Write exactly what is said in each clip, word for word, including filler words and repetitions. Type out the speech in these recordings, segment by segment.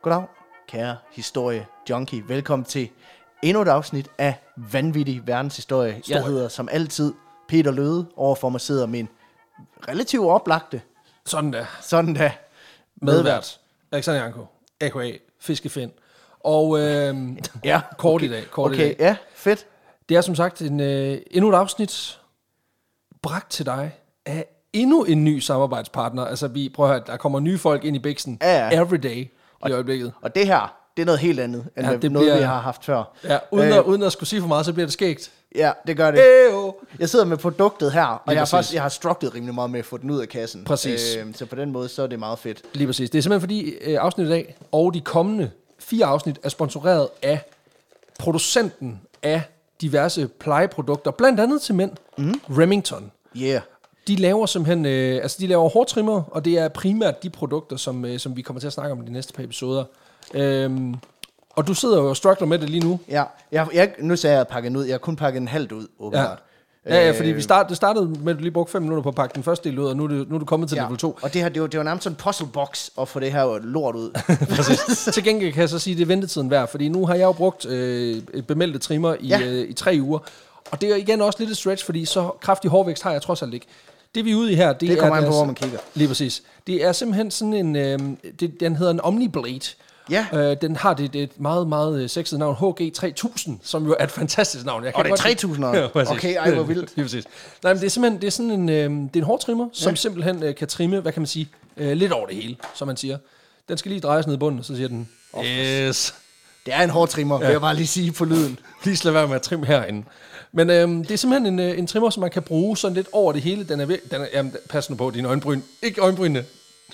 Goddag, kære historie junkie. Velkommen til endnu et afsnit af Vanvittig Verdenshistorie. Historie. Jeg hedder som altid Peter Løde. Overfor mig sidder min relativt oplagte. Sådan da. Sådan da. Medvært. Alexander Janko, a k a. Fiskefind. Og øh, ja, kort okay. i dag. Kort okay, i dag. ja, fedt. Det er som sagt en, øh, endnu et afsnit bragt til dig af endnu en ny samarbejdspartner. Altså, vi prøver at der kommer nye folk ind i biksen ja, ja. every day i øjeblikket. Og det her, det er noget helt andet, end ja, det noget, bliver, vi har haft før. Ja, uden, øh, at, uden at skulle sige for meget, så bliver det skægt. Ja, det gør det. Eyo. Jeg sidder med produktet her, og Lige jeg har, præcis. faktisk, jeg har strugglet rimelig meget med at få den ud af kassen. Præcis. Øh, så på den måde, så er det meget fedt. Lige præcis. Det er simpelthen fordi øh, afsnittet i dag og de kommende fire afsnit er sponsoreret af producenten af diverse plejeprodukter, blandt andet til mænd, mm. Remington. Yeah. De laver simpelthen, øh, altså de laver hårtrimmer, og det er primært de produkter, som, øh, som vi kommer til at snakke om i de næste par episoder. Øhm, og du sidder jo og struggler med det lige nu. Ja, jeg, jeg, nu sagde jeg at pakke den ud. Jeg har kun pakket den halvt ud, åbenbart. Ja, ja, ja fordi vi start, det startede med, at du lige brugte fem minutter på at pakke den første del ud, og nu er, det, nu er du kommet til ja. level to. Og det her, det var, det var nærmest sådan en puzzle box at få det her lort ud. Præcis. Til gengæld kan jeg så sige, at det er ventetiden værd, fordi nu har jeg jo brugt øh, bemeldte trimmer i, ja. øh, i tre uger. Og det er igen også lidt et stretch, fordi så kraftig hårvækst har jeg trods alt ikke. Det vi er ude i her, det, det kommer er... an på, hvor man kigger. Lige præcis. Det er simpelthen sådan en... Øh, det, den hedder en Omniblade. Ja. Øh, den har det, det et meget, meget sexet navn, H G tre tusind, som jo er et fantastisk navn. Jeg kan og det er tre tusind år? Ja, okay, ej, hvor vildt. Lige præcis. Nej, men det er simpelthen det er sådan en, øh, det er en hårtrimmer, som ja. simpelthen øh, kan trimme, hvad kan man sige, øh, lidt over det hele, som man siger. Den skal lige drejes ned i bunden, og så siger den, oh, yes. Det er en hårtrimmer, ja. vil jeg bare lige sige på lyden. Lige lad være med at trimme herinde. Men øh, det er simpelthen en, en trimmer, som man kan bruge sådan lidt over det hele. Den er, den er jamen, pas nu på dine øjenbryn. Ikke øjenbrynene.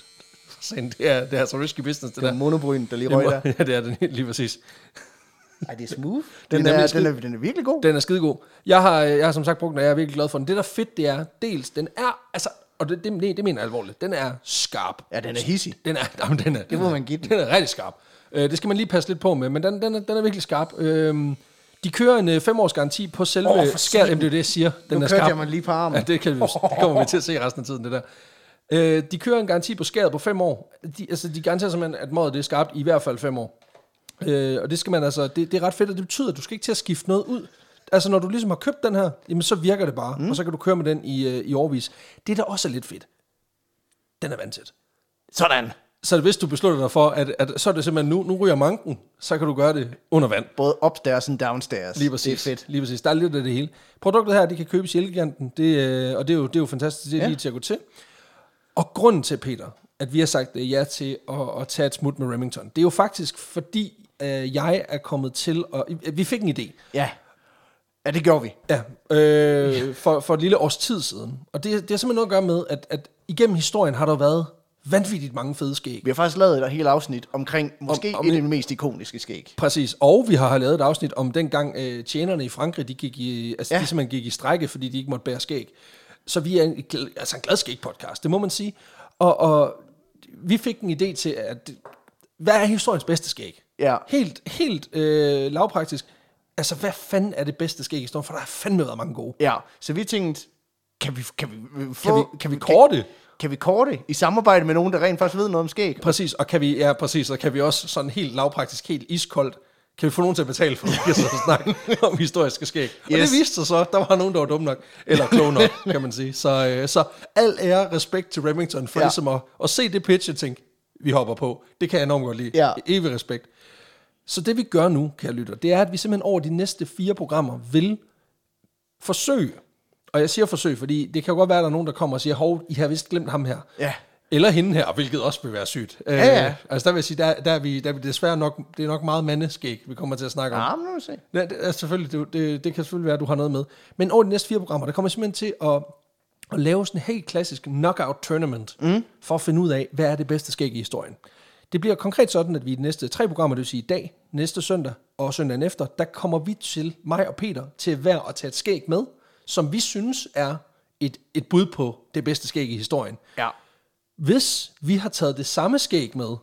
Det er, det er altså risky business, det, det der. Monobryn, der lige røg der. Ja, det er den lige præcis. Er det smooth? Den, den, er, den, er, den er virkelig god. Den er skidegod. Jeg har, jeg har som sagt brugt den, og jeg er virkelig glad for den. Det der fedt, det er, dels, den er, altså, og det, det, det mener jeg alvorligt, den er skarp. Ja, den er hissig. Den er, jamen, den er, det må man give den. Den er rigtig skarp. Uh, det skal man lige passe lidt på med, men den, den, er, den er virkelig skarp. Uh, de kører en uh, fem års garanti på selve oh, skæret. Jamen, det er det, jeg siger. Den nu er skarp. Jeg mig lige på armen. Ja, det, kan vi, det kommer vi til at se resten af tiden, det der. Uh, de kører en garanti på skæret på fem år. De, altså, de garanterer simpelthen, at mådet det er skarpt i hvert fald fem år. Uh, og det skal man altså, det, det er ret fedt, og det betyder, at du skal ikke til at skifte noget ud. Altså, når du ligesom har købt den her, jamen, så virker det bare, mm. og så kan du køre med den i, uh, i årvis. Det, der også er lidt fedt, den er vandtæt. Sådan. Så hvis du beslutter dig for, at, at så er det simpelthen, nu, nu ryger manken, så kan du gøre det under vand. Både upstairs og downstairs. Lige præcis. Det er fedt. Lige præcis. Der er lidt af det hele. Produktet her, de kan købes i Elgiganten, det, øh, og det er, jo, det er jo fantastisk, det er ja. lige til at gå til. Og grunden til, Peter, at vi har sagt ja til at, at tage et smut med Remington, det er jo faktisk, fordi øh, jeg er kommet til, og vi fik en idé. Ja. Ja, det gjorde vi. Ja, øh, for, for et lille års tid siden. Og det, det har simpelthen noget at gøre med, at, at igennem historien har der været vanvittigt mange fede skæg. Vi har faktisk lavet et helt afsnit omkring måske om, om et af de mest ikoniske skæg. Præcis, og vi har lavet et afsnit om dengang øh, tjenerne i Frankrig, de gik i, altså ja. de simpelthen gik i strække, fordi de ikke måtte bære skæg. Så vi er en, altså en glad skæg-podcast, det må man sige. Og, og vi fik en idé til, at hvad er historiens bedste skæg? Ja. Helt, helt øh, lavpraktisk. Altså, hvad fanden er det bedste skæg i historien? For der har fandme været mange gode. Ja, så vi tænkte, kan vi, kan vi, få, kan vi, kan vi korte? Kan, kan vi korte i samarbejde med nogen, der rent faktisk ved noget om skæg? Præcis, og kan vi, ja, præcis, og kan vi også sådan helt lavpraktisk, helt iskoldt, kan vi få nogen til at betale for, at vi kan snakke om historiske skæg? Yes. Og det viste sig så, der var nogen, der var dumme nok, eller kloge nok, kan man sige. Så, øh, så al ære respekt til Remington for ja. ligesom at, at se det pitch og tænke, vi hopper på. Det kan jeg enormt godt lide. Ja. Evig respekt. Så det vi gør nu, kære lytter, det er, at vi simpelthen over de næste fire programmer vil forsøge, og jeg siger forsøg, fordi det kan jo godt være, at der er nogen, der kommer og siger, hov, I har vist glemt ham her. Ja. Eller hende her, hvilket også vil være sygt. Ja, ja. Øh, altså der vil jeg sige, der, der, er vi, der er vi desværre nok, det er nok meget mandeskæg, vi kommer til at snakke om. Ja, men nu se. Ja, det, altså, selvfølgelig, det, det, det kan selvfølgelig være, at du har noget med. Men over de næste fire programmer, der kommer simpelthen til at, at lave sådan en helt klassisk knockout tournament, mm. for at finde ud af, hvad er det bedste skæg i historien. Det bliver konkret sådan, at vi i de næste tre programmer, det vil sige i dag, næste søndag og søndagen efter, der kommer vi til, mig og Peter, til hver at tage et skæg med, som vi synes er et, et bud på det bedste skæg i historien. Ja. Hvis vi har taget det samme skæg med,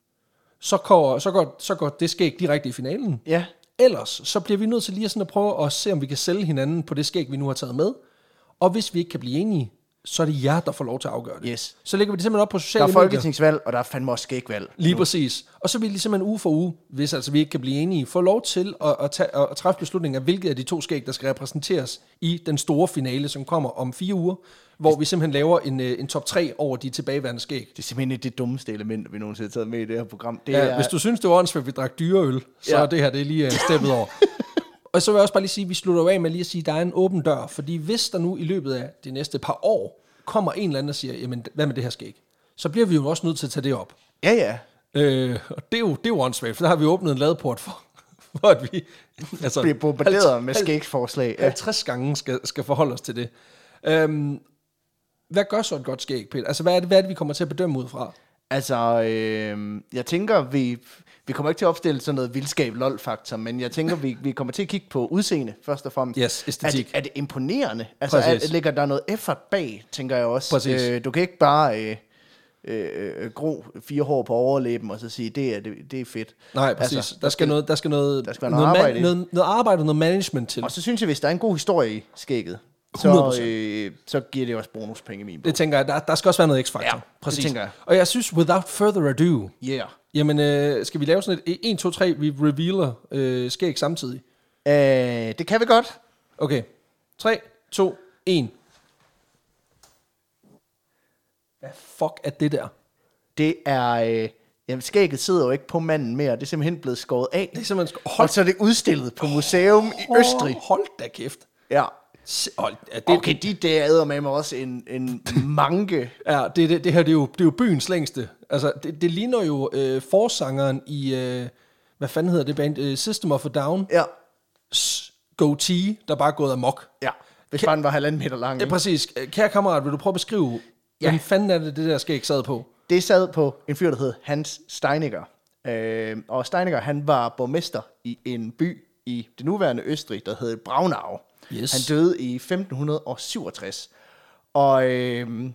så går, så går, så går det skæg direkte i finalen. Ja. Ellers så bliver vi nødt til lige sådan at prøve at se, om vi kan sælge hinanden på det skæg, vi nu har taget med. Og hvis vi ikke kan blive enige, så er det jer, der får lov til at afgøre det. Yes. Så lægger vi det simpelthen op på Der sociale er medier. folketingsvalg, og der er fandme også skægvalg. Lige nu. præcis. Og så vil de simpelthen uge for uge, hvis altså vi ikke kan blive enige, få lov til at, at, tage, at træffe beslutninger af, hvilket af de to skæg, der skal repræsenteres i den store finale, som kommer om fire uger, hvor vi simpelthen laver en, en top tre over de tilbageværende skæg. Det er simpelthen ikke det dummeste element, vi nogensinde har taget med i det her program. Det Ja, er... hvis du synes, det var åndssvagt, at vi drak dyreøl, så Ja. er det her det er lige uh, steppet over. Og så vil jeg også bare lige sige, at vi slutter jo af med lige at sige, at der er en åben dør, fordi hvis der nu i løbet af de næste par år kommer en eller anden og siger, jamen hvad med det her skæg, så bliver vi jo også nødt til at tage det op. Ja, ja. Øh, og det er jo, det er jo åndssvagt, for der har vi åbnet en ladeport for, for at vi altså, Bliver bombarderet med skægsforslag. Ja. halvtreds gange skal, skal forholde os til det. Øhm, hvad gør så et godt skæg, Peter? Altså, hvad er, det, hvad er det, vi kommer til at bedømme ud fra? Altså, øh, jeg tænker, vi, vi kommer ikke til at opstille sådan noget vildskab lol-faktor, men jeg tænker, vi, vi kommer til at kigge på udseende, først og fremmest. Yes, æstetik. Er det, er det imponerende? Altså, er, ligger der noget effort bag, tænker jeg også. Præcis. Øh, du kan ikke bare øh, øh, gro fire hår på overlæben, og så sige, det er, det, det er fedt. Nej, præcis. Altså, der, skal noget, der skal noget, der skal være noget arbejde i. noget, noget arbejde og noget management til. Og så synes jeg, hvis der er en god historie i skægget, hundrede så, procent. øh, så giver det også bonuspenge i min bog. Det tænker jeg, der, der skal også være noget x-faktor. Ja, præcis. det tænker jeg. Og jeg synes, without further ado, Yeah. jamen, øh, skal vi lave sådan et en, to, tre, vi revealer øh, skæg samtidig? Øh, det kan vi godt. Okay. tre, to, et. Hvad fuck er det der? Det er... Øh, jamen, skægget sidder jo ikke på manden mere. Det er simpelthen blevet skåret af. Det er simpelthen... Og Hold, så er det udstillet på museum i Østrig. hold da kæft. Ja. Se- Hold, ja, det, Okay, de der æder med mig også en, en manke. Ja, det, det, det her det er, jo, det er jo byens længste. Altså, det, det ligner jo øh, forsangeren i... Øh, hvad fanden hedder det band? Øh, System of a Down. Ja. S- Goatee, der bare er gået amok. Ja. Hvis bare den var halvanden meter lang. Ja, Ikke? præcis. Kære kammerat, vil du prøve at beskrive, ja. Hvad fanden er det, det der skæg sad på? Det sad på en fyr, der hed Hans Steinecker. Øh, og Steinecker, han var borgmester i en by i det nuværende Østrig, der hed Braunau. Yes. Han døde i femten syvogtres. Og øh,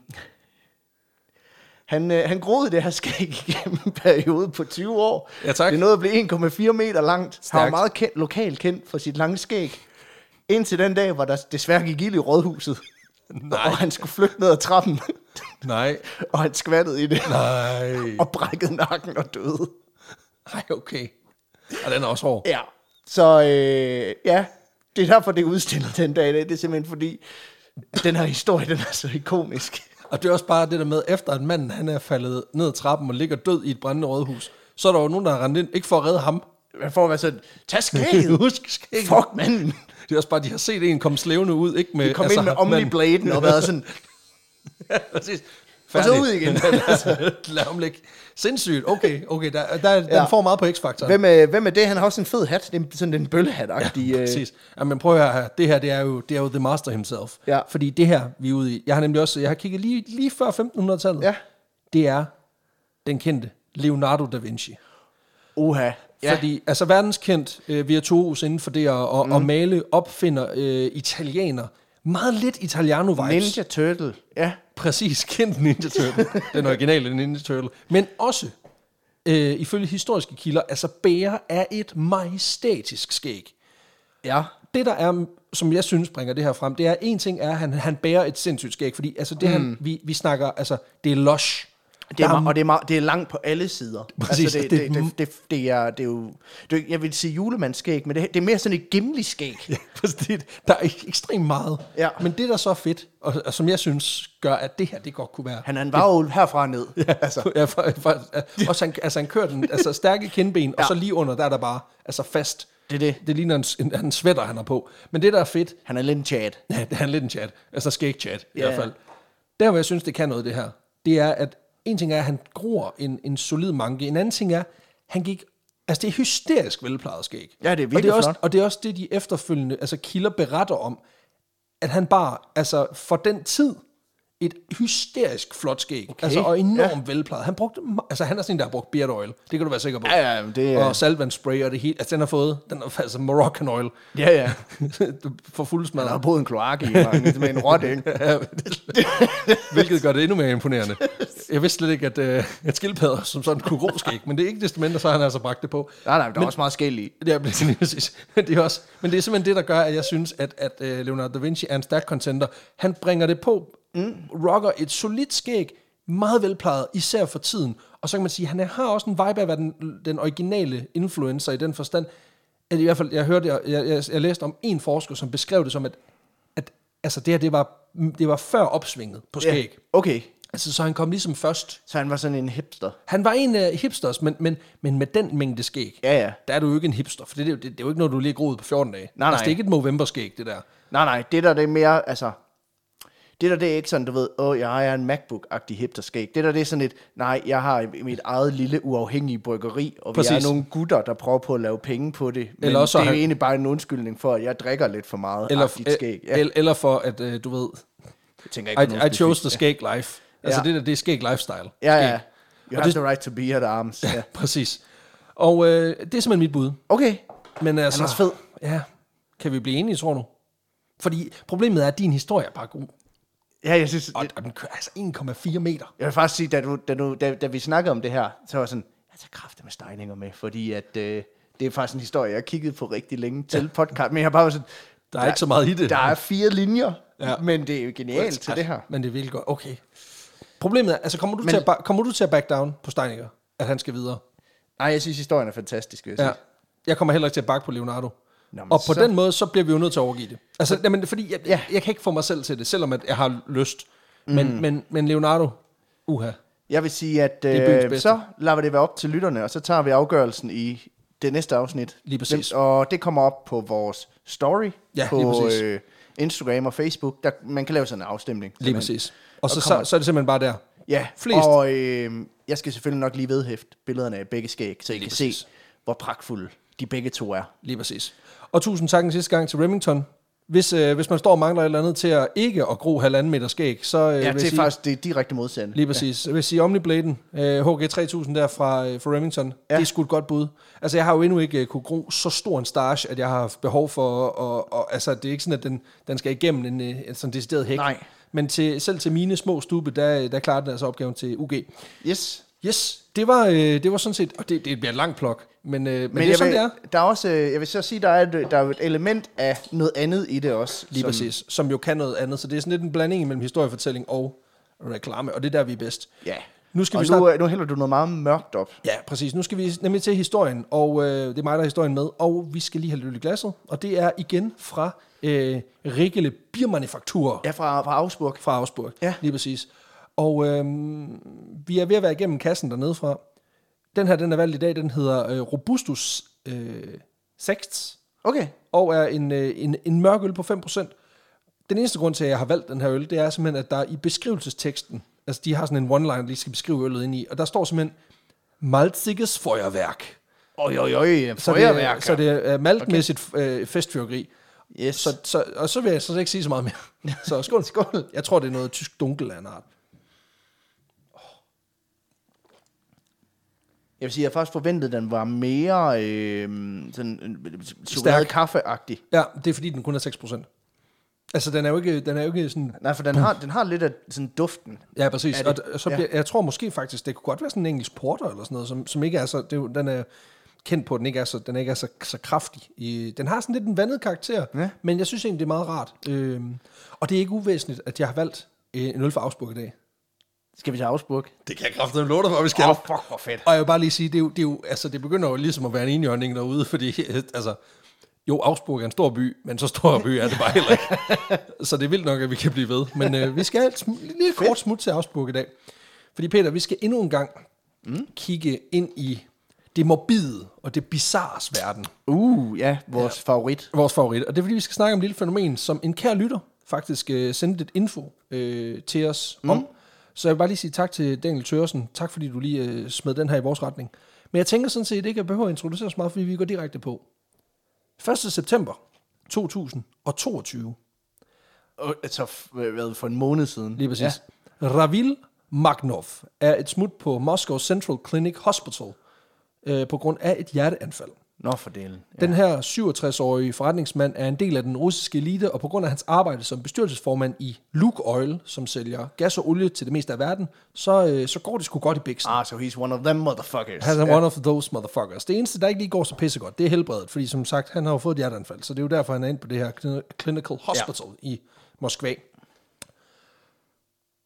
han, øh, han groede det her skæg igennem en periode på tyve år. Ja, tak. Det nåede at blive en komma fire meter langt. Stærkt. Han var meget kendt, lokalt kendt for sit lange skæg. Indtil den dag, hvor der desværre gik ild i rådhuset. Nej. Og han skulle flygte ned ad trappen. Nej. Og han skvattede i det. Nej. Og brækkede nakken og døde. Nej, okay. Og den er også hård. Ja. Så øh, ja, det er derfor, det er udstillet den dag i dag. Det er simpelthen fordi, den her historie, den er så ikonisk. Og det er også bare det der med, efter at manden han er faldet ned ad trappen og ligger død i et brændende rådhus, så er der jo nogen, der har rendt ind, ikke for at redde ham. Man får være sådan, tag skægget. Husk skægget. Fuck, manden. Det er også bare, de har set en komme slævende ud, ikke med... De kom altså, ind med Omni-bladen og været sådan, Ja, præcis. og så ud igen. Lad ham ligge. Sindssygt. Okay, okay. Der, der, den Ja. får meget på X-faktoren. Hvem er, hvem er det? Han har også en fed hat. Det er sådan en bøllehat-agtig. Ja, øh, præcis. Ja, men prøv at høre her. Det her, det er jo, det er jo the master himself. Ja. Fordi det her, vi er ude i... Jeg har nemlig også... Jeg har kigget lige, lige før femten hundrede-tallet. Ja. Det er den kendte Leonardo da Vinci. Uha. Ja. Fordi, altså verdenskendt øh, virtuos inden for det at, at, mm. at male, opfinder øh, italiener. Meget lidt Italiano-vibes. Ninja Turtle. Ja. Præcis, kendt Ninja Turtle. Den originale Ninja Turtle. Men også, øh, ifølge historiske kilder, altså bærer er et majestætisk skæg. Ja. Det der er, som jeg synes bringer det her frem, det er, en ting er, at han, han bærer et sindssygt skæg, fordi altså det mm. han, vi, vi snakker, altså det er lush. Det er, meget, og det er, meget, det er langt på alle sider. Præcis, Altså det, det- det, det, det, det, er, det er jo... Det, jeg vil sige julemandsskæg, men det, det er mere sådan et Gimli-skæg. Ja, præcis. Der er ek- ekstremt meget. Ja. Men det, der så er fedt, og, og som jeg synes gør, at det her, det godt kunne være... Han, han var jo herfra og ned. Ja, altså. Ja, for, for, også han, altså han kører den, altså stærke kindben, ja. Og Ja. så lige under, der er der bare, altså fast. Det er det. Det ligner en, en, en sweater, han har på. Men det, der er fedt, Han er lidt en chat. ja, det er lidt en chat, altså skæg-chat i Ja. hvert fald. Der, hvor jeg synes, det kan noget, det her, det er, at en ting er, at han gror en, en solid manke. En anden ting er, han gik... Altså, det er hysterisk velplejet skæg. Ja, det er og virkelig det er også, flot. Og det er også det, de efterfølgende altså kilder beretter om, at han bare, altså for den tid, et hysterisk flot skæg. Okay. Altså, og enormt Ja. velplejet. Han brugte, ma- altså han er sådan en, der har brugt beard oil. Det kan du være sikker på. Ja, ja, det er... Og saltvandsspray og det hele. Altså, den har fået, den har, altså Moroccan oil. Ja, ja. For fuld smad. Han har boet en kloak i mange, med en rot, ikke? Ja, hvilket gør det endnu mere imponerende. Jeg vidste slet ikke, at, uh, at skildpadder som sådan kunne gro skæg, men det er ikke desto mindre, så har han altså bragt det på. Nej, nej, der er også meget skæld i. Ja, men det er også, men det er simpelthen det, der gør, at jeg synes, at, at uh, Leonardo da Vinci er en stærk contender. Han bringer det på mm. rocker et solidt skæg, meget velplejet, især for tiden. Og så kan man sige, at han har også en vibe af at være den, den originale influencer i den forstand, at i hvert fald, jeg hørte, jeg, jeg, jeg læste om en forsker, som beskrev det som, at, at altså det her, det var, det var før opsvinget på skæg. Yeah. Okay. Altså, så han kom ligesom først. Så han var sådan en hipster? Han var en af uh, hipsters, men, men, men med den mængde skæg, ja, ja. der er du jo ikke en hipster, for det, det, det, det er jo ikke noget, du lige groet på fjorten dage. Nej, nej. Altså, det er ikke et Movember-skæg, det der. Nej, nej, det der det er mere, altså, det der det er ikke sådan, du ved, åh, jeg har en MacBook-agtig hipster-skæg. Det der det er sådan et, nej, jeg har mit eget lille uafhængige bryggeri, og Præcis. vi er nogle gutter, der prøver på at lave penge på det. Men eller også det er han... jo egentlig bare en undskyldning for, at jeg drikker lidt for meget eller, agtigt skæg. Ja. Eller, eller for, at uh, du ved, jeg tænker ikke I, I chose the skæg life. Altså ja. det der, det er skæg lifestyle. Ja, ja. You og have det... the right to be at arms. Ja, ja. Præcis. Og øh, det er simpelthen mit bud. Okay. Men altså, han er også fed. Ja, kan vi blive enige, tror du? Fordi problemet er, at din historie er bare god. Ja, jeg synes... Og, og den kører altså en komma fire meter. Jeg vil faktisk sige, da, du, da, du, da, da vi snakkede om det her, så var jeg sådan, jeg tager kræfter med Steininger med, fordi at, øh, det er faktisk en historie, jeg har kigget på rigtig længe til ja. podcast, men jeg har bare sådan... Der er der, ikke så meget i det. Der er fire linjer, ja. men det er jo genialt altså, til det her. Men det er virkelig godt. Okay. Problemet er, altså kommer du, men, til, at, kommer du til at back down på Steininger, at han skal videre? Nej, jeg synes, historien er fantastisk. Jeg, ja. jeg kommer heller ikke til at bakke på Leonardo. Nå, og på så... den måde, så bliver vi jo nødt til at overgive det. Altså, jamen, fordi jeg, ja. jeg kan ikke få mig selv til det, selvom at jeg har lyst. Men, mm. men, men Leonardo, uha. Jeg vil sige, at øh, så lader vi det være op til lytterne, og så tager vi afgørelsen i det næste afsnit. Lige præcis. Og det kommer op på vores story ja, på øh, Instagram og Facebook. Der, man kan lave sådan en afstemning. Lige præcis. Og, og så, så, så er det simpelthen bare der. Ja, Flest. og øh, jeg skal selvfølgelig nok lige vedhæfte billederne af begge skæg, så I lige kan præcis. se, hvor pragtfulde de begge to er. Lige præcis. Og tusind tak en sidste gang til Remington. Hvis, øh, hvis man står og mangler et eller andet til at ikke at gro halvanden meter skæg, så... Øh, ja, det er faktisk det direkte modsatte. Lige præcis. Ja. Jeg vil sige Omnibladen, øh, H G tre tusind der fra, øh, fra Remington, ja. det er sgu et godt bud. Altså, jeg har jo endnu ikke uh, kunne gro så stor en starch, at jeg har haft behov for... Og, og, altså, det er ikke sådan, at den, den skal igennem en, en sådan decideret hæk. Nej. Men til, selv til mine små stube, der, der klarer den altså opgaven til U G. Yes. Yes, det var, øh, det var sådan set... Og det, det bliver en lang plok, men, øh, men, men det er sådan, vil, det er. Der er også, jeg vil så sige, der er, et, der er et element af noget andet i det også. Lige som, præcis, som jo kan noget andet. Så det er sådan lidt en blanding mellem historiefortælling og reklame, og det er der, vi er bedst. Ja, nu, skal og vi nu, snart... nu hælder du noget meget mørkt op. Ja, præcis. Nu skal vi nemlig til historien, og øh, det er mig, der har historien med, og vi skal lige have lidt i glasset, og det er igen fra øh, Riggele Biermanufaktur. Ja, fra, fra Augsburg. Fra Augsburg, ja. Lige præcis. Og øh, vi er ved at være igennem kassen dernede fra. Den her, den er valgt i dag, den hedder øh, Robustus øh, Sexts. Okay. Og er en, øh, en, en mørk øl på fem procent. Den eneste grund til, at jeg har valgt den her øl, det er simpelthen, at der i beskrivelsesteksten, altså de har sådan en one-line, de skal beskrive øllet ind i, og der står simpelthen, Malziges Feuerwerk. Oj, oj, oj, feuerwerk. Så det er, så det er maltmæssigt okay. øh, festfyrkeri. Yes. Så, så, og så vil jeg så ikke sige så meget mere. Så skål. Skål. Jeg tror, det er noget tysk dunkel af en art. Jeg vil sige, jeg faktisk forventede, at den var mere øh, sådan chokolade kaffeagtig. Ja, det er fordi, den kun er seks procent. Altså, den er jo ikke, den er jo ikke sådan... Nej, for den har, den har lidt af sådan duften. Ja, præcis. Og, og så bliver, ja. jeg tror måske faktisk, det kunne godt være sådan en engelsk porter eller sådan noget, som, som ikke er så... Det er jo, den er kendt på, at den ikke er så, den ikke er så, så kraftig. I, den har sådan lidt en vandet karakter, ja. Men jeg synes egentlig, det er meget rart. Øhm, og det er ikke uvæsentligt, at jeg har valgt en øl fra Augsburg i dag. Skal vi til Augsburg? Det kan jeg kraftedeme love dig for, vi skal. Åh, oh, fuck, hvor fedt. Og jeg vil bare lige sige, det er jo, det er jo, altså, det begynder jo ligesom at være en enhjørning derude, fordi, altså, jo, Augsburg er en stor by, men så stor by er det bare heller ikke. Så det er vildt nok, at vi kan blive ved. Men øh, vi skal lige et kort smut til Augsburg i dag. Fordi Peter, vi skal endnu en gang mm. kigge ind i det morbide og det bizarres verden. Uh, ja, vores ja, favorit. Vores favorit. Og det er fordi, vi skal snakke om et lille fænomen, som en kær lytter faktisk øh, sendte et info øh, til os mm. om. Så jeg vil bare lige sige tak til Daniel Thørsen. Tak fordi du lige øh, smed den her i vores retning. Men jeg tænker sådan set ikke, at jeg behøver at introducere så meget, fordi vi går direkte på. første september to tusind og toogtyve. Altså, hvad for en måned siden? Lige præcis. Ja. Ravil Magnov er et smut på Moscow Central Clinic Hospital øh, på grund af et hjerteanfald. Nå, for delen. Ja. Den her syvogtres-årige forretningsmand er en del af den russiske elite, og på grund af hans arbejde som bestyrelsesformand i Luke Oil, som sælger gas og olie til det meste af verden, så, øh, så går det sgu godt i biksen. Ah, so he's one of them motherfuckers. Han er yeah. one of those motherfuckers. Det eneste, der ikke lige går så pissegodt, det er helbredet, fordi som sagt, han har jo fået et hjerteanfald, så det er jo derfor, han er inde på det her clinical hospital yeah. i Moskva.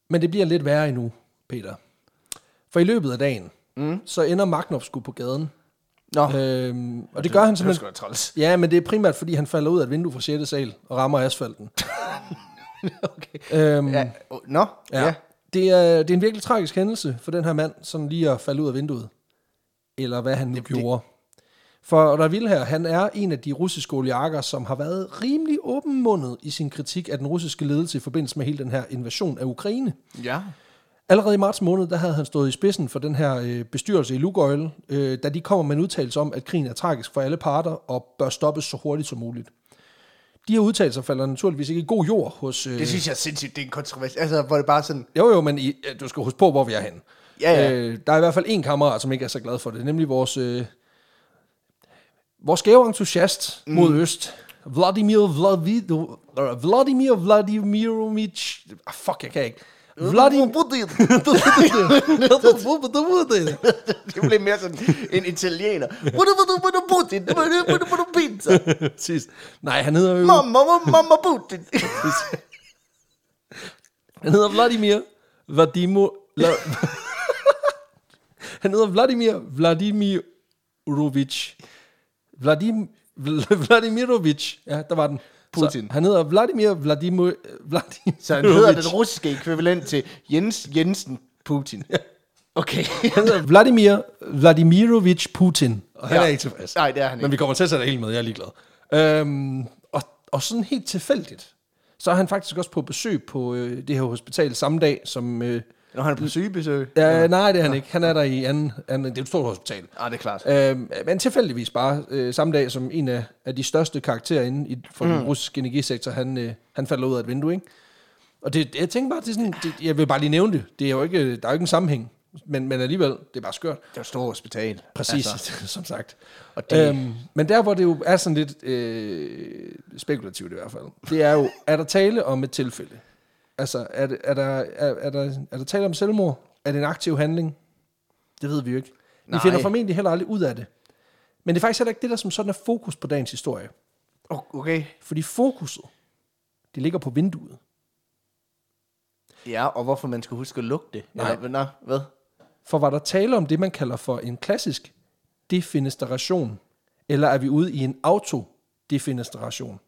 Men det bliver lidt værre endnu, Peter. For i løbet af dagen, mm. så ender Magnov sgu på gaden. Nå. Øhm, og det, det gør han simpelthen... Det ja, men det er primært, fordi han falder ud af et vindue fra sjette sal og rammer asfalten. okay. Øhm, ja. Nå, ja. ja. Det er, det er en virkelig tragisk hændelse for den her mand, som lige at falde ud af vinduet. Eller hvad han nu det, gjorde. Det. For Ravil her, han er en af de russiske oligarker, som har været rimelig åbenmundet i sin kritik af den russiske ledelse i forbindelse med hele den her invasion af Ukraine. Ja. Allerede i marts måned, der havde han stået i spidsen for den her øh, bestyrelse i Lukoil, øh, da de kommer med en udtalelse om, at krigen er tragisk for alle parter og bør stoppes så hurtigt som muligt. De her udtalelser falder naturligvis ikke i god jord hos... Øh, det synes jeg er sindssygt, det er en kontrovers. Altså, hvor det bare sådan... Jo, jo, men I, du skal huske på, hvor vi er henne. Ja, ja. Øh, der er i hvert fald en kammerat, som ikke er så glad for det, nemlig vores... Øh, vores gave entusiast mm. mod øst, Vladimir Vladimir Vladimir Vladimirovich... Ah, fuck, jeg kan ikke... Vladimir Putin. Det blev mere sådan en italiener. Putin. Putin. Nej, han hedder jo... Mamma, mamma Putin. Han hedder Vladimir Vladimir... Han hedder Vladimir Vladimirovich. Vladimir Vladimirovich. Ja, der var den. Putin. Så han hedder Vladimir Vladimir Vladimir. Så han hedder den russiske ekvivalent til Jens Jensen Putin. Ja. Okay. Han hedder Vladimir Vladimirovich Putin. Og han ja. er ikke tilfreds. Nej, det er han ikke. Men vi kommer til at sætte det helt med, jeg er ligeglad. Øhm, og, og sådan helt tilfældigt, så er han faktisk også på besøg på øh, det her hospital samme dag, som... Øh, Når han er på sygebesøg? Ja, nej, det er han ikke. Han er der i anden... anden det er et stort hospital. Ah, det er klart. Øhm, men tilfældigvis bare øh, samme dag, som en af, af de største karakterer inde i, for mm. den russiske energisektor, han, øh, han falder ud af et vindue, ikke? Og det, jeg tænker bare, det er sådan... Det, jeg vil bare lige nævne det. Det er jo ikke, der er jo ikke en sammenhæng. Men, men alligevel, det er bare skørt. Det er et stort hospital. Præcis, altså. Som sagt. Og det... øhm, men der, hvor det jo er sådan lidt øh, spekulativt i hvert fald, det er jo, er der tale om et tilfælde? Altså, er, det, er, der, er, er, der, er der tale om selvmord? Er det en aktiv handling? Det ved vi jo ikke. Vi Nej. finder formentlig heller aldrig ud af det. Men det er faktisk heller ikke det, der som sådan er fokus på dagens historie. Okay. Fordi fokuset, det ligger på vinduet. Ja, og hvorfor man skal huske at lukke det? Nej. Eller, nå, hvad? For var der tale om det, man kalder for en klassisk defenestration, eller er vi ude i en autodefenestration?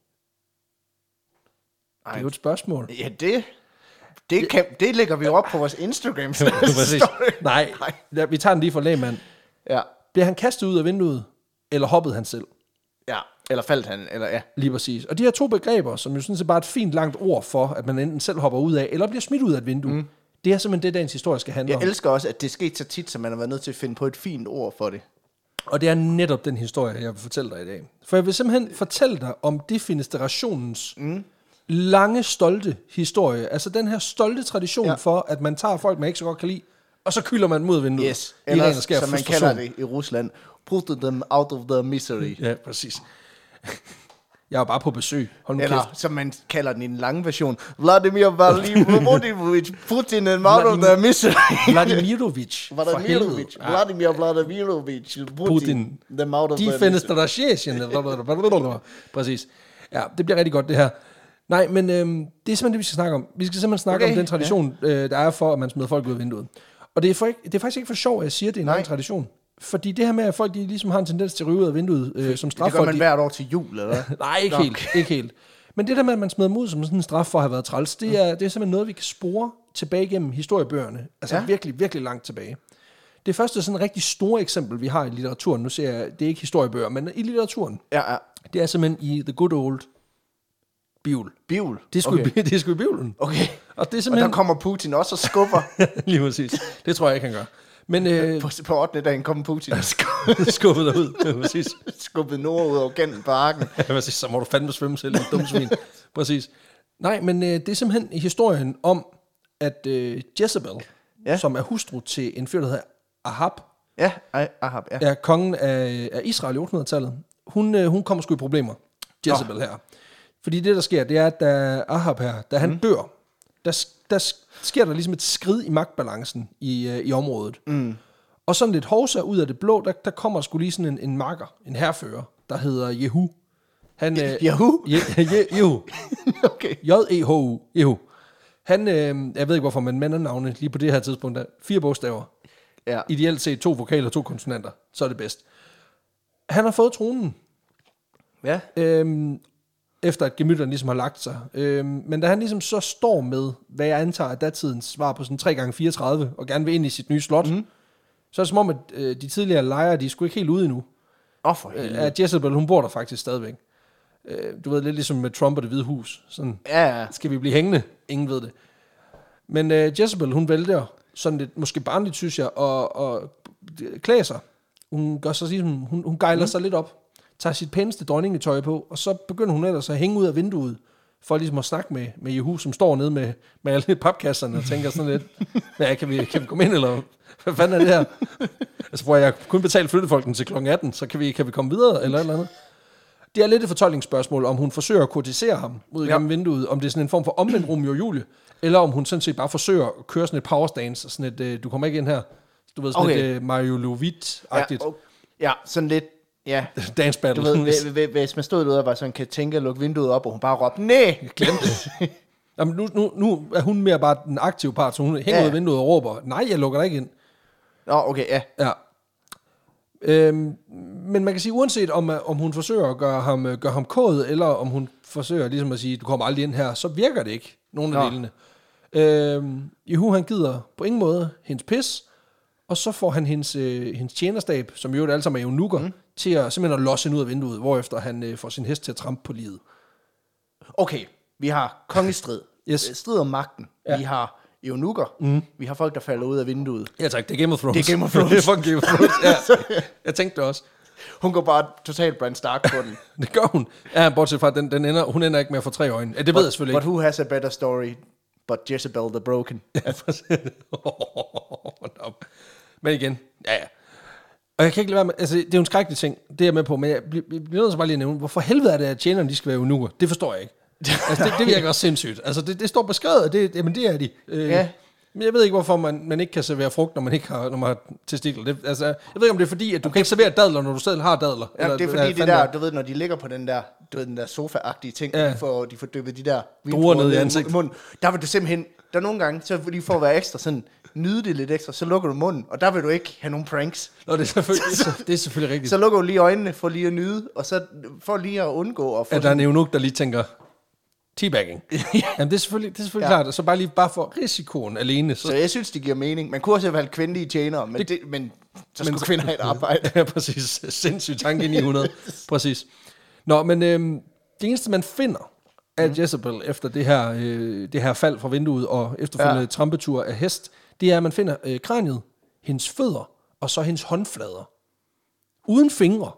Det er jo et spørgsmål. Ja, det, det, kan, det lægger vi jo op på vores Instagram. Nej, Nej. Vi tager den lige for lægmand. Ja. Bliver han kastet ud af vinduet, eller hoppede han selv? Ja, eller faldt han, eller ja. Lige præcis. Og de her to begreber, som jo sådan set bare er et fint langt ord for, at man enten selv hopper ud af, eller bliver smidt ud af et vindue, mm. det er simpelthen det, dagens historie skal handle Jeg om. Jeg elsker også, at det sker så tit, så man har været nødt til at finde på et fint ord for det. Og det er netop den historie, jeg vil fortælle dig i dag. For jeg vil simpelthen fortælle dig om defenestrationens mm. lange, stolte historie. Altså den her stolte tradition ja. for, at man tager folk, man ikke så godt kan lide, og så kylder man dem ud af vinduet. Yes, eller som man kalder det i Rusland, put them out of the misery. Ja, præcis. Jeg er bare på besøg. Hold nu eller, kæft. som man kalder den i en lang version, Vladimir Vladimirovich, Putin and out of the misery. Vladimirovich. Vladimirovich. Vladimir Vladimirovich. Putin. Them out of the misery. Præcis. Ja, det bliver rigtig godt, det her. Nej, men øhm, det er simpelthen det, vi skal snakke om. Vi skal simpelthen snakke okay. om den tradition, ja. øh, der er for, at man smider folk ud af vinduet. Og det er, for ikke, det er faktisk ikke for sjov, at jeg siger, at det er en lang tradition. Fordi det her med, at folk de ligesom har en tendens til at ryge ud af vinduet øh, som straf. Det gør man de... hvert år til jul, eller Nej, ikke helt, ikke helt. Men det der med, at man smider dem ud som sådan en straf for at have været træls, det er, det er simpelthen noget, vi kan spore tilbage gennem historiebøgerne. Altså ja. virkelig, virkelig langt tilbage. Det første sådan rigtig store eksempel, vi har i litteraturen, nu ser jeg, det er ikke historiebøger, men i litteraturen, ja, ja. det er simpelthen i The Good Old Bibel. Bibel? Det skulle okay. det skulle i Bibelen. Okay. Og, det er simpelthen... og der kommer Putin også og skubber. Lige præcis. Det tror jeg ikke, han gør. Men, øh... på, på ottende dagen kommer Putin og skubbet derud. Ja, præcis. Skubbet nord ud over gennem bakken. Ja, præcis. Så må du fandme svømme selv, en dum svin. Præcis. Nej, men øh, det er simpelthen i historien om, at øh, Jezebel, ja. som er hustru til en fyr, der hedder Ahab. Ja, Ahab, ja. Er kongen af, af Israel i otte hundrede-tallet. Hun, øh, hun kommer sgu i problemer. Jezebel oh. her. Fordi det, der sker, det er, at da Ahab her, da han mm. dør, der, der sker der ligesom et skrid i magtbalancen i, øh, i området. Mm. Og sådan lidt hovsa ud af det blå, der, der kommer sgu lige sådan en, en makker, en herfører, der hedder Jehu. Han, øh, Jehu? Je, je, Jehu. Okay. J E H U. Jehu. Han, øh, jeg ved ikke hvorfor, men mandernavne lige på det her tidspunkt er fire bogstaver. Ja. Ideelt set to vokaler og to konsonanter. Så er det bedst. Han har fået tronen. Ja. Øhm, efter at gemytterne ligesom har lagt sig. Øhm, men da han ligesom så står med, hvad jeg antager, at datidens svar på sådan tre gange fireogtredive, og gerne vil ind i sit nye slot, mm. så er det som om, at øh, de tidligere lejre, de er sgu ikke helt ude endnu. Åh, oh, for helvede. Øh, at Jezebel, hun bor der faktisk stadigvæk. Øh, du ved, lidt ligesom med Trump og Det Hvide Hus. Sådan, ja, ja. Skal vi blive hængende? Ingen ved det. Men øh, Jezebel, hun vælger sådan lidt, måske barnligt, synes jeg, og, og klæder sig. Hun gør sig ligesom, hun, hun gejler mm. sig lidt op, tager sit pæneste dronningetøj på, og så begynder hun ellers at hænge ud af vinduet, for ligesom at snakke med, med Jehu, som står nede med, med alle papkasserne, og tænker sådan lidt, ja, kan vi, kan vi komme ind, eller hvad fanden er det her? Altså, hvor jeg kun betalt flyttefolken til klokken atten, så kan vi, kan vi komme videre, eller et eller andet. Det er lidt et fortolkningsspørgsmål, om hun forsøger at kurtisere ham ud igennem ja. vinduet, om det er sådan en form for omvendt Romeo og Julie, eller om hun sådan set bare forsøger at køre sådan et power stance, og sådan et, øh, du kommer ikke ind her, du ved, sådan okay. et uh, Mario Lovit-agtigt. Ja, okay. Ja, sådan lidt, ja. Dance battle. Du ved, hvis man stod derude og var sådan, kan tænke at lukke vinduet op, og hun bare råbte, nej, glem det. Jamen, nu, nu, nu er hun mere bare den aktive part, så hun hænger ja. ud af vinduet og råber, nej, jeg lukker dig ikke ind. Nå, okay, ja. Ja. Øhm, men man kan sige, uanset om, om hun forsøger at gøre ham, gøre ham kod, eller om hun forsøger ligesom at sige, du kommer aldrig ind her, så virker det ikke, nogen af delene. Øhm, Jehu, han gider på ingen måde hendes pis, og så får han hendes, øh, hendes tjenerstab, som jo alle sammen er eunukker, mm. til at simpelthen at losse hende ud af vinduet, hvorefter han øh, får sin hest til at trampe på livet. Okay, vi har kongestrid. Yes. Strid om magten. Ja. Vi har eunukker. Mm. Vi har folk, der falder ud af vinduet. Ja tak, det er Game of Thrones. Det er Game of Thrones. Det er Game of Thrones, ja. Jeg tænkte det også. Hun går bare totalt Bran Stark på den. Det gør hun. Ja, bortset fra, at den, den ender, hun ender ikke med at få tre øjne. Ja, det but, ved jeg selvfølgelig but ikke. But who has a better story but Jezebel the Broken? Men igen, ja ja. Og jeg kan ikke lade være med, altså det er jo en skrækkelig ting, det er jeg med på, men jeg bliver nødt til bare lige at nævne, hvorfor helvede er det, at tjenerne de skal være eunukker? Det forstår jeg ikke. Altså det, det virker også sindssygt. Altså det, det står beskrevet, det, jamen det er de. Øh, ja. Men jeg ved ikke, hvorfor man, man ikke kan servere frugt, når man ikke har, når man har testikler. Det, altså, jeg ved ikke, om det er fordi, at du kan ikke servere dadler, når du selv har dadler. Ja, eller, det er fordi, det der, du ved, når de ligger på den der, du ved, den der sofa-agtige ting, ja. de, får, de får dyppet de der druer ned i ansigtet. Munden. Der vil du simpelthen, der er nogle gange, så lige for at være ekstra sådan, nyde det lidt ekstra, så lukker du munden, og der vil du ikke have nogen pranks. Nå, det er selvfølgelig, så, det er selvfølgelig rigtigt. Så lukker du lige øjnene for lige at nyde, og så for lige at undgå at få at der er en eunuk, der lige tænker, teabagging. Jamen det er selvfølgelig, det er selvfølgelig ja. klart, og så bare lige bare for risikoen alene. Så, så jeg synes, det giver mening. Man kunne også have valgt kvindelige tjenere, men, det, det, men så skulle men, kvinder have et arbejde. Ja, præcis. Sindssygt tanke ind i hundrede. Præcis. Nå, men øhm, det eneste, man finder af mm. Jezebel efter det her, øh, det her fald fra vinduet og efterfølgende ja. trampetur af hest, det er, at man finder øh, kraniet, hendes fødder og så hendes håndflader. Uden fingre.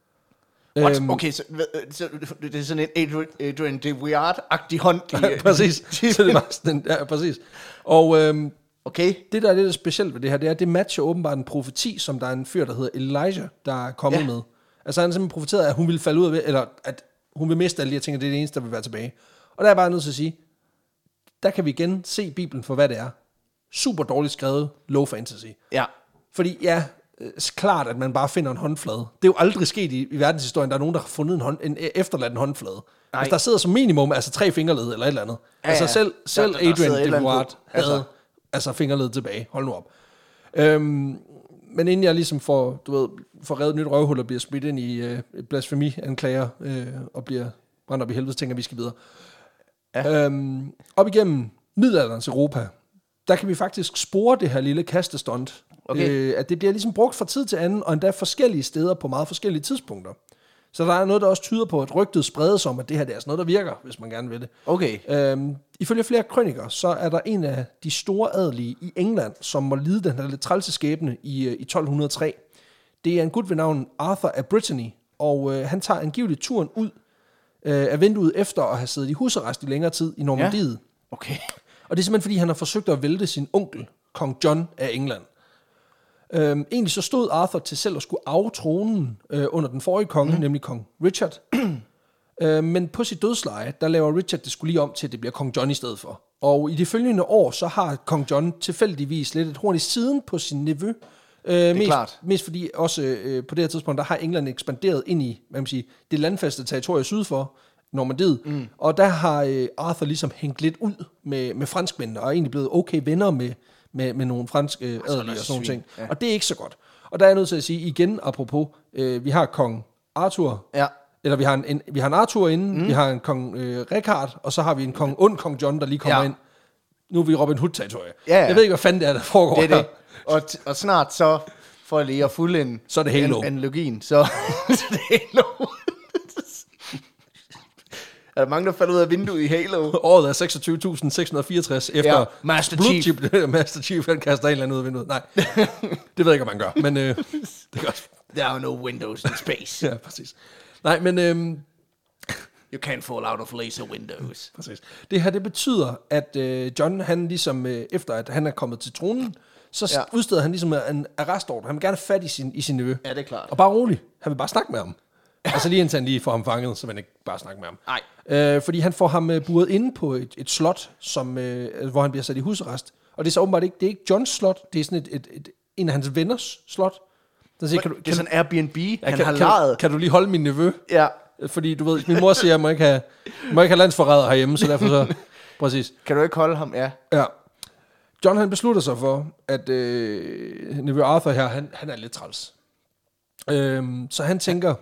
What? Okay, så, så det er sådan en Adrian DeWiart-agtig hånd. Ja, præcis. Så det var sådan, ja, præcis. Og øhm, okay. det, der er lidt specielt ved det her, det er, at det matcher åbenbart en profeti, som der er en fyr, der hedder Elijah, der er kommet ja. med. Altså han har simpelthen profeteret, at hun ville falde ud af, eller at hun vil miste alle de her ting, og det er det eneste, der vil være tilbage. Og der er bare nødt til at sige, der kan vi igen se Bibelen for, hvad det er. Super dårligt skrevet, low fantasy. Ja. Fordi ja, klart, at man bare finder en håndflade. Det er jo aldrig sket i, i verdenshistorien, der er nogen, der har fundet en, hånd, en efterladt en håndflade. Altså, der sidder som minimum altså tre fingerled eller et eller andet. Ja, altså selv, selv der, der Adrian DeWiart havde altså. altså fingerled tilbage. Hold nu op. Øhm, men inden jeg ligesom får, du ved, får revet nyt røvhul og bliver smidt ind i øh, blasfemi-anklager øh, og bliver brændt op i helvede, tænker vi skal videre. Ja. Øhm, op igennem middelalderens Europa, der kan vi faktisk spore det her lille kastestunt. Okay. Øh, at det bliver ligesom brugt fra tid til anden, og endda forskellige steder på meget forskellige tidspunkter. Så der er noget, der også tyder på, at rygtet spredes om, at det her det er sådan noget, der virker, hvis man gerne vil det. Okay. Øhm, ifølge flere krøniker, så er der en af de store adelige i England, som må lide den her lidt trælse skæbne i, i tolv hundrede og tre. Det er en gut ved navn Arthur af Brittany, og øh, han tager angiveligt turen ud øh, af vinduet efter at have siddet i husarrest i længere tid i Normandiet. Ja. Okay. Og det er simpelthen, fordi han har forsøgt at vælte sin onkel, kong John af England. Øhm, egentlig så stod Arthur til selv at skulle arve tronen øh, under den forrige konge, mm. nemlig kong Richard. øh, men på sit dødsleje, der laver Richard det skulle lige om til, at det bliver kong John i stedet for. Og i de følgende år, så har kong John tilfældigvis lidt et horn i siden på sin nevø. Øh, det er mest, klart. Mest fordi også øh, på det her tidspunkt, der har England ekspanderet ind i, hvad man siger, det landfaste territorie syd for, Normandiet. Mm. Og der har øh, Arthur ligesom hængt lidt ud med, med franskmændene, og er egentlig blevet okay venner med, med, med nogle franske øh, adelige og sådan nogle ting. Ja. Og det er ikke så godt. Og der er jeg nødt til at sige igen, apropos, øh, vi har kong Arthur, ja. eller vi har en, en, vi har en Arthur inde, mm. vi har en kong øh, Richard, og så har vi en kong ond kong John, der lige kommer ja. ind. Nu er vi Robin Hood-territoriet. Ja, ja. Jeg ved ikke, hvad fanden det er, der foregår det er det. Og, t- og snart så, for lige at fuldende så er det Halo. An- analogien, så, så er det Halo. Er der mange, der falder ud af vinduet i Halo? Året er seksogtyve tusind seks hundrede fireogtres efter ja, Master Chief. Chip, Master Chief, han kaster en eller anden ud af vinduet. Nej, det ved jeg ikke, om man gør, men øh, det er godt. There are no windows in space. Ja, præcis. Nej, men... Øh, you can't fall out of laser windows. Præcis. Det her, det betyder, at øh, John, han ligesom, øh, efter at han er kommet til tronen, så ja. udsteder han ligesom en arrestordre. Han vil gerne have fat i sin, i sin nevø. Ja, det er klart. Og bare rolig. Han vil bare snakke med ham. Altså lige indtil han lige får ham fanget, så man ikke bare snakke med ham. Nej. Øh, fordi han får ham øh, buret inde på et, et slot, som, øh, hvor han bliver sat i husarrest. Og det er så åbenbart ikke, det er ikke Johns slot, det er sådan et, et, et, en af hans venners slot. Der siger, kan du, det er sådan en Airbnb, ja, han kan, har kan, lejet. Kan du lige holde min nevø? Ja. Fordi du ved, min mor siger, at jeg må ikke have, må ikke have landsforræder herhjemme, så derfor så... Præcis. Kan du ikke holde ham? Ja. Ja. John, han beslutter sig for, at øh, nevø Arthur her, han, han er lidt træls. Øhm, så han tænker,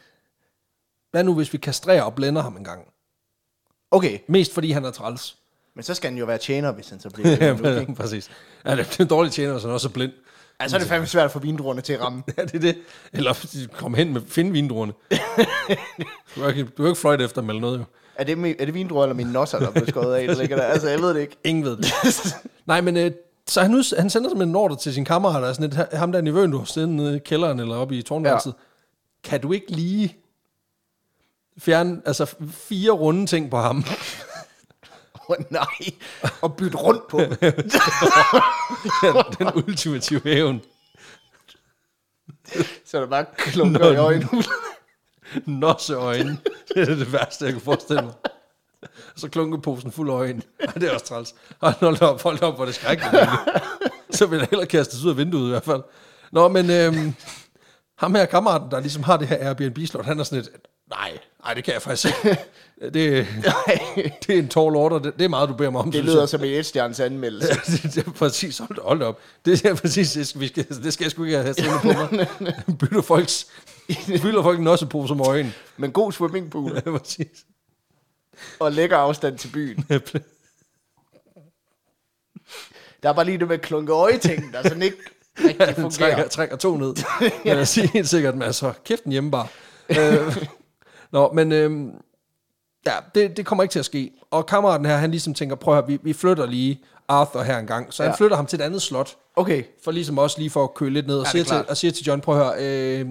hvad nu hvis vi kastrerer og blænder ham en gang? Okay. Mest fordi han er træls. Men så skal han jo være tjener, hvis han så bliver blind. Okay? Præcis. Ja, det er en dårlig tjener, hvis han også er blind. Ja, så er det fandme svært for vindruerne til at ramme. Ja, det er det. Eller komme hen med finde vindruerne. Du har ikke, du har ikke fløjt efter dem eller noget, jo. Er det, er det vindruer eller mine nosser, der er blevet skåret af? Eller der? Altså, jeg ved det ikke. Ingen ved det. Nej, men øh, så han, ud, han sender simpelthen en ordre til sin kammerater, altså sådan et, ham der nivøen, du har siddet nede i kælderen eller oppe i tårnværelset. Ja. Kan du ikke lige fjerne altså fire runde ting på ham? Åh oh, nej, og bytte rundt på dem. Den ultimative hævn. Så er der bare klunker i øjnene. Nosseøjne. Det er det værste, jeg kan forestille mig. Så klunkeposen fuld af øjne. Det er også træls. Hold op, hold op, hvor det skrækkeligt. Så vil jeg hellere kastes ud af vinduet i hvert fald. Nå, men øhm, ham her kammeraten, der ligesom har det her Airbnb-slot, han er sådan et, nej, nej, det kan jeg faktisk ikke. Det, det er en tall order, det, det er meget, du beder mig om. Det lyder som en etstjernes anmeldelse. det, det er præcis, hold, hold op. Det er præcis, det skal, vi skal, det skal jeg sgu ikke have stille på mig. Bytter folks, bytter folk også på som øjne. Men god swimmingpool. Ja, præcis. Og lækker afstand til byen. Der er bare lige det med klunke øje-ting, der sådan ikke rigtig fungerer. Trækker, trækker to ned. Men jeg siger helt sikkert, men altså, kæft en hjemmebar. øh, Nå, men øh, ja, det, det kommer ikke til at ske. Og kammeraten her, han ligesom tænker, prøv at vi, vi flytter lige Arthur her en gang. Så ja. han flytter ham til et andet slot. Okay. For ligesom også lige for at køle lidt ned. Og, ja, siger, til, og siger til John, prøv at høre, øh,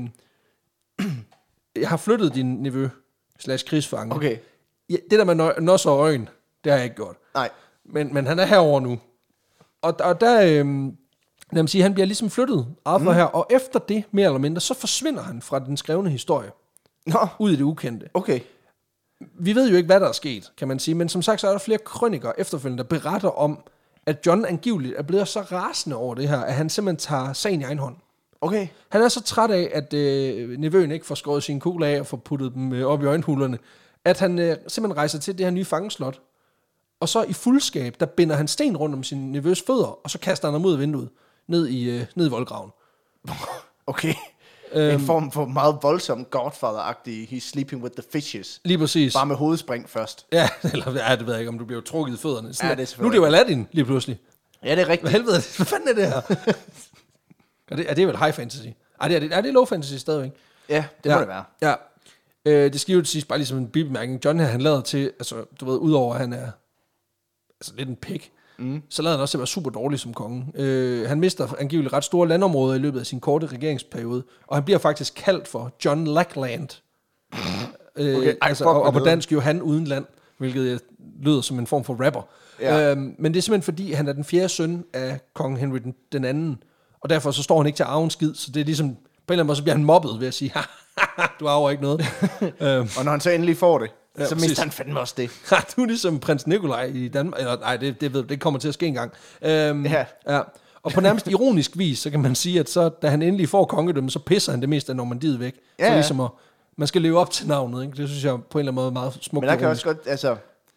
jeg har flyttet din nevø slash krigsfange. Okay. Ja, det der med nos og øjen, det har jeg ikke gjort. Nej. Men, men han er herover nu. Og, og der, øh, lad mig sige, han bliver ligesom flyttet, Arthur mm. her. Og efter det, mere eller mindre, så forsvinder han fra den skrevne historie. Nå. Ud i det ukendte. Okay. Vi ved jo ikke, hvad der er sket, kan man sige. Men som sagt, så er der flere krønikere efterfølgende, der beretter om, at John angiveligt er blevet så rasende over det her, at han simpelthen tager sagen i egen hånd. Okay. Han er så træt af, at øh, nevøen ikke får skåret sine kugler af og får puttet dem øh, op i øjenhulerne, at han øh, simpelthen rejser til det her nye fangeslot. Og så i fuldskab, der binder han sten rundt om sin nevøs fødder, og så kaster han ham ud af vinduet, ned i, øh, ned i voldgraven. Okay. Øhm, en form for meget voldsom Godfather-agtig, he's sleeping with the fishes. Lige præcis. Bare med hovedspring først. Ja, eller ja, det ved jeg ikke, om du bliver trukket i fødderne. Sådan, ja, det er nu er det jo Aladdin lige pludselig. Ja, det er rigtigt. Hvad helvede, hvad fanden er det her? er, det, er det vel high fantasy? Ej, det er, det, er det low fantasy stadigvæk? Ja, det ja, må det være. Ja. Øh, det skal jo til sidst bare ligesom en bibemærkning. John her, han lader til, altså du ved, udover at han er altså lidt en pik, mm. så lader han også til at være super dårlig som konge. Øh, han mister angiveligt ret store landområder i løbet af sin korte regeringsperiode, og han bliver faktisk kaldt for John Lackland. øh, okay, altså, og, og på dansk jo han uden land, hvilket lyder som en form for rapper. Ja. Øh, men det er simpelthen fordi, han er den fjerde søn af kong Henry den, den anden, og derfor så står han ikke til at arve en skid, så det er ligesom, på en eller anden måde, så bliver han mobbet ved at sige, du arver ikke noget. øhm. Og når han så endelig får det, ja, så præcis. mister han fandme også det. Du er ligesom prins Nikolaj i Danmark. Eller, nej, det, det, ved, det kommer til at ske engang. Øhm, ja. Ja. Og på nærmest ironisk vis, så kan man sige, at så, da han endelig får kongedømme, så pisser han det meste af Normandiet væk. Ja, for ligesom at Man skal leve op til navnet, ikke? Det synes jeg på en eller anden måde er meget smukt. Men der kan også godt, altså...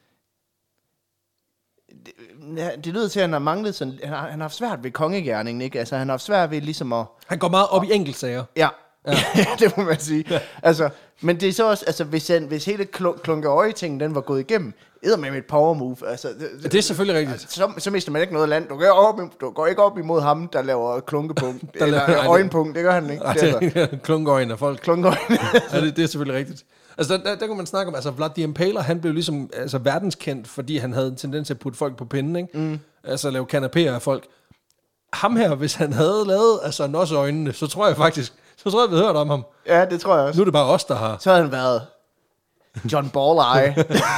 Det, det lyder til, at han har manglet sådan... Han har, han har haft svært ved kongegærningen, ikke? Altså, han har haft svært ved ligesom at... Han går meget op og, i enkeltsager. Ja, ja. Det må man sige. Ja. Altså, men det er så også... Altså, hvis, han, hvis hele kl- klunkeøje-tingen, den var gået igennem, edder med et power move. Altså, det, det er selvfølgelig rigtigt. Altså, så, så mister man ikke noget land. Du går, op, du går ikke op imod ham, der laver klunkepunkt. der eller laver, øjenpunkt, det gør han ikke. Nej, det er altså. Klunkeøjne af folk. Klunkeøjne. Ja, det, det er selvfølgelig rigtigt. Altså, der, der, der kunne man snakke om, altså Vlad the Impaler, han blev ligesom altså, verdenskendt, fordi han havde en tendens til at putte folk på pinden, ikke? Mm. Altså lave kanapéer af folk. Ham her, hvis han havde lavet altså nosseøjnene, så tror jeg faktisk, så tror jeg, vi har hørt om ham. Ja, det tror jeg også. Nu er det bare os, der har. Så havde han været John Ball-Eye.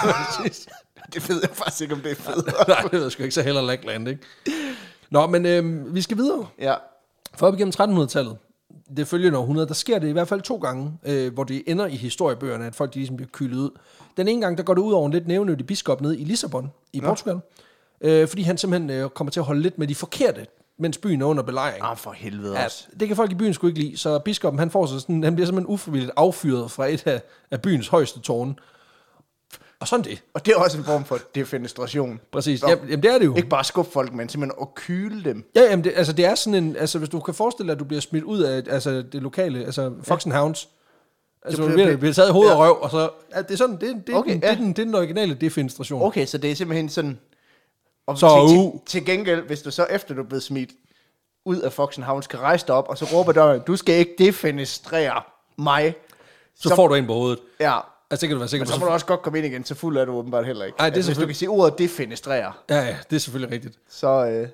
Det ved jeg faktisk ikke, om det er fedt. Nej, det ved jeg sgu ikke, så heller Lackland, ikke? Nå, men øh, vi skal videre. Ja. For op igennem trettenhundredetallet, det følgende århundrede, der sker det i hvert fald to gange, øh, hvor det ender i historiebøgerne, at folk de ligesom bliver kylet ud. Den ene gang, der går det ud over en lidt nævnødig biskop nede i Lissabon, i ja. Portugal, øh, fordi han simpelthen øh, kommer til at holde lidt med de forkerte, mens byen er under belejring. Ah, for helvede ja, også. Det kan folk i byen sgu ikke lide, så biskoppen, han får sig sådan, han bliver simpelthen ufrivilligt affyret fra et af, af byens højeste tårne. Og sådan det. Og det er også en form for defenestration. Præcis. Ja, jamen, det er det jo. Ikke bare skubbe folk, men simpelthen at kyle dem. Ja, jamen det, altså det er sådan en, altså hvis du kan forestille dig, at du bliver smidt ud af altså det lokale, altså Fox and Hounds. Altså du bliver, bliver taget i hoved og røv, og så, ja, det er sådan, det, det, okay, den, ja. det, er den, det er den originale defenestration. Okay, så det er simpelthen sådan, og så til, til, til gengæld, hvis du så efter du er blevet smidt ud af Fox and Hounds, kan rejse dig op, og så råber der, du skal ikke defenestrere mig. Så, så får du en på hovedet. Ja. Altså, det kan du være sikker på. Men så må du også godt komme ind igen, så fuld er du åbenbart heller ikke. Ej, det er altså, hvis du kan sige ordet defenestrere. Ja, ja, det er selvfølgelig rigtigt. Så, øh,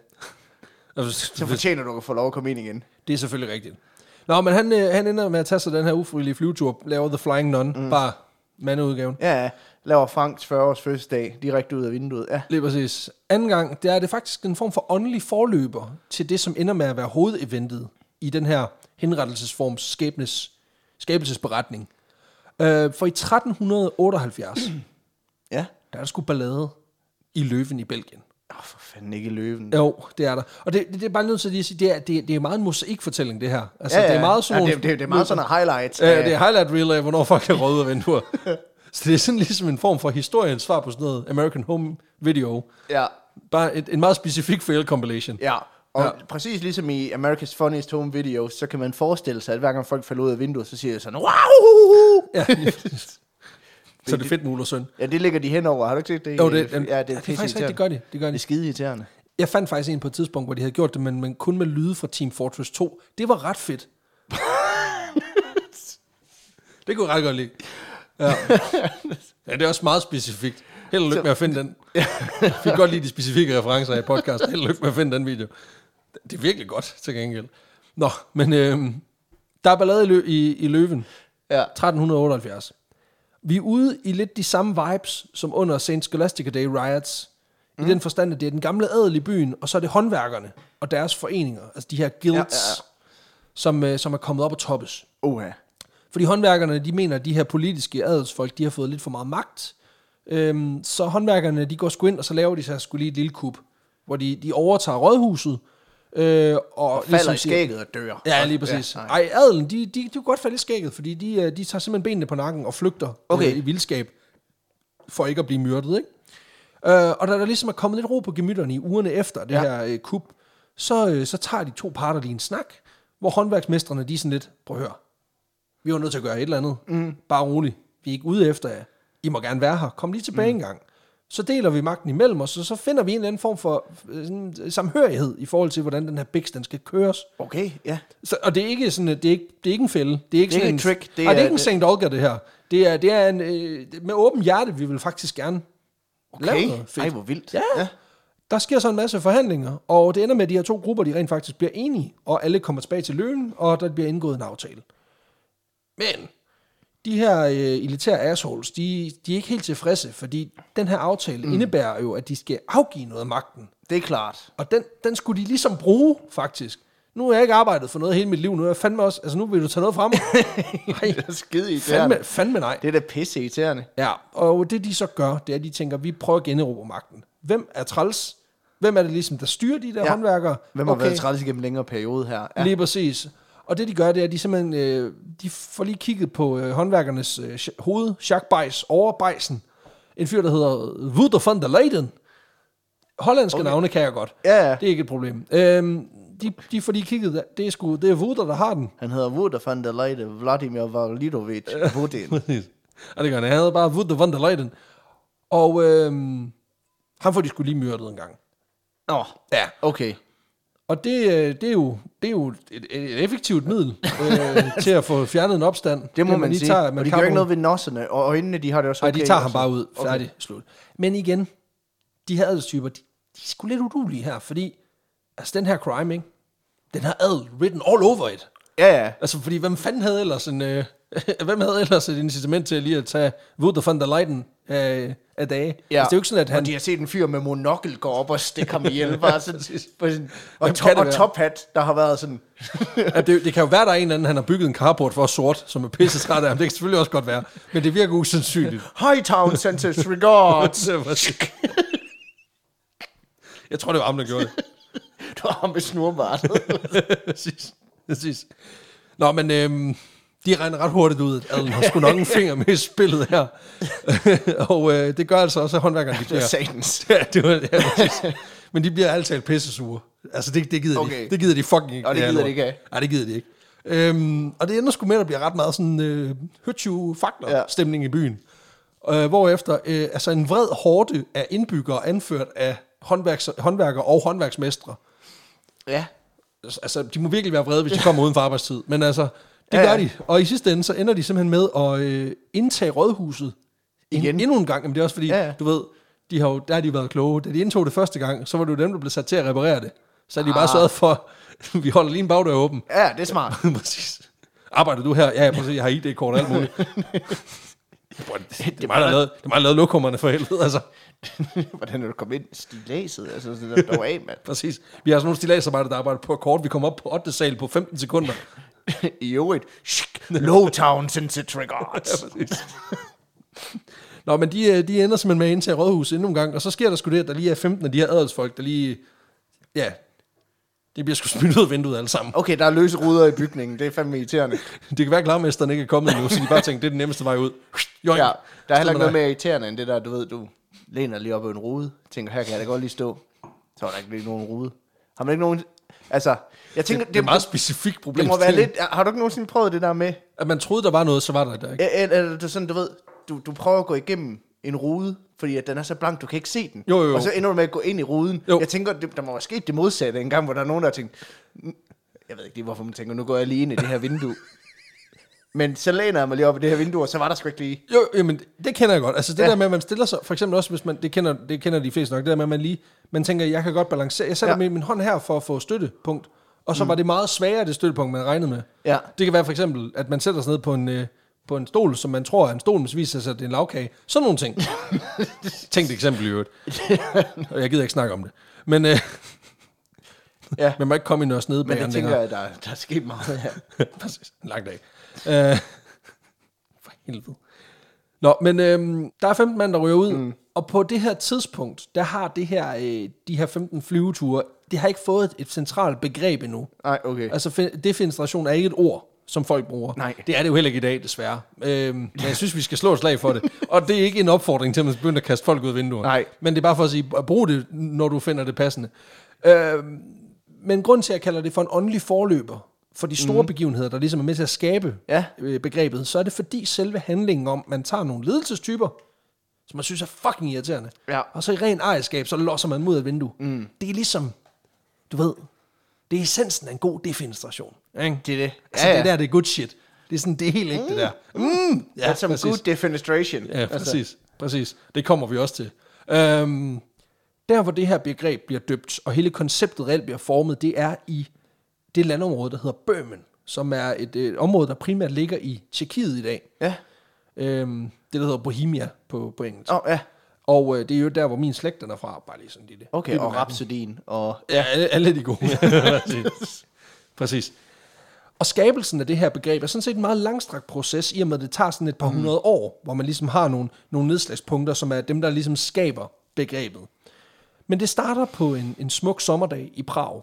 så fortjener du at få lov at komme ind igen. Det er selvfølgelig rigtigt. Nå, men han, øh, han ender med at tage sig den her ufrivillige flyvetur, laver The Flying Nun, mm. bare mandeudgaven. Ja, laver Franks fyrre års fødselsdag direkte ud af vinduet. Ja. Lige præcis. Anden gang, det er det faktisk en form for åndelig forløber til det, som ender med at være hovedeventet i den her henrettelsesforms skæbnes, skabelsesberetning. Uh, for i tretten otteoghalvfjerds, ja, der er der sgu ballade i Løven i Belgien. Åh, oh, for fanden ikke i Løven. Jo, det er der. Og det, det, det er bare nødt til at sige, det er, det, det er meget en mosaikfortælling, det her. Altså, ja, ja. Det er meget sådan ja, det, det, det er meget sådan en highlight. Ja, det er highlight reel af, hvornår folk kan råde ud af vinduer. Så det er sådan ligesom en form for historiens svar på sådan noget American Home Video. Ja. Bare et, en meget specifik fail compilation. Ja. Og ja. Præcis ligesom i America's Funniest Home Videos, så kan man forestille sig, at hver gang folk falder ud af vinduet, så siger jeg sådan, wow! Ja, så er det fedt med Ulla Søn. Ja, det ligger de henover. Har du ikke set det? Jo, det, det, ja, det, er, ja, det er faktisk rigtigt, det gør de. Det gør de. Det er skide irriterende. Jeg fandt faktisk en på et tidspunkt, hvor de havde gjort det, men, men kun med lyde fra Team Fortress to. Det var ret fedt. Det kunne jeg ret godt lide. Ja. Ja, det er også meget specifikt. Held og lykke med at finde den. Jeg fik godt lide de specifikke referencer i podcast. Held og lykke med at finde den video. Det er virkelig godt, til gengæld. Nå, men øh, der er ballade i, lø- i, i Løven. Ja. tretten otteoghalvfjerds. Vi er ude i lidt de samme vibes, som under Saint Scholastica Day riots. I mm. den forstand, at det er den gamle adel i byen, og så er det håndværkerne og deres foreninger, altså de her guilds, ja, ja, ja. Som, øh, som er kommet op og toppes. Oha. Fordi håndværkerne, de mener, at de her politiske adelsfolk, de har fået lidt for meget magt. Øhm, så håndværkerne, de går sgu ind, og så laver de sig sgu lige et lille kup, hvor de, de overtager rådhuset. Øh, og, og falder ligesom, i skægget og dør. Ja, lige præcis. Ja, ej, adelen, de, de, de kan godt falde i skægget, fordi de, de tager simpelthen benene på nakken og flygter okay. øh, i vildskab, for ikke at blive myrdet, ikke? Øh, og da der ligesom er kommet lidt ro på gemytterne i ugerne efter det ja. her øh, kup, så, øh, så tager de to parter lige en snak, hvor håndværksmestrene, de er sådan lidt, prøv at høre, vi er nødt til at gøre et eller andet. Mm. Bare roligt. Vi er ikke ude efter jer. I må gerne være her. Kom lige tilbage mm. en gang. Så deler vi magten imellem os, og så finder vi en eller anden form for sådan, samhørighed i forhold til, hvordan den her biks, den skal køres. Okay, ja. Så, og det er ikke sådan, det er ikke, det er ikke en fælde. Det er ikke, det er sådan ikke en trick. Det er, det er ikke en Sankt Olga, det her. Det er, det er en, øh, med åben hjerte, vi vil faktisk gerne okay. lave noget fedt. Ej, hvor vildt. Ja. ja. Der sker så en masse forhandlinger, og det ender med, at de her to grupper, de rent faktisk bliver enige, og alle kommer tilbage til Løven, og der bliver indgået en aftale. Men de her øh, elitære assholes, de, de er ikke helt tilfredse, fordi den her aftale mm. indebærer jo, at de skal afgive noget af magten. Det er klart. Og den, den skulle de ligesom bruge, faktisk. Nu har jeg ikke arbejdet for noget hele mit liv, nu er jeg fandme også, altså nu vil du tage noget fra mig. Det er skide irriterende. Fandme, fandme nej. Det er da pisse irriterende. Ja, og det de så gør, det er, at de tænker, vi prøver at generobre magten. Hvem er træls? Hvem er det ligesom, der styrer de der ja. håndværkere? Hvem har okay. været træls igennem en længere periode her? Ja. Lige præcis. Og det de gør, det er, at de simpelthen øh, de får lige kigget på øh, håndværkernes øh, hoved, Jacques Bejs, over Bejsen. En fyr, der hedder Wouter van der Leyden. Hollandske okay. navne kan jeg godt. Ja, ja. Det er ikke et problem. Øhm, de, de får lige kigget, det er sgu, det er Wouter, der har den. Han hedder Wouter van der Leyden, Vladimir Validovic Putin. Og det gør han. Han havde bare Wouter van der Leyden. Og øhm, han får de sgu lige myrdet en gang. Åh, oh, ja, okay. Og det, det, er jo, det er jo et, et effektivt middel øh, til at få fjernet en opstand. Det må det, man, man sige. Tager, man og de gør ikke noget ved nosserne, og øjnene, de har det også okay. Nej, de tager ham bare ud. Færdig, okay. Slut. Men igen, de her adelstyper, de, de er sgu lidt udulige her, fordi altså den her crime, ikke? Den har adel written all over it. Ja, ja. Altså, fordi hvem fanden havde ellers en... Øh, hvem havde ellers et incitament til lige at tage Wouter van der Leyden af, af dage? Ja, altså, det er jo ikke sådan, at han... og de har set en fyr med monokkel gå op og stikke ham ihjel. Bare sådan, sådan, og, to, og tophat, der har været sådan... ja, det, det kan jo være, der er en eller anden, han har bygget en carport for sort, som er pisse træt af ham. Det kan selvfølgelig også godt være. Men det virker usandsynligt. Hightown sends his regards. Jeg tror, det var ham, der gjorde det. Det var ham med snurbartet. Præcis. Præcis. Nå, men øhm, de regner ret hurtigt ud, at adelen har sgu nok en finger med i spillet her. Og øh, det gør altså også, at håndværkerne de bliver... Det er satans. Ja, det var ja, men de bliver altid pissesure. Altså, det, det gider okay. de. Det gider de fucking ikke. Og det gider de ikke af. Nej, det gider de ikke. Øhm, og det ender sgu med, at der bliver ret meget sådan øh, høtju-fakler-stemning ja. i byen. Øh, hvorefter øh, altså en vred horde af indbyggere, anført af håndværks, håndværkere og håndværksmestre. Ja. Altså, de må virkelig være vrede, hvis de kommer uden for arbejdstid. Men altså, det ja, gør de. Og i sidste ende, så ender de simpelthen med at øh, indtage rådhuset. Igen. Endnu en gang. Men det er også fordi, ja, ja. du ved, de har jo, der har de været kloge. Da de indtog det første gang, så var det jo dem, der blev sat til at reparere det. Så er de ah. bare sørget for, vi holder lige en bagdør åben. Ja, det er smart. Præcis. Arbejder du her? Ja, jeg prøver at se, jeg har I D-kort og alt muligt. Det er meget, der lavet, det er meget lavet lokummerne for helvede, altså. Hvordan er du kommet ind? Stilæset, altså, det der var af, mand. Præcis. Vi har sådan nogle stilæsarbejdere, der arbejder på akkord. Vi kommer op på ottende sal på femten sekunder. I øvrigt. Lowtown sends its regards. Ja, Nå, men de, de ender simpelthen med at indtage rådhuset endnu en gang, og så sker der sgu det, at der lige er femten af de her adelsfolk, der lige, ja, det bliver sgu smidt ud af vinduet alle sammen. Okay, der er løse ruder i bygningen, det er fandme irriterende. Det kan være, at klarmesteren ikke er kommet nu, så de bare tænker, det er den nemmeste vej ud. Jo, ja, der er heller ikke noget mere irriterende end det der, du ved, du læner lige op ad en rude, tænker, her kan jeg da godt lige stå. Så er der ikke lige nogen rude. Har man ikke nogen... Altså, jeg tænker... Det, det er et meget specifikt problem. Det må være lidt... Har du ikke nogensinde prøvet det der med... At man troede, der var noget, så var der der ikke. Eller, eller sådan, du ved, du, du prøver at gå igennem en rude, fordi at den er så blank, du kan ikke se den. Jo, jo, jo. Og så ender du med at gå ind i ruden. Jo. Jeg tænker, det, der må være sket det modsatte en gang, hvor der er nogen, der har tænkt... Jeg ved ikke lige, hvorfor man tænker, nu går jeg lige ind i det her vindue. Men så læner jeg mig lige op i det her vindue, og så var der sgu ikke lige... Jo, jamen, det kender jeg godt. Altså det ja. der med, at man stiller sig... For eksempel også, hvis man... Det kender, det kender de fleste nok. Det der med, at man lige... Man tænker, jeg kan godt balancere. Jeg sætter ja. min hånd her for at få støttepunkt. Og så mm. var det meget sværere, det støttepunkt, man regnede med. Ja. Det kan være for eksempel, at man sætter sig ned på en... Øh, på en stol, som man tror er en stol, men så viser sig, at det er en lavkage. Sådan nogle ting. Tænkt eksempel i øvrigt. Og jeg gider ikke snakke om det. Men... Øh, ja. Man må ikke komme i noget snede. Men det tænker jeg, der, der er sket meget her. Præcis. En lang dag. Uh, for helvede. Nå, men øhm, der er femten mand, der ryger ud, mm. og på det her tidspunkt, der har det her, øh, de her femten flyveture, det har ikke fået et, et centralt begreb endnu. Nej, okay. Altså, defenestration er ikke et ord, som folk bruger. Nej. Det er det jo heller ikke i dag, desværre. Øhm, men jeg synes, vi skal slå et slag for det. Og det er ikke en opfordring til, at man begynder at kaste folk ud af vinduerne. Nej. Men det er bare for at sige, at brug det, når du finder det passende. Øhm, men grund til, at jeg kalder det for en åndelig forløber, for de store mm. begivenheder, der ligesom er med til at skabe ja. øh, begrebet, så er det fordi selve handlingen om, man tager nogle ledelsestyper, som man synes er fucking irriterende, ja. og så i ren ejerskab, så låser man dem ud af et vindue. Mm. Det er ligesom, du ved, det er essensen af en god defenestration. Ikke? Det er det. Altså ja, ja. det der, det er good shit. Det er sådan, det er helt ikke mm. det der. Mm. Ja, that's some good defenestration. Ja, præcis. Altså. præcis. Det kommer vi også til. Øhm, der, hvor det her begreb bliver døbt, og hele konceptet reelt bliver formet, det er i det landområde, der hedder Bøhmen, som er et, et område, der primært ligger i Tjekkiet i dag. Ja. Øhm, det, der hedder Bohemia på, på engelsk. Oh, ja. Og øh, det er jo der, hvor min slægt den er fra, bare lige sådan lille. Okay, og Rhapsodien. Og... Ja, alle, alle de gode. Præcis. Præcis. Og skabelsen af det her begreb er sådan set en meget langstrakt proces, i og med, at det tager sådan et par mm. hundrede år, hvor man ligesom har nogle, nogle nedslagspunkter, som er dem, der ligesom skaber begrebet. Men det starter på en, en smuk sommerdag i Prag.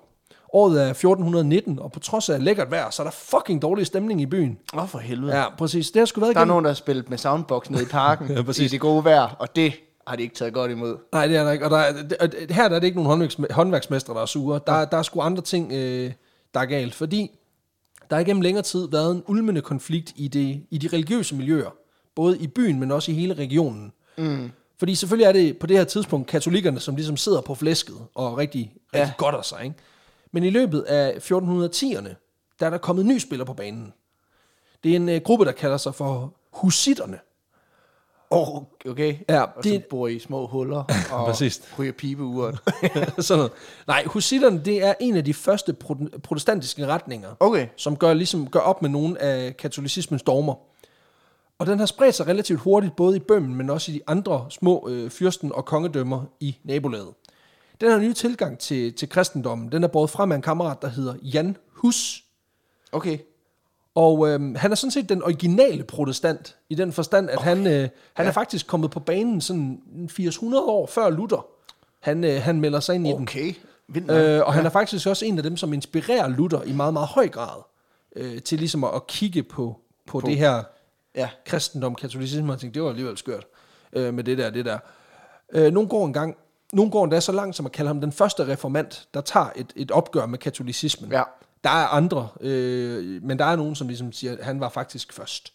Året er fjorten nitten, og på trods af lækkert vejr, så er der fucking dårlig stemning i byen. Åh, oh, for helvede. Ja, præcis. Det har sgu været der er gennem... nogen, der har spillet med soundbox nede i parken ja, i det gode vejr, og det har de ikke taget godt imod. Nej, det er der ikke. Og der er, det, her der er det ikke nogen håndværks, håndværksmestre, der er sure. Der, der er sgu andre ting, øh, der er galt. Fordi der har igennem længere tid været en ulmende konflikt i, det, i de religiøse miljøer. Både i byen, men også i hele regionen. Mm. Fordi selvfølgelig er det på det her tidspunkt katolikkerne, som ligesom sidder på flæsket og rigtig, rigtig ja. godter sig. Ikke? Men i løbet af fjorten tierne, der er der kommet en ny spiller på banen. Det er en øh, gruppe, der kalder sig for husitterne. Åh, oh, okay. Ja, og det... så bor i små huller og ryger pibeuret. Sådan noget. Nej, husitterne, det er en af de første protestantiske retninger, okay. som gør, ligesom, gør op med nogle af katolicismens dogmer. Og den har spredt sig relativt hurtigt, både i Bøhmen, men også i de andre små øh, fyrsten og kongedømmer i nabolaget. Den her nye tilgang til, til kristendommen, den er båret frem af en kammerat, der hedder Jan Hus. Okay. Og øh, han er sådan set den originale protestant, i den forstand, at okay. han, øh, han ja. er faktisk kommet på banen sådan firs hundrede år før Luther. Han, øh, han melder sig ind i okay. den. Øh, og ja. han er faktisk også en af dem, som inspirerer Luther i meget, meget høj grad, øh, til ligesom at, at kigge på, på, på det her ja. kristendom, katolicisme, og tænkte, det var alligevel skørt øh, med det der, det der. Øh, nogle går en gang, nogle går endda så langt, som at kalde ham den første reformant, der tager et, et opgør med katolicismen. Ja. Der er andre, øh, men der er nogen, som ligesom siger, at han var faktisk først.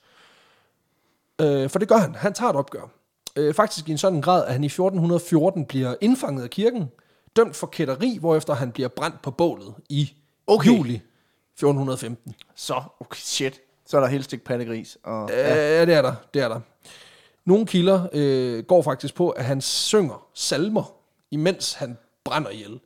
Øh, for det gør han. Han tager et opgør. Øh, faktisk i en sådan grad, at han i fjorten fjorten bliver indfanget af kirken, dømt for kætteri, hvorefter han bliver brændt på bålet i okay. juli fjorten femten. Så, okay, shit. Så er der helt stik pattegris. Og, øh, ja, det er der. Det er der. Nogle kilder øh, går faktisk på, at han synger salmer, imens han brænder ihjel.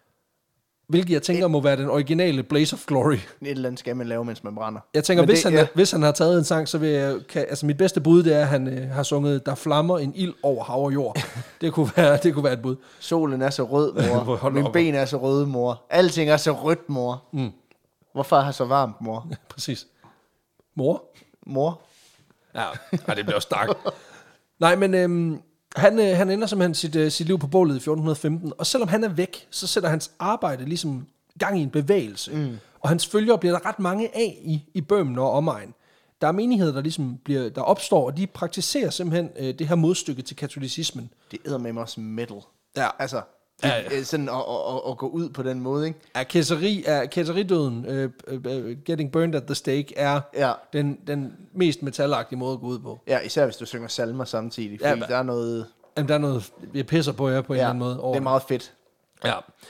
Hvilket jeg tænker et, må være den originale Blaze of Glory. Et eller andet skal man lave, mens man brænder. Jeg tænker, hvis, det, han, ja. hvis han har taget en sang, så vil jeg... Kan, altså mit bedste bud, det er, at han øh, har sunget, der flammer en ild over hav og jord. det, kunne være, det kunne være et bud. Solen er så rød, mor. Min ben er så røde, mor. Alting er så rødt, mor. Mm. Hvorfor er det så varmt, mor? Præcis. Mor? Mor? Ja, ej, det bliver også dark. Nej, men... Øhm, Han, øh, han ender simpelthen sit, øh, sit liv på bålet i fjorten femten, og selvom han er væk, så sætter hans arbejde ligesom gang i en bevægelse. Mm. Og hans følgere bliver der ret mange af i, i Bøhmen og omegn. Der er menigheder, der ligesom bliver, der opstår, og de praktiserer simpelthen øh, det her modstykke til katolicismen. Det æder med mig også metal. Ja. Altså, det, ja, ja. sådan at, at, at, at gå ud på den måde, ikke? Ja, kæseri, er, kæseridøden, uh, uh, getting burned at the stake, er ja. den, den mest metalagtige måde at gå ud på. Ja, især hvis du synger salmer samtidig, fordi ja, der er noget... Jamen, der er noget, jeg pisser på jer på en ja, eller anden måde. Over. Det er meget fedt. Ja.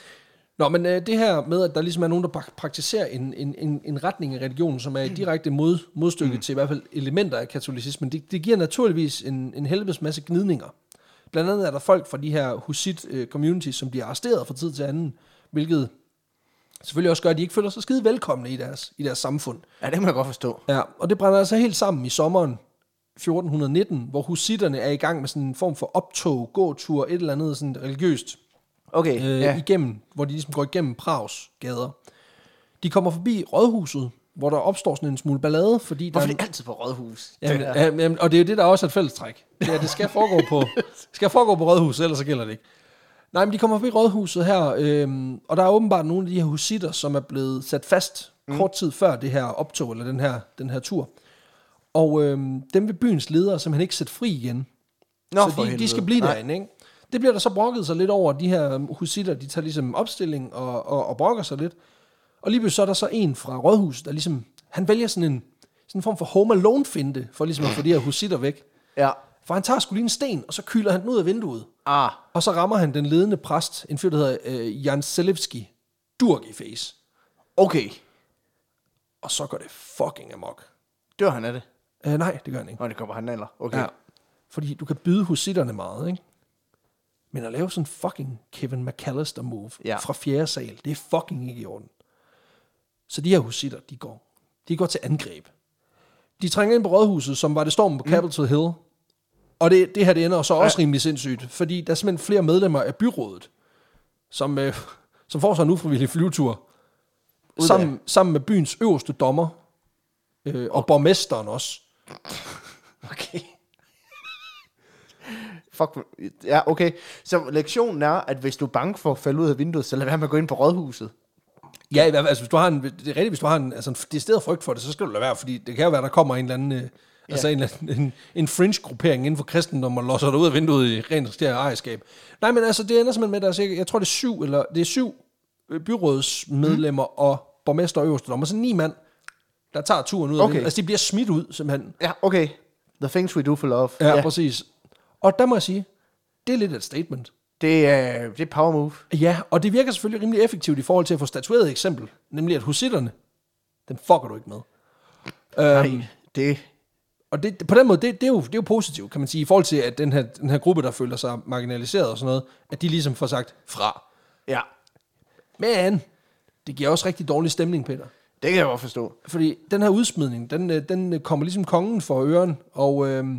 Nå, men uh, det her med, at der ligesom er nogen, der praktiserer en, en, en, en retning i religionen, som er i direkte mod, modstykke mm. til i hvert fald elementer af katolicismen, det, det giver naturligvis en, en helvedes masse gnidninger. Blandt andet er der folk fra de her husit-communities, som bliver arresteret fra tid til anden, hvilket selvfølgelig også gør, at de ikke føler sig skide velkomne i deres, i deres samfund. Ja, det må jeg godt forstå. Ja, og det brænder altså helt sammen i sommeren fjorten nitten, hvor husitterne er i gang med sådan en form for optog, gåtur, et eller andet sådan religiøst. Okay, øh, ja. Igennem, hvor de ligesom går igennem Prags gader. De kommer forbi rådhuset, hvor der opstår sådan en smule ballade, fordi hvorfor der er det altid på rådhus? Jamen, jamen, og det er jo det, der også er et fællestræk. Det, er, det skal foregå på skal foregå på rådhuset, ellers så gælder det ikke. Nej, men de kommer forbi rådhuset her, øhm, og der er åbenbart nogle af de her husitter, som er blevet sat fast mm. kort tid før det her optog, eller den her, den her tur. Og øhm, dem vil byens ledere simpelthen ikke sætte fri igen. Nå, så de, de skal blive derinde, ikke? Det bliver der så brokket sig lidt over, de her husitter, de tager ligesom opstilling og, og, og brokker sig lidt. Og lige så er der så en fra rådhuset, der ligesom, han vælger sådan en, sådan en form for Home Alone-finte, for ligesom at få de her husitter væk. Ja. For han tager sgu lige en sten, og så kyler han den ud af vinduet. Ah. Og så rammer han den ledende præst, en fyr, der hedder øh, Jan Selevski, durk i face. Okay. Og så går det fucking amok. Dør han af det? Øh, nej, det gør han ikke. Nå, det kommer han eller. Okay. Ja. Fordi du kan byde husitterne meget, ikke? Men at lave sådan fucking Kevin McAllister move ja. fra fjerde sal, det er fucking ikke i orden. Så de her husitter, de går, de går til angreb. De trænger ind på rådhuset, som var det stormen på mm. Capitol Hill. Og det, det her, det ender så også ja. rimelig sindssygt, fordi der er simpelthen flere medlemmer af byrådet, som, øh, som får sig en ufrivillig flyvetur, sammen, sammen med byens øverste dommer, øh, og okay. borgmesteren også. Okay. Fuck. Ja, okay. Så lektionen er, at hvis du er bange for at falde ud af vinduet, så lad være med at gå ind på rådhuset. Ja, altså hvis du har en, det er rigtigt, hvis du har en, altså en decideret frygt for det, så skal du lade være, fordi det kan jo være, der kommer en eller anden, ja. altså en, en, en fringe-gruppering inden for kristendom, og losser dig ud af vinduet i rent stærre ejerskab. Nej, men altså det ender simpelthen med, at der er, jeg tror det er syv, eller det er syv byrådsmedlemmer mm. og borgmester og øverste dommer, så ni mand, der tager turen ud af okay. vinduet. Altså de bliver smidt ud, simpelthen. Ja, okay. The things we do for love. Ja, ja, præcis. Og der må jeg sige, det er lidt et statement. Det er, det er power move. Ja, og det virker selvfølgelig rimelig effektivt i forhold til at få statueret et eksempel, nemlig at husitterne, den fucker du ikke med. Nej, um, det... Og det, på den måde, det, det, er jo, det er jo positivt, kan man sige, i forhold til, at den her, den her gruppe, der føler sig marginaliseret og sådan noget, at de ligesom får sagt fra. Ja. Men det giver også rigtig dårlig stemning, Peter. Det kan jeg godt forstå. Fordi den her udsmidning, den, den kommer ligesom kongen for øren, og øhm,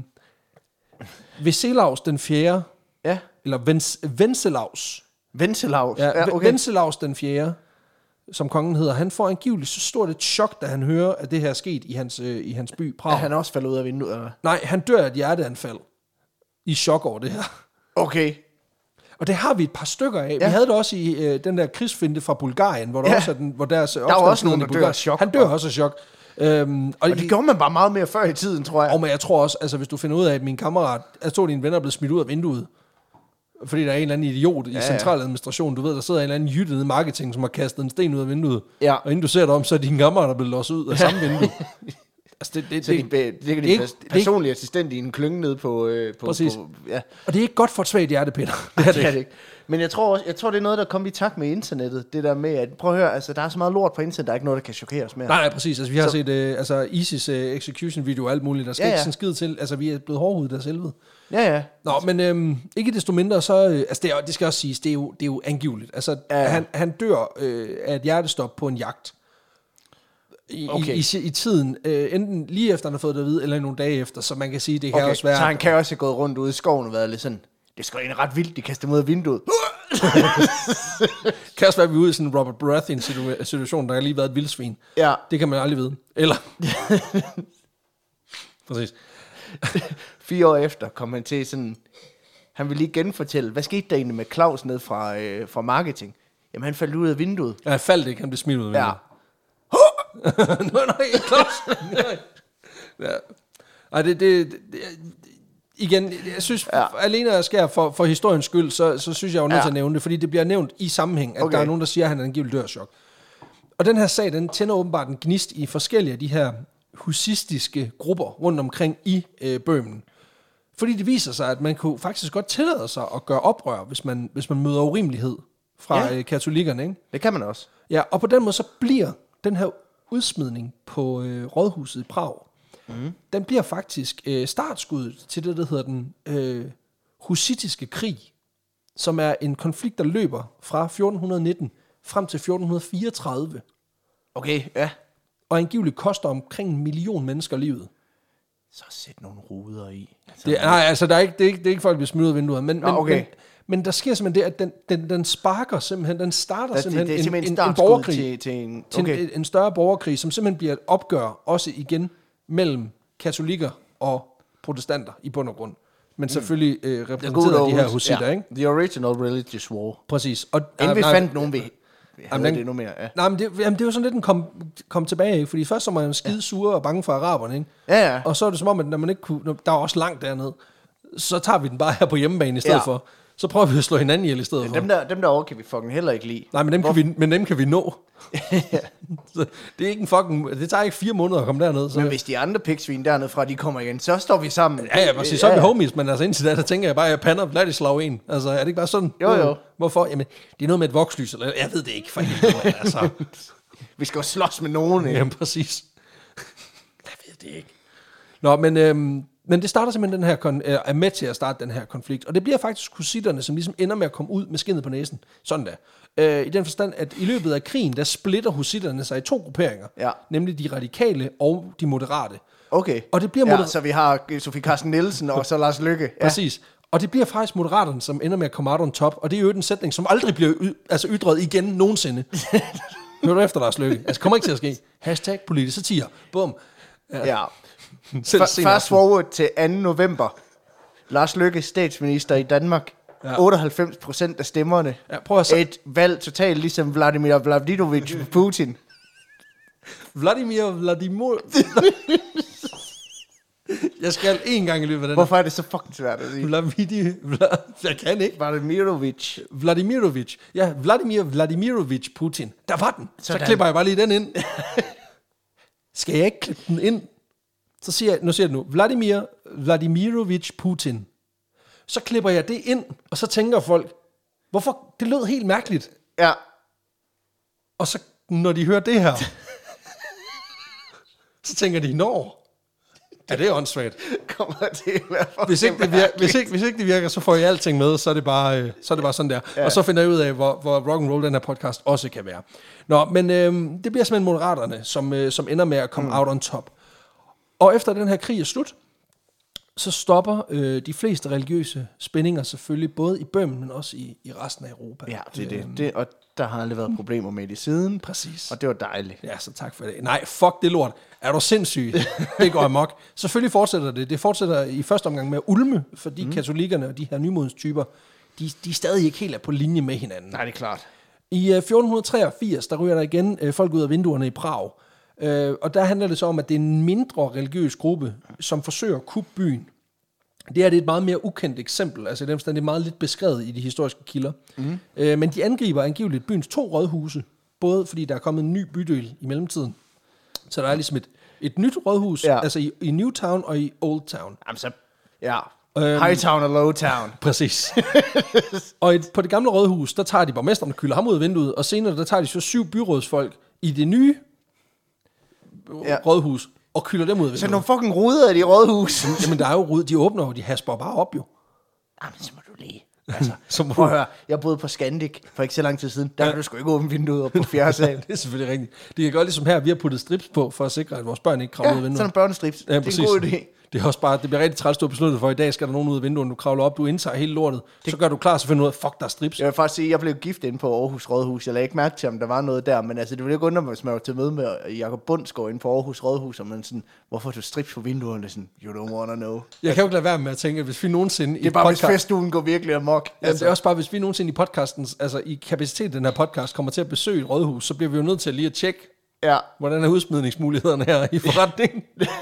Vencelaus den fjerde, ja. eller Vens, Vencelaus. Vencelaus, ja, ja, okay. Vencelaus den fjerde, som kongen hedder, han får angiveligt så stort et chok, da han hører, at det her er sket i hans, øh, i hans by, Prag. Er han også faldet ud af vinduet, eller? Nej, han dør af et hjerteanfald. I chok over det her. Okay. Og det har vi et par stykker af. Ja. Vi havde det også i øh, den der krigsfinte fra Bulgarien, hvor der ja. også er den, hvor deres der var også nogen, der dør af chok. Han dør også af chok. Øhm, og, og det gjorde man bare meget mere før i tiden, tror jeg. Og men jeg tror også, altså hvis du finder ud af, at min kammerat, jeg tror, dine venner er blevet smidt ud af vinduet, fordi der er en eller anden idiot i ja, centraladministration, du ved, der sidder en eller anden jytte nede i marketing, som har kastet en sten ud af vinduet. Ja. Og inden du ser dig om, så er dine kammerater blevet låst ud af samme vindue. Altså det, det, det, det, det, det, det er personlig assistent i en klynge nede på... Øh, på, på ja. Og det er ikke godt for et svagt hjerte, Peter. Det er det, det, er det ikke. Men jeg tror, også, jeg tror, det er noget, der kommer i takt med internettet. Det der med, at prøv at høre, altså, der er så meget lort på internettet, der er ikke noget, der kan chokere os mere. Nej, nej, præcis. Altså, vi har så, set uh, altså, ISIS uh, execution video og alt muligt. Der skal ja, ja. ikke sådan skid til. Altså, vi er blevet hårdhudet af selvet. Ja, ja. Nå, men øhm, ikke desto mindre, så... Øh, altså, det, er, det skal også siges, det er jo, det er jo angiveligt. Altså, ja, ja. Han, han dør øh, af et hjertestop på en jagt. I, okay. i, i, i tiden, øh, enten lige efter han har fået det at vide, eller nogle dage efter, så man kan sige, det kan okay. også være... Så han kan også have gået rundt ude i skoven og været lidt sådan, det er sgu egentlig ret vildt, de kaster mod af vinduet. Kan også være, at vi er ude i sådan en Robert Baratheon-situation, der har lige været et vildsvin. Ja. Det kan man aldrig vide. Eller... Præcis. Fire år efter kom han til sådan... Han vil lige genfortælle, hvad skete der egentlig med Claus ned fra, øh, fra marketing? Jamen, han faldt ud af vinduet. Ja, han faldt ikke, han blev smidt ud af vinduet. Ja. nej, nej, Claus. nej. Ja. Ej, det, det, det, igen, jeg synes, ja. alene at skære for, for historiens skyld, så, så synes jeg jo nødt til ja. at nævne det, fordi det bliver nævnt i sammenhæng, at okay. der er nogen, der siger, at han er angiveligt dørchok. Og den her sag, den tænder åbenbart en gnist i forskellige af de her husistiske grupper rundt omkring i øh, Bøhmen. Fordi det viser sig, at man kunne faktisk godt tillade sig at gøre oprør, hvis man, hvis man møder urimelighed fra ja. øh, katolikkerne, ikke? Det kan man også. Ja, og på den måde så bliver den her udsmidning på øh, rådhuset i Prag, mm. den bliver faktisk øh, startskuddet til det, der hedder den øh, hussitiske krig, som er en konflikt, der løber fra fjorten nitten frem til fjorten fireogtredive. Okay, ja. Og angiveligt koster omkring en million mennesker livet. Så sæt nogle ruder i. Det, nej, altså der er ikke, det, er ikke, det er ikke folk, der bliver smidt ud af vinduet, men, Nå, okay. men, men der sker simpelthen det, at den, den, den sparker simpelthen, den starter det, simpelthen, det, det er simpelthen en, en, en borgerkrig, til, til, en, okay. til en, en større borgerkrig, som simpelthen bliver et opgør, også igen, mellem katolikker og protestanter i bund og grund. Men selvfølgelig øh, repræsenteret af de her husitter, yeah. ikke? The original religious war. Præcis. Og, Inden vi nej, fandt nogen, vi havde det endnu mere. Ja. Nej, men det, jamen, det er jo sådan lidt en kom, kom tilbage, ikke? Fordi først så var man skide sure og bange for araberne, ikke? Ja, ja. Og så er det som om, at når man ikke kunne, når der er også langt dernede, så tager vi den bare her på hjemmebane i stedet ja. for. Så prøver vi at slå hinanden ihjel i stedet ja, for. Dem, der, dem derovre kan vi fucking heller ikke lide. Nej, men dem, kan vi, men dem kan vi nå. Så det er ikke en fucking... Det tager ikke fire måneder at komme derned. Så. Men hvis de andre pigsvin dernede fra, de kommer igen, så står vi sammen. Ja, ja, præcis. Så er vi homies, men altså indtil da, der tænker jeg bare, at jeg pander, lad det slå en. Altså, er det ikke bare sådan? Jo, jo. Hvorfor? Jamen, det er noget med et vokslys, eller jeg ved det ikke, for helvede, altså. Vi skal jo slås med nogen, ikke? Jamen, præcis. Jeg ved det ikke. Nå, men... Øhm, Men det starter simpelthen den her kon- er med til at starte den her konflikt. Og det bliver faktisk husitterne, som ligesom ender med at komme ud med skindet på næsen. Sådan der. Øh, I den forstand, at i løbet af krigen, der splitter husitterne sig i to grupperinger. Ja. Nemlig de radikale og de moderate. Okay. Og det bliver moder- ja, så vi har Sofie Carsten Nielsen og så Lars Løkke. Ja. Præcis. Og det bliver faktisk moderaterne, som ender med at komme out on top. Og det er jo en sætning, som aldrig bliver y- altså ytret igen nogensinde. Hør du efter, Lars Løkke? Altså, kommer ikke til at ske. Hashtag politisk satire. Bum. Ja. ja. Fast forward til anden november. Lars Løkke, statsminister i Danmark. Ja. otteoghalvfems procent af stemmerne. Ja, prøv at et valg totalt ligesom Vladimir Vladimirovich Putin. Vladimir Vladimir... Jeg skal en gang i løbet af den. Hvorfor er det så fucking svært at sige? Vladimir... Vlad... Jeg kan ikke. Vladimirovich. Vladimirovich. Ja, Vladimir Vladimirovich Putin. Der var den. Så, så klipper jeg bare lige den ind. Skal jeg ikke klippe den ind? Så siger jeg, nu siger jeg nu, Vladimir Vladimirovich Putin. Så klipper jeg det ind, og så tænker folk, hvorfor? Det lød helt mærkeligt. Ja. Og så, når de hører det her, så tænker de, når... Ja, det er åndssvagt. Kommer det i hvert fald hvis ikke det virker, hvis ikke, hvis ikke det virker, så får jeg alting med, så er det bare, så er det bare sådan der. Ja. Og så finder jeg ud af, hvor, hvor rock and roll den her podcast også kan være. Nå, men øhm, det bliver simpelthen Moderaterne, som, øh, som ender med at komme mm. out on top. Og efter den her krig er slut, så stopper øh, de fleste religiøse spændinger selvfølgelig, både i Bøhmen, men også i, i resten af Europa. Ja, det er det. det. Og der har aldrig været problemer med det i siden. Præcis. Og det var dejligt. Ja, så tak for det. Nej, fuck det lort. Er du sindssyg? Det går amok. Selvfølgelig fortsætter det. Det fortsætter i første omgang med at ulme, fordi mm. katolikkerne og de her nymodens-typer, de, de stadig ikke helt er på linje med hinanden. Nej, det er klart. I uh, fjorten treogfirs, der ryger der igen uh, folk ud af vinduerne i Prag. Uh, og der handler det så om, at det er en mindre religiøs gruppe, som forsøger at kuppe byen. Det er det et meget mere ukendt eksempel, altså i den forstand, det er meget lidt beskrevet i de historiske kilder. Mm. Øh, men de angriber angiveligt byens to rådhuse, både fordi der er kommet en ny bydel i mellemtiden. Så der er ligesom et, et nyt rådhus, ja. altså i, i Newtown og i Old Town. Jamen så, ja, øhm, High Town og Low Town. Præcis. Og et, på det gamle rådhus, der tager de borgmesteren og kylder ham ud af vinduet, og senere der tager de så syv byrådsfolk i det nye ja. rådhus, og kylder dem ud af vinduet. Så nogle fucking ruder i de rådhus. Jamen der er jo ruder, de åbner jo, de hasper bare op jo. Jamen så må du lige. Altså, så må prøv at høre, jeg boede på Scandic for ikke så lang tid siden. Der ja. kan du sgu ikke åbne vinduet op på fjerde sal. Det er selvfølgelig rigtigt. Det kan gøre ligesom her, vi har puttet strips på, for at sikre, at vores børn ikke kravler ja, ud af vinduet. Ja, sådan en børnestrips. Ja, det er en god idé. Det er også bare, det bliver rigtig træls, du har besluttet for, i dag skal der nogen ud af vinduet, du kravler op, du indtager hele lortet. Det, så gør du klar, så finder du ud af, fuck, der er strips. Jeg vil faktisk sige, at jeg blev gift inde på Aarhus Rådhus. Jeg lagde ikke mærke til, om der var noget der, men altså, det ville ikke undre mig, hvis man var til møde med Jakob Bundsgaard inde på Aarhus Rådhus, og man sådan, hvorfor du strips på vinduerne? Sådan, you don't wanna know. Jeg kan jo ikke lade være med at tænke, at hvis vi nogensinde det er i bare, podcast... hvis festugen går virkelig amok. Ja, altså. Det er også bare, hvis vi nogensinde i podcasten, altså i kapaciteten den her podcast, kommer til at besøge et rådhus, så bliver vi jo nødt til lige at tjekke, ja. hvordan er udsmidningsmulighederne her i forretningen.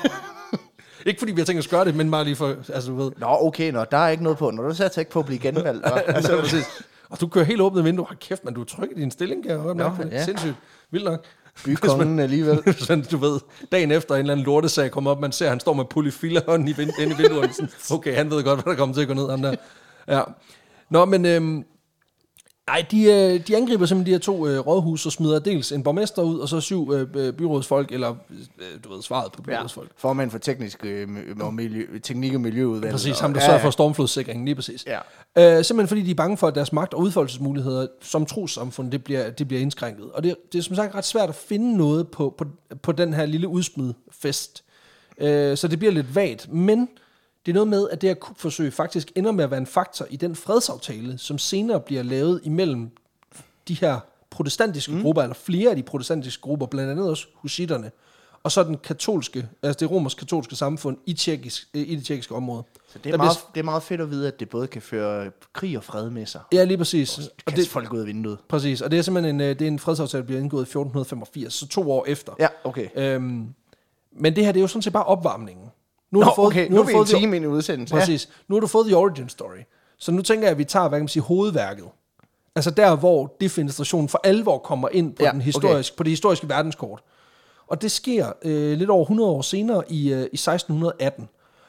Ikke fordi vi har tænkt os at gøre det, men bare lige for, altså du ved. Nå, okay, nå, der er ikke noget på. Når du sætter ikke på at blive genvalgt. altså, præcis. Og du kører helt åbnet vindue. Hold kæft, man, du er tryg i din stilling, kan jeg høre. Nå, ja. Sindssygt. Vildt nok. Bykongen alligevel. Sådan, du ved, dagen efter en eller anden lortesag kommer op, man ser, han står med polyfilerhånden i, vind, inde i vinduet. Sådan, okay, han ved godt, hvad der kommer til at gå ned. Han der. Ja. Nå, men... Øhm, Nej, de, de angriber simpelthen de her to øh, rådhus og smider dels en borgmester ud, og så syv øh, byrådsfolk, eller øh, du ved, svaret på byrådsfolk. Ja, formand for teknisk, øh, miljø, teknik- og miljøudvalget. Præcis, ham der sørger ja, ja. for stormflodssikringen, lige præcis. Ja. Øh, simpelthen fordi de er bange for, at deres magt og udfoldelsesmuligheder som trossamfund, det bliver, det bliver indskrænket. Og det, det er som sagt ret svært at finde noget på, på, på den her lille udsmidfest. Øh, så det bliver lidt vagt, men... Det er noget med, at det her kupforsøg faktisk ender med at være en faktor i den fredsaftale, som senere bliver lavet imellem de her protestantiske mm. grupper, eller flere af de protestantiske grupper, blandt andet også husitterne, og så den katolske, altså det romersk-katolske samfund i, tjekkisk, i det tjekkiske område. Så det er, meget, bliver, det er meget fedt at vide, at det både kan føre krig og fred med sig. Ja, lige præcis. Og, og det folk ud af vinduet. Præcis, og det er simpelthen en, det er en fredsaftale, der bliver indgået i fjorten femogfirs, så to år efter. Ja, okay. Øhm, men det her, det er jo sådan set bare opvarmningen. Nu har Nå, du fået, okay, nu, nu er vi en time ind i udsendelsen. Præcis. Ja. Nu har du fået the origin story. Så nu tænker jeg, at vi tager, hvad kan man sige, hovedværket. Altså der, hvor defenestrationen for alvor kommer ind på, ja, den historisk, okay. på det historiske verdenskort. Og det sker øh, lidt over hundrede år senere i, øh, i seksten atten.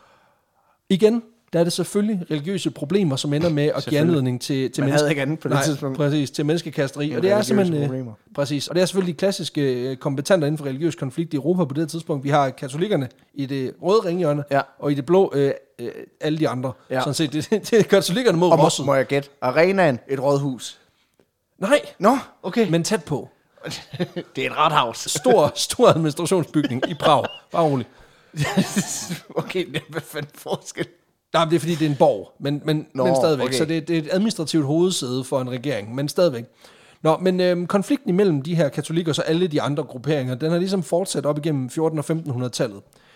Igen, der er det selvfølgelig religiøse problemer, som ender med at give anledning til, til man havde ikke andet på det nej, tidspunkt. Præcis, til menneskekasteri. Og det er simpelthen øh, præcis. Og det er selvfølgelig de klassiske kompetenter inden for religiøs konflikt i Europa på det tidspunkt. Vi har katolikkerne i det røde ringhjørne, ja. og i det blå øh, øh, alle de andre. Ja. Sådan set, det, det er katolikkerne mod Rosset. Og må, må jeg gætte? Arenaen, et rådhus? Nej. Nå, okay. Men tæt på. Det er et rathaus. Stor, stor administrationsbygning i Prag. Bare roligt. Okay, hvad fanden forskel? Nej, det er fordi, det er en borg, men, men, Nå, men stadigvæk. Okay. Så det, det er et administrativt hovedsæde for en regering, men stadigvæk. Nå, men øhm, konflikten imellem de her katolikker og så alle de andre grupperinger, den har ligesom fortsat op igennem fjorten- og femtenhundredetallet.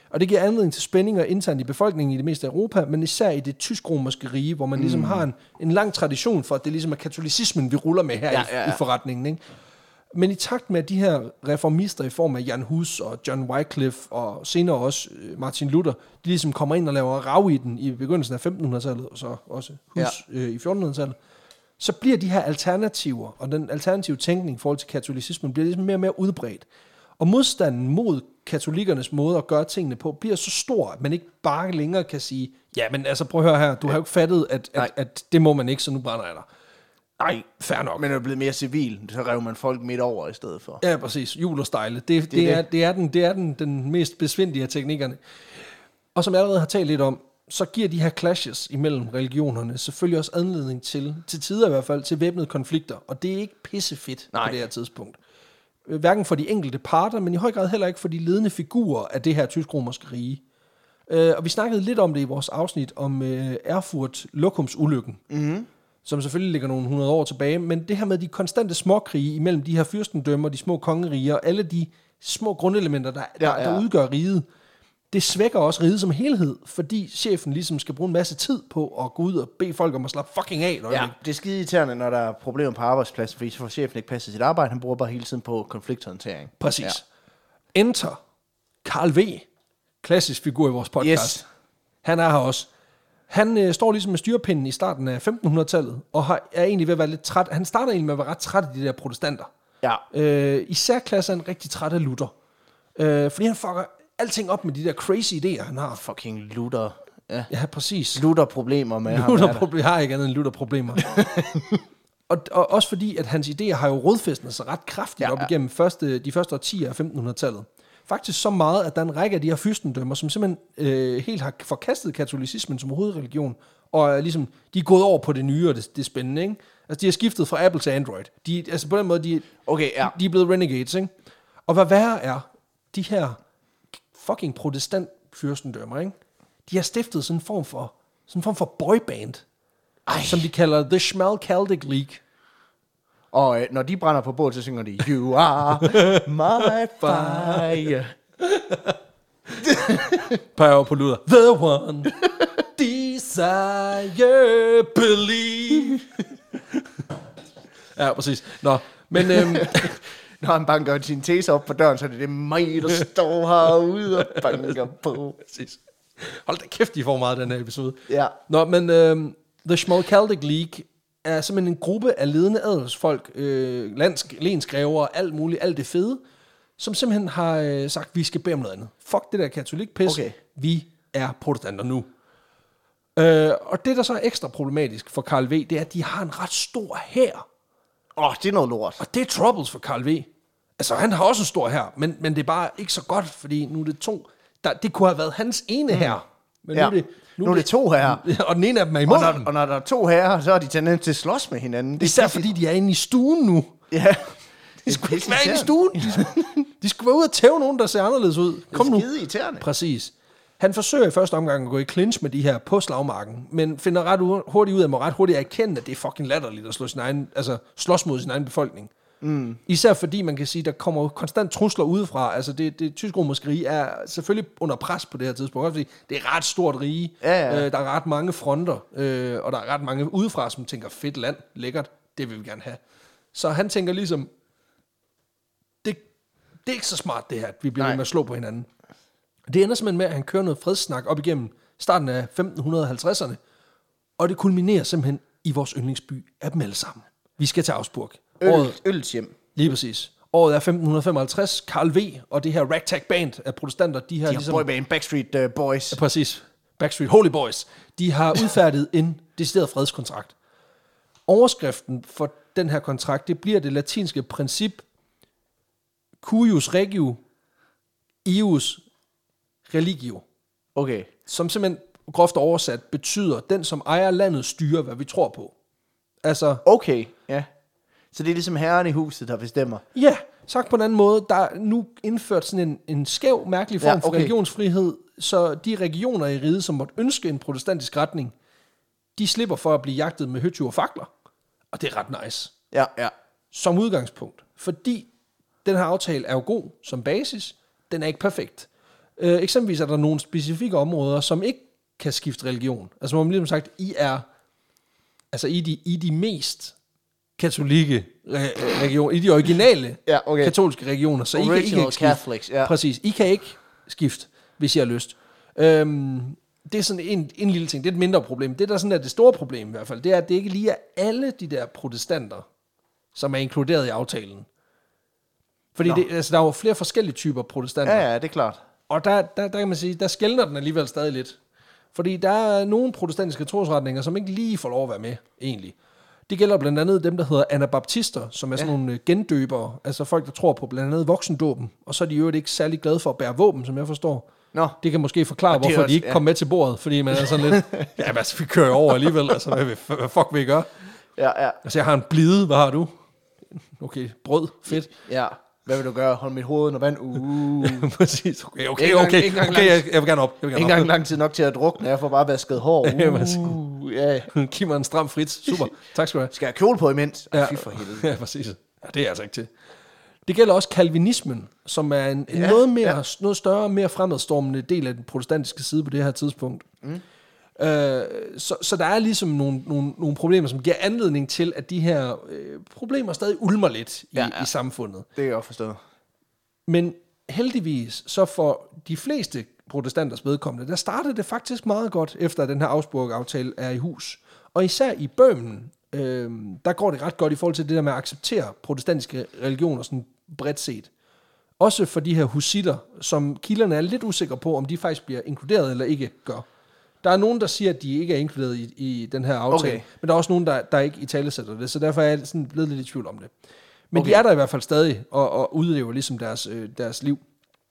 Og det giver anledning til spændinger internt i befolkningen i det meste af Europa, men især i det tysk-romerske rige, hvor man mm. ligesom har en, en lang tradition for, at det ligesom er katolicismen, vi ruller med her ja, ja, ja. I, i forretningen. Ikke? Men i takt med, at de her reformister i form af Jan Hus og John Wycliffe og senere også Martin Luther, de ligesom kommer ind og laver rav i den i begyndelsen af femtenhundredetallet, og så også Hus ja. øh, i fjortenhundredetallet, så bliver de her alternativer, og den alternative tænkning i forhold til katolicismen, bliver ligesom mere og mere udbredt. Og modstanden mod katolikernes måde at gøre tingene på, bliver så stor, at man ikke bare længere kan sige, ja, men altså prøv at høre her, du har jo ikke fattet, at, at, at det må man ikke, så nu brænder jeg dig. Nej, fair nok. Men er blevet mere civil, så rev man folk midt over i stedet for. Ja, præcis. Jul og stejle. Det, det, det, er, det er, den, det er den, den mest besvindelige af teknikkerne. Og som jeg allerede har talt lidt om, så giver de her clashes imellem religionerne selvfølgelig også anledning til, til tider i hvert fald, til væbnede konflikter. Og det er ikke pissefedt på det her tidspunkt. Hverken for de enkelte parter, men i høj grad heller ikke for de ledende figurer af det her tysk-romerske rige. Uh, og vi snakkede lidt om det i vores afsnit om uh, Erfurt-Lokumsulykken, mm-hmm. som selvfølgelig ligger nogle hundrede år tilbage, men det her med de konstante småkrige imellem de her fyrstendømmer, de små kongeriger, og alle de små grundelementer, der, ja, ja. der, der udgør riget, det svækker også riget som helhed, fordi chefen ligesom skal bruge en masse tid på at gå ud og bede folk om at slappe fucking af. Ja, det er skide irriterende, når der er problemer på arbejdspladsen, fordi så får chefen ikke passet sit arbejde, han bruger bare hele tiden på konflikthåndtering. Præcis. Ja. Enter Karl V., klassisk figur i vores podcast. Yes. Han er her også. Han øh, står ligesom med styrepinden i starten af femtenhundredetallet, og har, er egentlig ved at være lidt træt. Han starter egentlig med at være ret træt af de der protestanter. Ja. Øh, især klasse er han rigtig træt af Luther. Øh, fordi han fucker alting op med de der crazy idéer, han har. Fucking Luther. Ja, ja præcis. Luther-problemer med Luther ham. Luther har ikke andet end Luther-problemer. og, og også fordi, at hans idéer har jo rodfæstnet sig ret kraftigt ja, op ja. igennem første, de første årtier af femtenhundredetallet. Faktisk så meget, at der er en række af de her fyrstendømmer, som simpelthen øh, helt har forkastet katolicismen som hovedreligion, og er ligesom, de er gået over på det nye, og det, det er spændende, ikke? Altså, de har skiftet fra Apple til Android. De, altså, på den måde, de, okay, ja. de, de er blevet renegades, ikke? Og hvad værre er, de her fucking protestant fyrstendømmer, ikke? De har stiftet sådan en form for, sådan en form for boyband, Ej. som de kalder The Schmalkaldic League. Og øh, når de brænder på bål, så synger de, You are my fire. Peger på Luther. The one desire believe. Ja, præcis. Nå, men... Øhm, når han banker sin tese op på døren, så er det det mig, der står herude og banker på. Præcis. Hold da kæft, I får meget af den her episode. Ja. Nå, men øhm, The Schmalkaldic League er simpelthen en gruppe af ledende adelsfolk, øh, landsk, lensgræver og alt muligt, alt det fede, som simpelthen har øh, sagt, vi skal bede om noget andet. Fuck det der katolikpis, okay. Vi er protestanter nu. Øh, og det, der så er ekstra problematisk for Karl V., det er, at de har en ret stor hær. Åh, oh, det er noget lort. Og det er troubles for Karl V. Altså, han har også en stor hær, men, men det er bare ikke så godt, fordi nu er det to. Der, det kunne have været hans ene hær. Mm. Men ja. nu er det... Nu, nu er det to herrer. Og den ene af dem er imod og når, dem. Og når der er to herrer, så er de tendens til at slås med hinanden. Det er især fordi, de er inde i stuen nu. Ja. De skulle ikke være inde i stuen. De skulle, de skulle være ude og tæve nogen, der ser anderledes ud. Kom nu. Det er skide irriterende. Præcis. Han forsøger i første omgang at gå i clinch med de her på slagmarken, men finder ret hurtigt ud af, at må ret hurtigt erkende, at det er fucking latterligt at slå sin egen, altså slås mod sin egen befolkning. Mm. Især fordi man kan sige, der kommer konstant trusler udefra. Altså det, det tysk-romerske rige er selvfølgelig under pres på det her tidspunkt, fordi det er ret stort rige. Ja, ja. Øh, der er ret mange fronter, øh, og der er ret mange udefra, som tænker, fedt land, lækkert, det vil vi gerne have. Så han tænker ligesom, det, det er ikke så smart det her, at vi bliver ved med at slå på hinanden. Det ender simpelthen med, at han kører noget fredssnak op igennem starten af femten halvtredserne, og det kulminerer simpelthen i vores yndlingsby af dem alle sammen. Vi skal til Augsburg. Øl, Øls hjem. Lige præcis. Året er femten femoghalvtreds. Karl V. og det her ragtag band af protestanter, de har, de har ligesom... boyband, Backstreet uh, Boys. Ja, præcis. Backstreet Holy Boys. De har udfærdiget en decideret fredskontrakt. Overskriften for den her kontrakt, det bliver det latinske princip cuius regio, ius religio. Okay. Som simpelthen groft oversat betyder, den som ejer landet styrer, hvad vi tror på. Altså... Okay, ja. Så det er ligesom herren i huset, der bestemmer? Ja, sagt på en anden måde, der er nu indført sådan en, en skæv, mærkelig form ja, okay. for religionsfrihed, så de regioner i riget, som måtte ønske en protestantisk retning, de slipper for at blive jagtet med høtyve og fakler. Og det er ret nice. Ja, ja. Som udgangspunkt. Fordi den her aftale er jo god som basis, den er ikke perfekt. Øh, eksempelvis er der nogle specifikke områder, som ikke kan skifte religion. Altså man har ligesom sagt, I er altså I de, I de mest katolikke re- regioner, i de originale ja, okay. katolske regioner, så I kan, I kan ikke skifte. Catholics, ja. Præcis, I kan ikke skifte, hvis I har lyst. Øhm, det er sådan en, en lille ting, det er et mindre problem. Det der sådan er det store problem i hvert fald, det er, at det ikke lige er alle de der protestanter, som er inkluderet i aftalen. Fordi det, altså, der er jo flere forskellige typer protestanter. Ja, ja, det er klart. Og der, der, der kan man sige, der skelner den alligevel stadig lidt. Fordi der er nogle protestantiske trosretninger, som ikke lige får lov at være med, egentlig. Det gælder blandt andet dem, der hedder anabaptister, som er sådan ja. nogle gendøbere, altså folk, der tror på blandt andet voksendåben, og så er de jo ikke særlig glade for at bære våben, som jeg forstår. Nå. Det kan måske forklare, hvorfor også, de ikke ja. kom med til bordet, fordi man er sådan lidt, ja, altså, vi kører over alligevel, altså, hvad, hvad fuck vil I gøre? Ja, ja. Altså, jeg har en blide, hvad har du? Okay, brød, fedt. Ja, hvad vil du gøre? Hold mit hoved under vand? Uh. Ja, præcis. Okay, okay, okay, okay, okay, okay jeg, jeg vil gerne op. Jeg vil gerne ikke engang lang tid nok til at drukne, jeg får bare vasket hår. Uh, ja. Giv mig en stram frit. Super, tak skal du have. Skal jeg kjole på imens? Ja. Fy for helvede. Ja, præcis. Ja, det er altså ikke til. Det gælder også kalvinismen, som er en, en ja, noget, mere, ja. noget større, mere fremadstormende del af den protestantiske side på det her tidspunkt. Mm. Øh, så, så der er ligesom nogle, nogle, nogle problemer, som giver anledning til, at de her øh, problemer stadig ulmer lidt i, ja, ja. i samfundet. Det er jeg forstået. Men heldigvis, så for de fleste protestanters vedkommende, der startede det faktisk meget godt, efter at den her Augsburg-aftale er i hus. Og især i Bøhmen, øh, der går det ret godt i forhold til det der med at acceptere protestantiske religioner sådan bredt set. Også for de her husitter, som kilderne er lidt usikre på, om de faktisk bliver inkluderet eller ikke gør. Der er nogen, der siger, at de ikke er inkluderet i, i den her aftale, okay. men der er også nogen, der, der ikke italesætter det, så derfor er jeg sådan blevet lidt i tvivl om det. Men okay. de er der i hvert fald stadig, og, og udlever ligesom deres, øh, deres liv.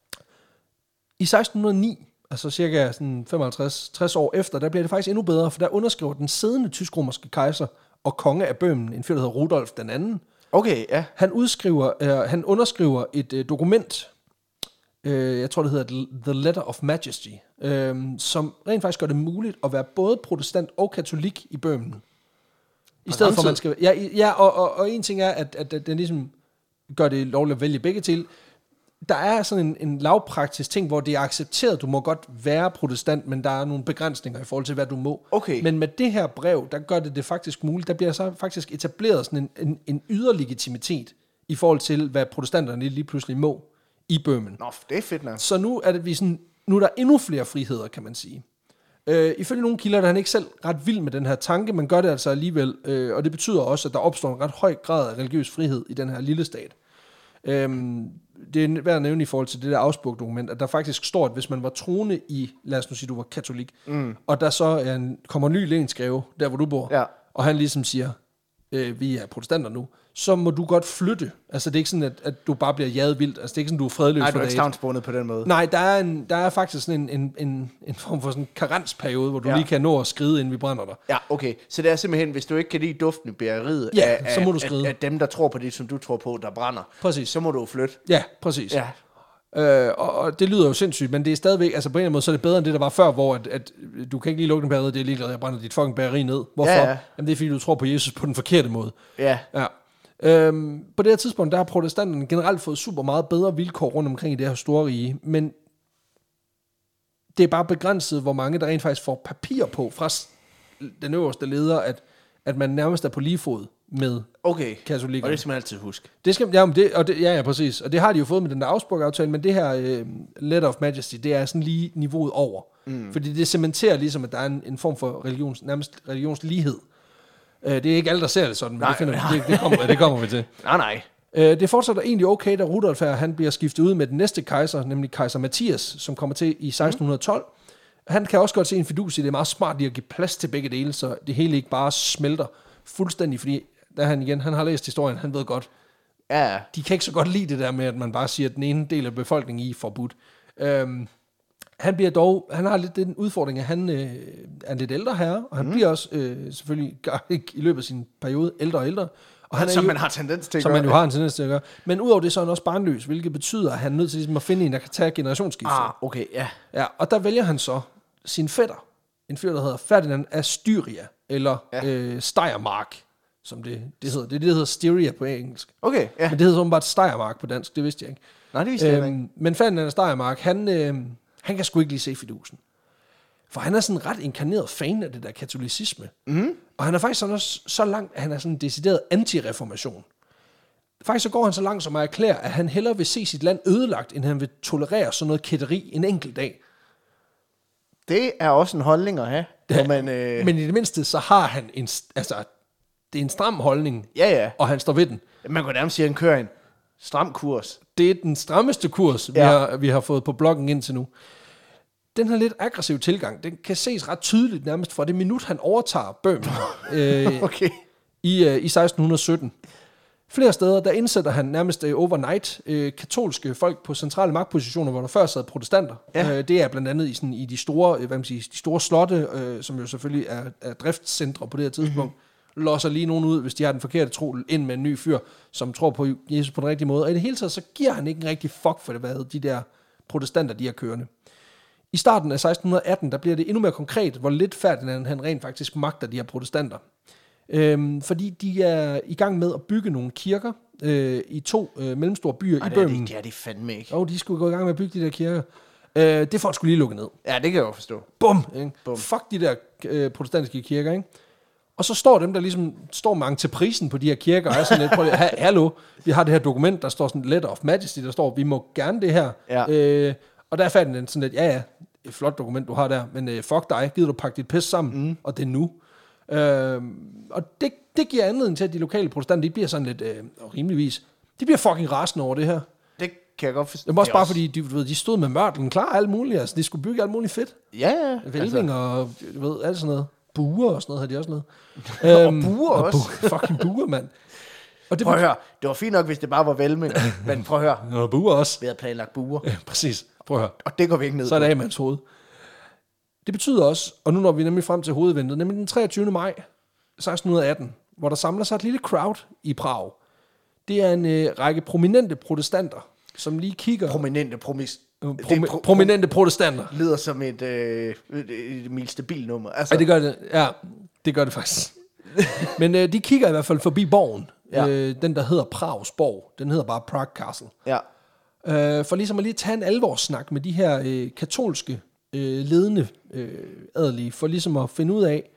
I seksten hundrede og ni, altså cirka sådan femoghalvtreds til tres år efter, der bliver det faktisk endnu bedre, for der underskriver den siddende tysk-romerske kejser og konge af Bøhmen, en fyr, der hedder Rudolf den anden. Okay, ja. Han, udskriver, øh, han underskriver et øh, dokument, øh, jeg tror det hedder The Letter of Majesty, øh, som rent faktisk gør det muligt at være både protestant og katolik i Bøhmen. I stedet for, man skal... Ja, ja og, og, og en ting er, at, at, at den ligesom gør det lovligt at vælge begge til. Der er sådan en, en lavpraktisk ting, hvor det er accepteret, du må godt være protestant, men der er nogle begrænsninger i forhold til, hvad du må. Okay. Men med det her brev, der gør det det faktisk muligt. Der bliver så faktisk etableret sådan en, en, en ydre legitimitet i forhold til, hvad protestanterne lige pludselig må i Bøhmen. Nå, det er fedt nok. Så nu er det vi sådan, nu er der endnu flere friheder, kan man sige. Øh, ifølge nogle kilder der er han ikke selv ret vild med den her tanke, men gør det altså alligevel, øh, og det betyder også, at der opstår en ret høj grad af religiøs frihed i den her lille stat. Øh, det er værd at nævne i forhold til det der Augsburg-dokument, at der faktisk står, at hvis man var troende i, lad os nu sige, du var katolik, mm. og der så er en, kommer en ny lensgreve, der hvor du bor, ja. og han ligesom siger, øh, vi er protestanter nu, så må du godt flytte. Altså det er ikke sådan, at, at du bare bliver jaget vildt. Altså det er ikke sådan, du er fredløs. Nej, du er ikke stavnsbundet på den måde. Nej, der er, en, der er faktisk sådan en, en, en, en form for sådan en karensperiode, hvor du ja. lige kan nå at skride, inden vi brænder dig. Ja, okay. Så det er simpelthen, hvis du ikke kan lide duften i bæreriet ja, af, så må du skride. Af, af dem, der tror på det, som du tror på, der brænder, præcis. Så må du flytte. Ja, præcis. Ja. Øh, og, og det lyder jo sindssygt, men det er stadigvæk, altså på en eller anden måde, så er det bedre end det, der var før, hvor at, at du kan ikke lige lukke den bæreriet, det er ligeglad, jeg brænder dit fucking bæreri ned. Hvorfor? Ja, ja. Jamen det er fordi, du tror på Jesus på den forkerte måde. Ja. Ja. Øhm, på det her tidspunkt, der har protestanterne generelt fået super meget bedre vilkår rundt omkring i det her store rige, men det er bare begrænset, hvor mange der rent faktisk får papir på fra den øverste leder, at, at man nærmest er på lige fod med okay. katolikker. Og det skal man altid huske. Det skal, ja, det, og det, ja, ja, præcis. Og det har de jo fået med den der Augsburg-aftale, men det her øh, Letter of Majesty, det er sådan lige niveauet over. Mm. Fordi det cementerer ligesom, at der er en, en form for religions, nærmest religionslighed. Det er ikke alle, der ser det sådan, men nej, det, finder, det, det, kommer, det kommer vi til. Nej, nej. Det fortsætter egentlig okay, da Rudolf her, han bliver skiftet ud med den næste kejser, nemlig kejser Matthias, som kommer til i seksten tolv. Mm. Han kan også godt se en fidus i, det er meget smart lige at give plads til begge dele, så det hele ikke bare smelter fuldstændig, fordi der han igen, han har læst historien, han ved godt, ja. de kan ikke så godt lide det der med, at man bare siger, at den ene del af befolkningen i er forbudt. Øhm, Han bliver dog, han har lidt den udfordring, at han øh, er en lidt ældre herre, og han mm. bliver også øh, selvfølgelig i løbet af sin periode ældre og ældre. Og han som er jo, man har tendens til at Som gøre. man jo har en tendens til at gøre. Men udover det, så er han også barnløs, hvilket betyder, at han er nødt til ligesom, at finde en, der kan tage generationsskiftet. Ah, okay, ja. Ja, og der vælger han så sin fætter, en fyr, der hedder Ferdinand af Styria, eller ja. øh, Steiermark, som det, det hedder. Det er det, der hedder Styria på engelsk. Okay, ja. Men det hedder så bare Steiermark på dansk, det vidste jeg ikke. Nej, det vidste jeg øhm, ikke. Men Ferdinand af Steiermark, han... Øh, Han kan sgu ikke lige se fidusen. For han er sådan en ret inkarneret fan af det der katolicisme. Mm. Og han er faktisk sådan også så langt, at han er sådan en decideret anti-reformation. Faktisk så går han så langt som at erklære, at han hellere vil se sit land ødelagt, end han vil tolerere sådan noget kætteri en enkelt dag. Det er også en holdning at have. Ja, man, øh... Men i det mindste, så har han en, altså, det er en stram holdning, ja, ja. Og han står ved den. Man kan nærmest sige, at han kører en stram kurs. Det er den strammeste kurs, ja. vi, har, vi har fået på bloggen indtil nu. Den her lidt aggressive tilgang, den kan ses ret tydeligt nærmest fra det minut, han overtager Birmingham øh, okay. i, øh, i seksten sytten. Flere steder, der indsætter han nærmest uh, overnight uh, katolske folk på centrale magtpositioner, hvor der før sad protestanter. Ja. Uh, det er blandt andet i, sådan, i de store, uh, hvad man siger, de store slotte, uh, som jo selvfølgelig er, er driftscentre på det her tidspunkt, mm-hmm. låser lige nogen ud, hvis de har den forkerte tro, ind med en ny fyr, som tror på Jesus på den rigtige måde. Og i det hele taget, så giver han ikke en rigtig fuck for det, hvad de der protestanter, de er kørende. I starten af seksten atten, der bliver det endnu mere konkret, hvor lidt Ferdinand han rent faktisk magter de her protestanter. Øhm, fordi de er i gang med at bygge nogle kirker øh, i to øh, mellemstore byer. Ej, i Birmingham. Det er de fandme ikke. Og de skulle gå i gang med at bygge de der kirker. Øh, det får han skulle lige lukke ned. Ja, det kan jeg jo forstå. Bum! Bum. Fuck de der øh, protestantiske kirker, ikke? Og så står dem, der ligesom står mange til prisen på de her kirker, og er sådan lidt, prøv lige, hallo, vi har det her dokument, der står sådan Letter of Majesty, der står, vi må gerne det her. Ja. Øh, og der er færdig den sådan lidt, ja ja, et flot dokument, du har der, men øh, fuck dig, gider du pakke dit pis sammen, mm. og det er nu. Øh, og det, det giver anledning til, at de lokale protestanter, de bliver sådan lidt, øh, rimeligvis, de bliver fucking rasende over det her. Det kan jeg godt forstå. Det var også bare også... fordi, de, du ved, de stod med mørtlen klar, alt muligt, altså de skulle bygge alt muligt fedt. Ja, ja. Vælving altså. Og, du ved, alt sådan noget. Buer og sådan noget, havde de også lavet. og buer og også. Bu- fucking buer, mand. Og det prøv at høre, det var fint nok, hvis det bare var Vælving, men prøv at høre. Og buer også. Vi havde planlagt buer. Ja, præcis. Prøv at høre. Og det går vi ikke ned Så er det af med hans hoved. Det betyder også, og nu når vi nemlig frem til hovedeventet, nemlig den treogtyvende maj seksten atten, hvor der samler sig et lille crowd i Prag. Det er en øh, række prominente protestanter, som lige kigger... Prominente promis... Promi- pro- prominente protestanter. Lyder som et, øh, et, et mildt stabil nummer. Altså. Ja, det gør det. Ja, det gør det faktisk. Men øh, de kigger i hvert fald forbi borgen. Ja. Øh, den, der hedder Prags borg. Den hedder bare Prague Castle. Ja. Øh, for ligesom at lige tage en alvorssnak med de her øh, katolske øh, ledende øh, adelige, for ligesom at finde ud af,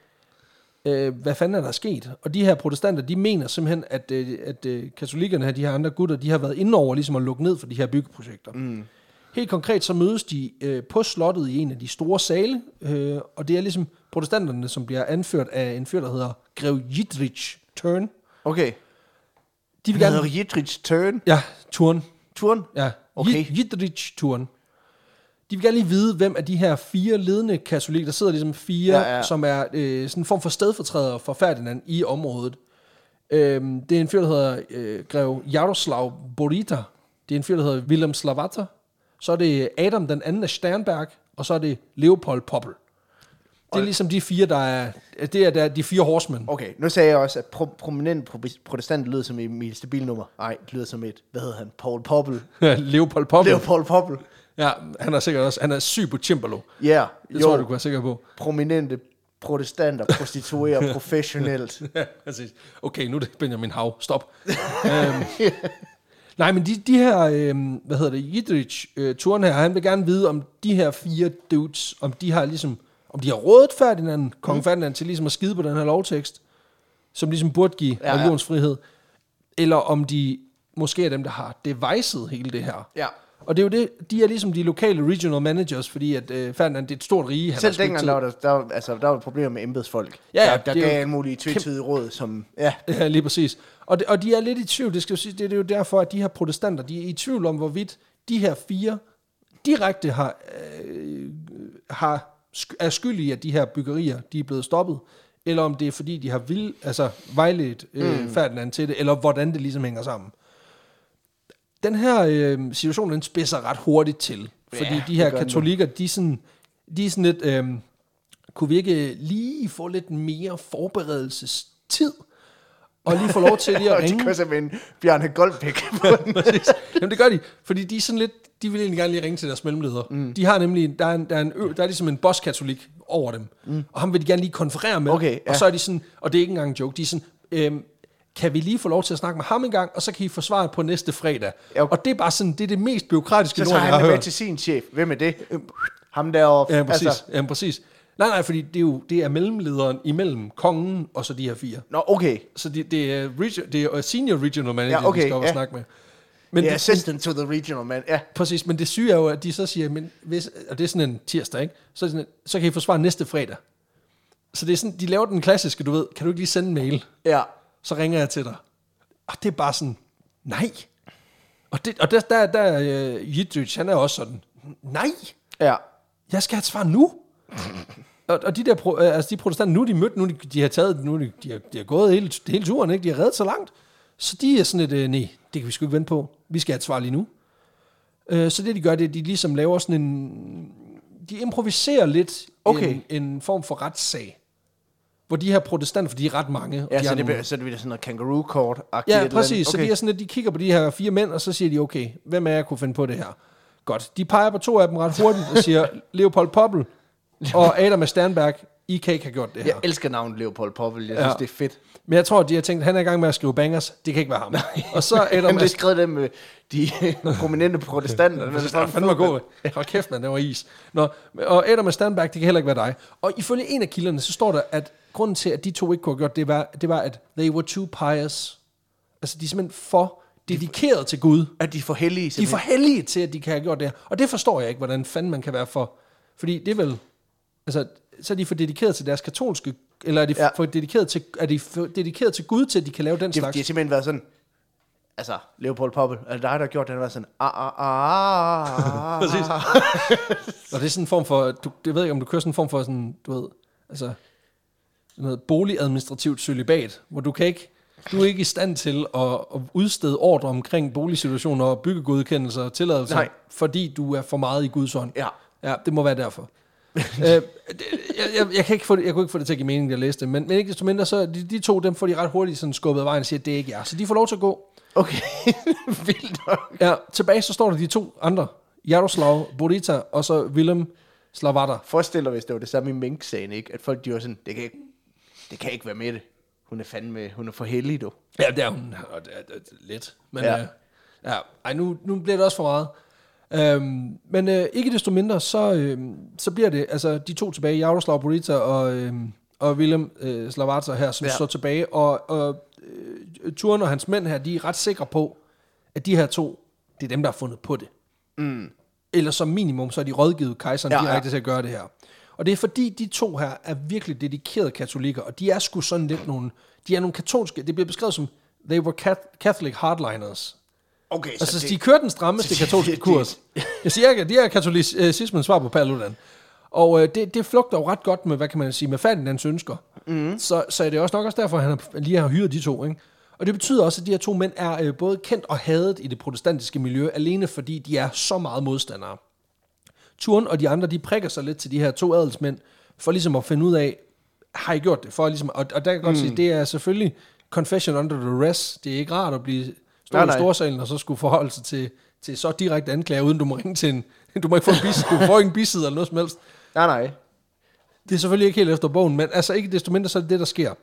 øh, hvad fanden er der sket. Og de her protestanter, de mener simpelthen, at, øh, at øh, katolikkerne her, de her andre gutter, de har været inde over ligesom at lukke ned for de her byggeprojekter. Mm. Helt konkret så mødes de øh, på slottet i en af de store sale, øh, og det er ligesom protestanterne, som bliver anført af en fyr, der hedder Grev Dietrich Thurn. Okay. De vil gerne... hedder Dietrich Thurn? Ja, Thurn. Thurn? Ja, okay. Dietrich Thurn. De vil gerne lige vide, hvem af de her fire ledende katolikker, der sidder ligesom fire, ja, ja. som er øh, sådan en form for stedfortræder for Ferdinand i området. Øh, det er en fyr, der hedder øh, Grev Jaroslav Borita. Det er en fyr, der hedder Wilhelm Slavater. Så er det Adam den anden af Sternberg, og så er det Leopold Poppel. Det er ligesom de fire, der er, det er der, de fire horsemen. Okay, nu sagde jeg også, at pro- prominent pro- protestant lyder som et stabilnummer. Nej, det lyder som et, hvad hedder han, Paul Poppel. Leopold Poppel. Leopold Poppel. Ja, han er sikkert også, han er syg på cembalo. Ja, yeah, det jo. tror jeg, du kunne være sikker på. Prominente protestanter prostituerer professionelt. Ja, præcis. Okay, nu er det Benjamin Hav. Stop. um, Nej, men de, de her, øh, hvad hedder det, Dietrich øh, Thurn her, han vil gerne vide, om de her fire dudes, om de har ligesom, om de har rådet Ferdinand, kong mm. Ferdinand, til ligesom at skide på den her lovtekst, som ligesom burde give ja, religionsfrihed, ja. eller om de måske er dem, der har deviset hele det her. Ja. Og det er jo det, de er ligesom de lokale regional managers, fordi at øh, Ferdinand, det er et stort rige. Selv dengang, der var der, der, altså, der var problemer med embedsfolk. Ja, ja, der der gav en mulig tvetydige råd, som... Ja, ja lige præcis. Og, det, og de er lidt i tvivl, det skal jo sige, det er jo derfor, at de her protestanter, de er i tvivl om, hvorvidt de her fire direkte har, øh, har er skyld i, at de her byggerier, de er blevet stoppet, eller om det er fordi, de har vil, altså, vejledt øh, mm. Ferdinand til det, eller hvordan det ligesom hænger sammen. Den her øh, situation, den spidser ret hurtigt til, fordi ja, de her katolikker, de er sådan, de er sådan lidt, øh, kunne vi ikke lige få lidt mere forberedelsestid, og lige få lov til lige at ringe. De kører simpelthen Bjarne Goldbæk på den. Jamen det gør de, fordi de er sådan lidt, de vil egentlig gerne lige ringe til deres mellemleder. Mm. De har nemlig, der er, en, der, er en ø, der er ligesom en boss-katolik over dem, mm. og ham vil de gerne lige konferere med, okay, ja. Og så er de sådan, og det er ikke engang en joke, de er sådan, øhm, kan vi lige få lov til at snakke med ham en gang, og så kan I få svaret på næste fredag. Okay. Og det er bare sådan, det er det mest bureaukratiske, så tager han med til sin chef. Hvem er det? Ham deroppe. Ja, præcis. Altså. Ja, præcis. Nej, nej, fordi det er jo det er mellemlederen imellem kongen og så de her fire. Nå, okay. Så det, det, er, regi- det er senior regional manager, ja, okay, vi skal op ja. og snakke med. Men yeah, det, assistant to the regional man, ja. Præcis, men det syge er jo, at de så siger, men hvis, og det er sådan en tirsdag, ikke? Så, er det sådan, så kan I forsvare næste fredag. Så det er sådan, de laver den klassiske, du ved, kan du ikke lige sende en mail? Ja. Så ringer jeg til dig. Og det er bare sådan, nej. Og, det, og der, der, der uh, Yidrich, han er også sådan, nej. Ja. Jeg skal have et svar nu. og, og de der pro, altså de protestanter, nu er de mødt, nu de, de har taget, nu de, de, har, de har gået hele, hele turen, ikke? De har reddet så langt. Så de er sådan et, øh, nej, det kan vi sgu ikke vente på. Vi skal have et svar lige nu. Øh, så det de gør, det er, de ligesom laver sådan en, de improviserer lidt okay. en, en form for retssag. Hvor de her protestanter, for de er ret mange. Ja, de så, det, nogle, så det bliver sådan noget kangaroo-kort. Ja, præcis. Okay. Så de er sådan, at de kigger på de her fire mænd, og så siger de, okay, hvem af jer kunne finde på det her? Godt. De peger på to af dem ret hurtigt og siger, Leopold Poppel og Adam Sternberg, I kan ikke have gjort det her. Jeg elsker navnet Leopold Poppel. Jeg synes, ja. det er fedt. Men jeg tror, at de har tænkt, at han er i gang med at skrive bangers. Det kan ikke være ham. Og så Adam han har skrevet dem med de prominente protestanter. Det er fandme god. Hold kæft, man, det var is. Nå, og Adam Sternberg, det kan heller ikke være dig. Og ifølge en af kilderne, så står der, at grunden til, at de to ikke kunne have gjort det, var, det var, at they were too pious. Altså, de er simpelthen for dedikeret til Gud. At de er for hellige. De er for hellige til, at de kan have gjort det her. Og det forstår jeg ikke, hvordan fanden man kan være for. Fordi det er vel... Altså, så er de for dedikeret til deres katolske... Eller er de ja. for dedikeret til, er de for dedikeret til Gud til, at de kan lave den de, slags? De har simpelthen været sådan... Altså, Leopold Poppel, er det dig, der har gjort det? Han har været sådan... Ah, ah, ah, ah, præcis. Og det er sådan en form for... Du, jeg ved ikke, om du kører sådan en form for sådan... Du ved... Altså... Noget boligadministrativt cølibat, hvor du kan ikke... Du er ikke i stand til at, at udstede ordre omkring boligsituationer og byggegodkendelser og tilladelser, Nej. fordi du er for meget i Guds ånd. Ja. Ja, det må være derfor. øh, jeg, jeg, jeg, kan ikke få det, jeg kunne ikke få det til at give mening, da jeg læste det, men, men ikke desto mindre, så de, de to, dem får de ret hurtigt sådan skubbet af vejen og siger, at det er ikke jer. Så de får lov til at gå. Okay, vildt nok. Ja, tilbage så står der de to andre, Jaroslav Borita og så Willem Slavata. Forestil dig, hvis det var det samme i Mink-sagen, ikke? At folk de var sådan, det kan ikke, det kan ikke være med det. Hun er fandme, hun er for heldig, du. Ja, det er hun, og det er, det er lidt. Men ja, øh, ja ej, nu, nu bliver det også for meget. Øhm, men øh, ikke desto mindre, så, øh, så bliver det, altså de to tilbage, Jaroslav Borita og, øh, og Willem øh, Slavata her, som ja. står tilbage, og, og øh, Turen og hans mænd her, de er ret sikre på, at de her to, det er dem, der har fundet på det. Mm. Eller som minimum, så er de rådgivet kejseren ja, direkte ja. til at gøre det her. Og det er fordi, de to her er virkelig dedikerede katolikker, og de er sgu sådan lidt nogle, de er nogle katolske, det bliver beskrevet som, they were Catholic hardliners. Okay, så altså, det, de kørte den strammeste katolske kurs. Jeg siger ikke, at de er katolicismens svar på Paludan. Og øh, det, det flugter jo ret godt med, hvad kan man sige, med Ferdinands ønsker. Mm. Så, så er det også nok også derfor, at han har, lige har hyret de to, ikke? Og det betyder også, at de her to mænd er øh, både kendt og hadet i det protestantiske miljø, alene fordi de er så meget modstandere. Turen og de andre, de prikker sig lidt til de her to adelsmænd, for ligesom at finde ud af, har I gjort det? For ligesom, og, og der kan jeg godt mm. sige, det er selvfølgelig confession under duress. Det er ikke rart at blive stået i storsalen, og så skulle forholde sig til, til så direkte anklager, uden du må ringe til en, du må ikke få en bis, du får ikke en bisid eller noget som helst. Nej, nej. Det er selvfølgelig ikke helt efter bogen, men altså ikke desto mindre, så er det det, der sker.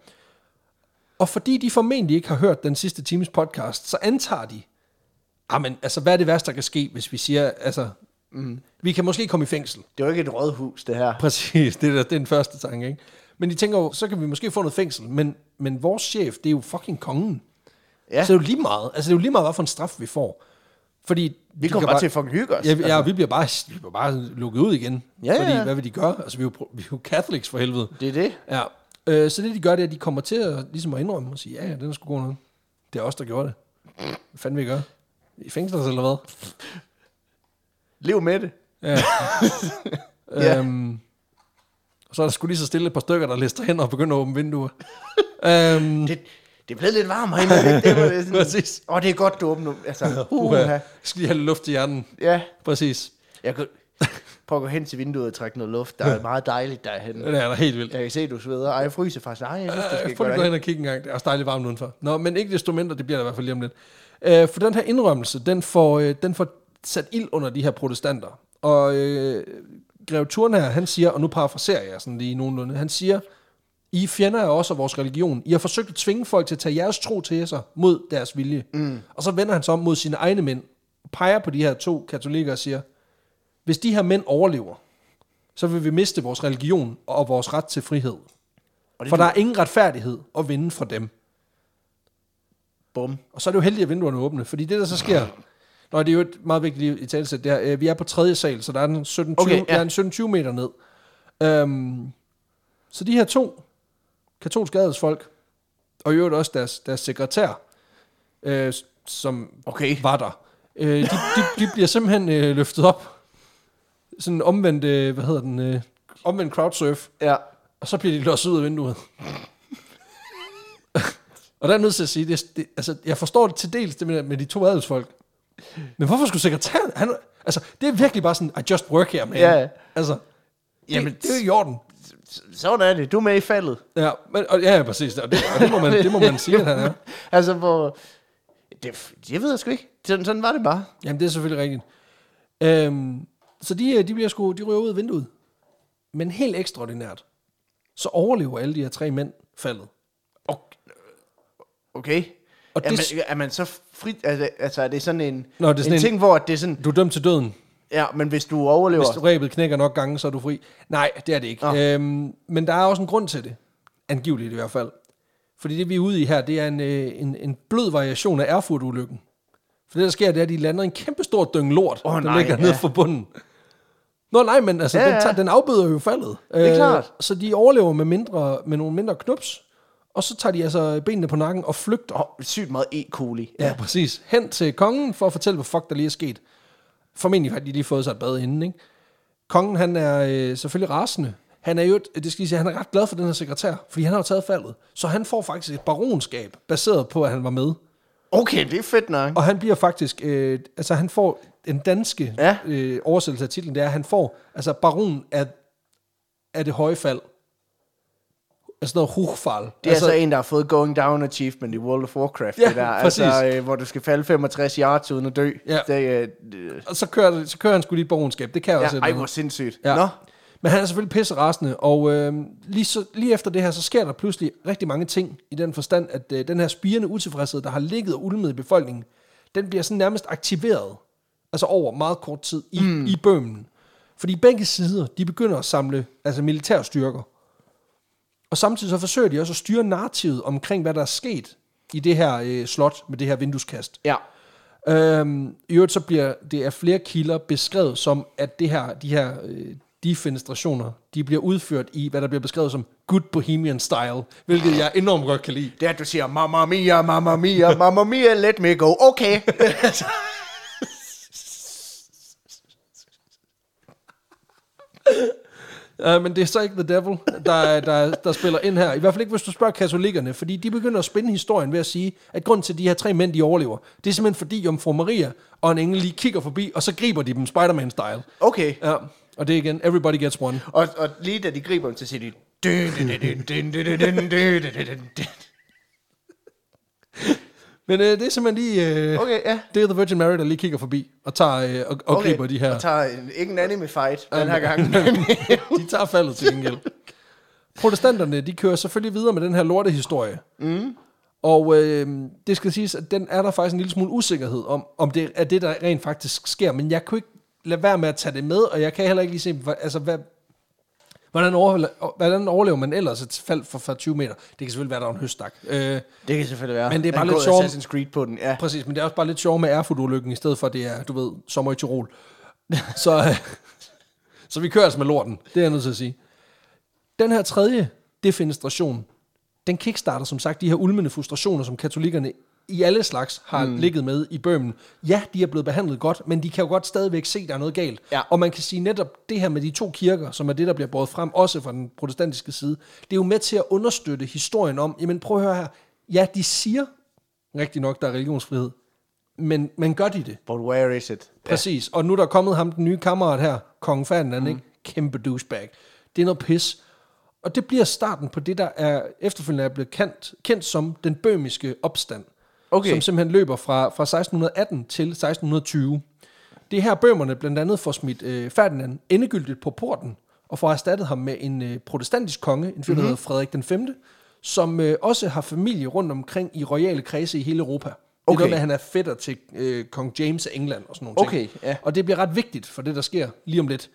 Og fordi de formentlig ikke har hørt den sidste times podcast, så antager de, men altså, hvad er det værste, der kan ske, hvis vi siger, altså, mm. vi kan måske komme i fængsel. Det er jo ikke et rådhus, det her. Præcis, det er, det er den første tanke, ikke? Men de tænker jo, så kan vi måske få noget fængsel, men, men vores chef, det er jo fucking kongen. Ja. Så det er jo lige meget, altså det er jo lige meget, hvad for en straf vi får. Fordi vi kommer bare, bare til at fucking hygge os. Ja, altså. ja vi, bliver bare, vi bliver bare lukket ud igen. Ja, fordi, ja. hvad vil de gøre? Altså, vi er jo, vi er jo Catholics for helvede. Det er det. Ja. Øh, så det, de gør, det er, at de kommer til at, ligesom at indrømme og sige, ja, ja, den er sgu god nok. Det er os, der gjorde det. Hvad fanden vi gør? I fængsler eller hvad? Lev med det. Ja. ja. Øhm, og så er der sgu lige så stille et par stykker, der lister hen og begynder at åbne vinduer. øhm, det, det er blevet lidt varmt herinde. Det var sådan, præcis. Åh, det er godt, du åbner. Altså, uh, uh, jeg skal lige have luft i hjernen. Ja. Præcis. Jeg kan prøve at gå hen til vinduet og trække noget luft. Der er meget dejligt derhen. Det er der helt vildt. Jeg kan se, du sveder. Ej, jeg fryser faktisk. Ej, jeg synes, du skal gå gå hen og kigge en gang. Det er også dejligt varmt udenfor. Nå, men ikke desto mindre, det bliver der i hvert fald lige om lidt. Uh, for den her indrømmelse, den får, uh, den får sat ild under de her protestanter. Og uh, Grev Turen her, han siger, og nu parafraserer jeg sådan lige nogenlunde, han siger, I fjender er også af vores religion. I har forsøgt at tvinge folk til at tage jeres tro til sig mod deres vilje. Mm. Og så vender han sig om mod sine egne mænd, peger på de her to katolikker og siger, hvis de her mænd overlever, så vil vi miste vores religion og vores ret til frihed. For der er ingen retfærdighed at vinde fra dem. Bum. Og så er det jo heldigt, at vinduerne er åbne, fordi det, der så sker... Nå, det er jo et meget vigtigt i talesæt, det her. Vi er på tredje sal, så der er en sytten tyve okay, ja. sytten meter ned. Um, så de her to katolske adelsfolk, og i øvrigt også deres, deres sekretær, øh, som okay. var der, øh, de, de, de bliver simpelthen øh, løftet op. Sådan en omvendt, øh, hvad hedder den, øh, omvendt crowdsurf. Ja. Og så bliver de låst ud af vinduet. Og der er nødt til at sige, det, det, altså, jeg forstår det til dels, det med, med de to adelsfolk. Men hvorfor skulle sekretæren... Han, altså, det er virkelig bare sådan, I just work here, man. Ja. Altså, det, Jamen, det er jo i orden. Sådan er det. Du er med i faldet. Ja, men, og, ja, præcis. Og det, og det, må man, det må man sige, at han er. Altså, hvor... Det, jeg ved jeg sgu ikke. Sådan, sådan var det bare. Jamen, det er selvfølgelig rigtigt. Øhm, så de, de bliver sgu... De ryger ud af vinduet. Men helt ekstraordinært, så overlever alle de her tre mænd faldet. Okay. Og er, det, man, er man så fri... Altså, er det sådan en, Nå, det er sådan en ting, en, hvor det er sådan... Du er dømt til døden. Ja, men hvis du overlever... Hvis du ræbet knækker nok gange, så er du fri. Nej, det er det ikke. Øhm, men der er også en grund til det. Angiveligt i hvert fald. Fordi det, vi er ude i her, det er en, en, en blød variation af Erfurt-ulykken. For det, der sker, det er, at de lander en kæmpe stor dyng lort, oh, der nej, ligger ja. ned for bunden. Nå nej, men altså, ja, den, tager, den afbøder jo faldet. Det er øh, klart. Så de overlever med, mindre, med nogle mindre knups. Og så tager de altså benene på nakken og flygter. Oh, sygt meget E. coli. Ja. ja, præcis. Hen til kongen for at fortælle, hvad fuck der lige er sket. Formentlig har de lige fået sig et bad inden, ikke? Kongen, han er øh, selvfølgelig rasende. Han er jo, det skal jeg sige, han er ret glad for den her sekretær, fordi han har jo taget faldet. Så han får faktisk et baronskab, baseret på, at han var med. Okay, det er fedt nok. Og han bliver faktisk, øh, altså han får en danske ja. øh, oversættelse af titlen, det er, at han får, altså baron af, af det høje fald. Altså noget Hochfall. Det er altså, altså en, der har fået Going Down Achievement i World of Warcraft. Ja, det der. Altså, øh, hvor du skal falde femogtres yards uden at dø. Ja. Det, øh, øh. Og så kører, så kører han sgu lige et baronskab. Det kan jeg ja, også. Ej, hvor sindssygt. Ja. Nå. Men han er selvfølgelig pisserasende, og øh, lige, så, lige efter det her, så sker der pludselig rigtig mange ting, i den forstand, at øh, den her spirende utilfredshed, der har ligget og ulmet i befolkningen, den bliver sådan nærmest aktiveret, altså over meget kort tid, i, mm. i Bøhmen. Fordi begge sider, de begynder at samle altså militærstyrker. Og samtidig så forsøger de også at styre narrativet omkring, hvad der er sket i det her øh, slot med det her vindueskast. Ja. Øhm, I øvrigt så bliver det af flere kilder beskrevet som, at det her, de her øh, defenestrationer, de bliver udført i, hvad der bliver beskrevet som good bohemian style, hvilket jeg enormt godt kan lide. Det er, at du siger, mamma mia, mamma mia, mamma mia, let me go. Okay. Uh, men det er så ikke The Devil, der, der, der spiller ind her. I hvert fald ikke, hvis du spørger katolikkerne, fordi de begynder at spænde historien ved at sige, at grunden til, at de her tre mænd, de overlever, det er simpelthen fordi, Jomfru Maria og en engel lige kigger forbi, og så griber de dem Spider-Man-style. Okay. Ja, og det er igen, everybody gets one. Og, og lige da de griber dem, så siger de... Men øh, det er simpelthen lige... Øh, okay, ja. Det er The Virgin Mary, der lige kigger forbi og tager øh, og, og okay. griber de her... og tager en, ikke en anime fight den um, her gang. De tager faldet til gengæld. Protestanterne, de kører selvfølgelig videre med den her lortehistorie. Mm. Og øh, det skal siges, at den er der faktisk en lille smule usikkerhed om, om det er det, der rent faktisk sker. Men jeg kunne ikke lade være med at tage det med, og jeg kan heller ikke lige se, altså hvad... Hvordan overlever, hvordan overlever man ellers et fald for tyve meter? Det kan selvfølgelig være, der er en høststak. Øh, det kan selvfølgelig være. Men det er bare lidt sjovt. Assassin's Creed på den, ja. Præcis, men det er også bare lidt sjovt med Erfurt-ulykken, i stedet for, at det er, du ved, sommer i Tyrol. så, øh, så vi kører altså med lorten, det er jeg nødt til at sige. Den her tredje defenestration, den kickstarter som sagt de her ulmende frustrationer, som katolikkerne i alle slags har mm. ligget med i Bøhmen. Ja, de er blevet behandlet godt, men de kan jo godt stadigvæk se, at der er noget galt. Ja. Og man kan sige netop det her med de to kirker, som er det, der bliver båret frem, også fra den protestantiske side, det er jo med til at understøtte historien om, jamen prøv at høre her, ja, de siger rigtig nok, der er religionsfrihed, men, men gør de det? But where is it? Præcis, og nu der er kommet ham den nye kammerat her, Kong Ferdinand, mm. ikke? Kæmpe douchebag. Det er noget pis. Og det bliver starten på det, der er efterfølgende er blevet kendt, kendt som den bøhmiske opstand. Okay. Som simpelthen løber fra, fra seksten atten til seksten tyve. Det er her bøhmerne blandt andet får smidt øh, Ferdinand endegyldigt på porten, og får erstattet ham med en øh, protestantisk konge, en fyr, der hedder Frederik den femte, som øh, også har familie rundt omkring i royale kredse i hele Europa. Det er okay. Noget med, at han er fætter til øh, kong James af England og sådan nogle okay, ting. Ja. Og det bliver ret vigtigt for det, der sker lige om lidt.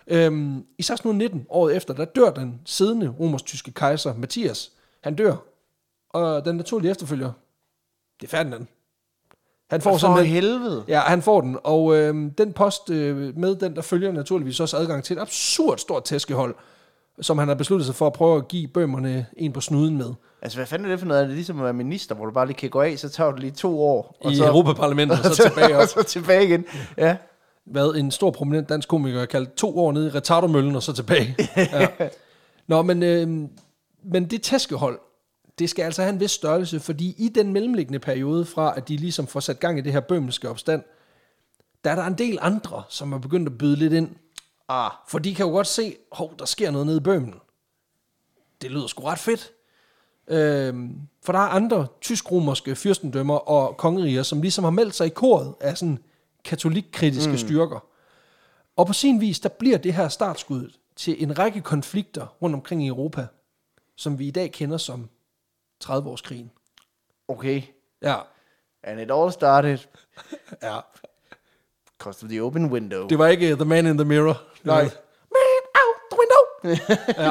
Øhm, I seksten nitten, året efter, der dør den siddende romersk-tyske kejser Matthias. Han dør, og den naturlige efterfølger, det er Ferdinand. Han får for helvede. Ja, han får den, og øh, den post øh, med den, der følger naturligvis også adgang til et absurd stort tæskehold, som han har besluttet sig for at prøve at give bøhmerne en på snuden med. Altså, hvad fanden er det for noget? Er det ligesom at være minister, hvor du bare lige kan gå af, så tager du lige to år. Og I så, Europaparlamentet, og så tilbage op. og så tilbage igen, ja. Hvad en stor prominent dansk komiker har kaldt to år nede i retardomøllen, og så tilbage. Ja. Nå, men, øh, men det tæskehold, det skal altså have en vis størrelse, fordi i den mellemliggende periode fra, at de ligesom får sat gang i det her bøhmelske opstand, der er der en del andre, som er begyndt at byde lidt ind. Ah. For de kan jo godt se, hov, der sker noget nede i Bøhmen. Det lyder sgu ret fedt. Øhm, for der er andre tysk-romerske fyrstendømmer og kongeriger, som ligesom har meldt sig i koret af sådan katolikkritiske mm. styrker. Og på sin vis, der bliver det her startskud til en række konflikter rundt omkring i Europa, som vi i dag kender som tredive-årskrigen. Okay. Ja. And it all started. Ja. Because of the open window. Det var ikke The Man in the Mirror. Nej. Man out the window. Ja.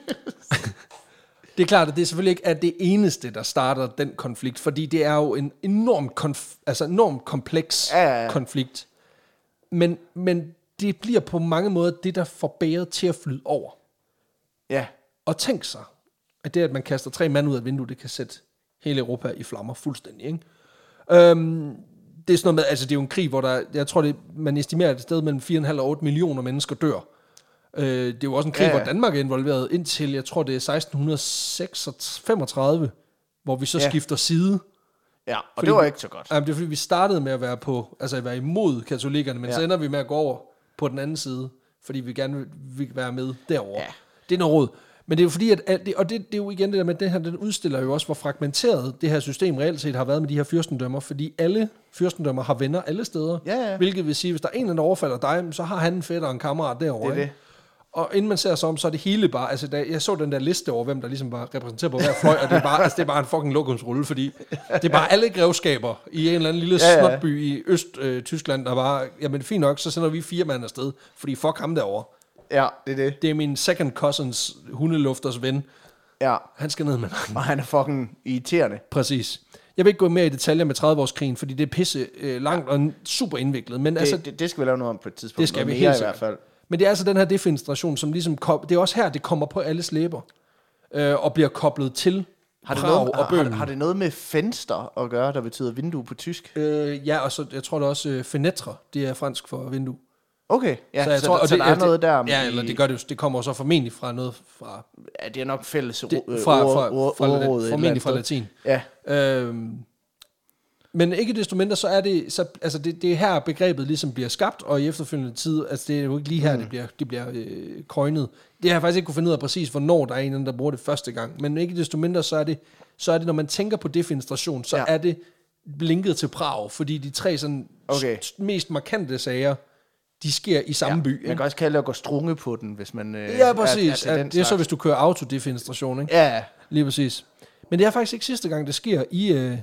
Det er klart, at det selvfølgelig ikke er det eneste, der starter den konflikt, fordi det er jo en enorm, konf- altså enorm kompleks ja, ja, ja. konflikt. Men, men det bliver på mange måder det, der får bæret til at flyde over. Ja. Og tænk sig, at det, at man kaster tre mand ud af et vindue, det kan sætte hele Europa i flammer fuldstændig, ikke? Øhm, det er sådan noget med, altså det er jo en krig, hvor der, jeg tror, det, man estimerer et sted mellem fire komma fem og otte millioner mennesker dør. Øh, det er jo også en krig, ja, ja. hvor Danmark er involveret indtil, jeg tror, det er seksten femogtredive, hvor vi så ja. skifter side. Ja, og fordi det var ikke så godt. Jamen, det er fordi, vi startede med at være på, altså at være imod katolikkerne, men ja. så ender vi med at gå over på den anden side, fordi vi gerne vil, vil være med derovre. Ja. Det er noget råd. Men det er jo fordi, at, at det, og det, det er jo igen det der med, at det her, den udstiller jo også, hvor fragmenteret det her system reelt set har været med de her fyrstendømmer, fordi alle fyrstendømmer har venner alle steder, ja, ja. hvilket vil sige, hvis der er en, der overfalder dig, så har han en fætter og en kammerat derovre. Det er det. Og inden man ser sig om, så er det hele bare, altså da, jeg så den der liste over, hvem der ligesom var repræsenteret på hver fløj, og det er bare, altså, det er bare en fucking lokumsrulle, fordi det er bare alle grevskaber i en eller anden lille ja, ja. snotby i Øst-Tyskland, der bare, jamen fint nok, så sender vi fire mand afsted, fordi fuck ham derovre. Ja, det er det. Det er min second cousins hundelufters ven. Ja. Han skal ned med og han er fucking irriterende. Præcis. Jeg vil ikke gå mere i detaljer med tredive-årskrigen, fordi det er pisse øh, langt og super indviklet. Men det, altså, det, det skal vi lave noget om på et tidspunkt. Det skal vi helt i hvert fald. Men det er altså den her defenestration, som ligesom kom, det er også her, det kommer på alle slæber øh, og bliver koblet til har det noget, og har, har det noget med fenster at gøre, der betyder vindue på tysk? Øh, ja, og så jeg tror det også øh, fenêtre, det er fransk for vindue. Okay, ja, så, jeg så, tror, der, og så det, der er det, noget der. Ja, eller det gør det jo, det kommer så formentlig fra noget fra... Ja, det er nok fælles det, fra, fra, fra, fra, formentlig fra latin. Ja. Øhm, men ikke desto mindre, så er det, så, altså det, det er her begrebet ligesom bliver skabt, og i efterfølgende tid, altså det er jo ikke lige her, mm. det bliver, det bliver øh, coinet. Det har jeg faktisk ikke kunne finde ud af præcis, hvornår der er en, der bruger det første gang, men ikke desto mindre, så er det, så er det når man tænker på defenestration, så ja. er det linket til Prag, fordi de tre sådan okay. st- mest markante sager, de sker i samme ja, by. Ikke? Man kan også kalde det at gå strunge på den, hvis man... Øh, ja, præcis. Er, er ja, det er så, hvis du kører autodefenestration, ikke? Ja. Lige præcis. Men det er faktisk ikke sidste gang, det sker i, øh,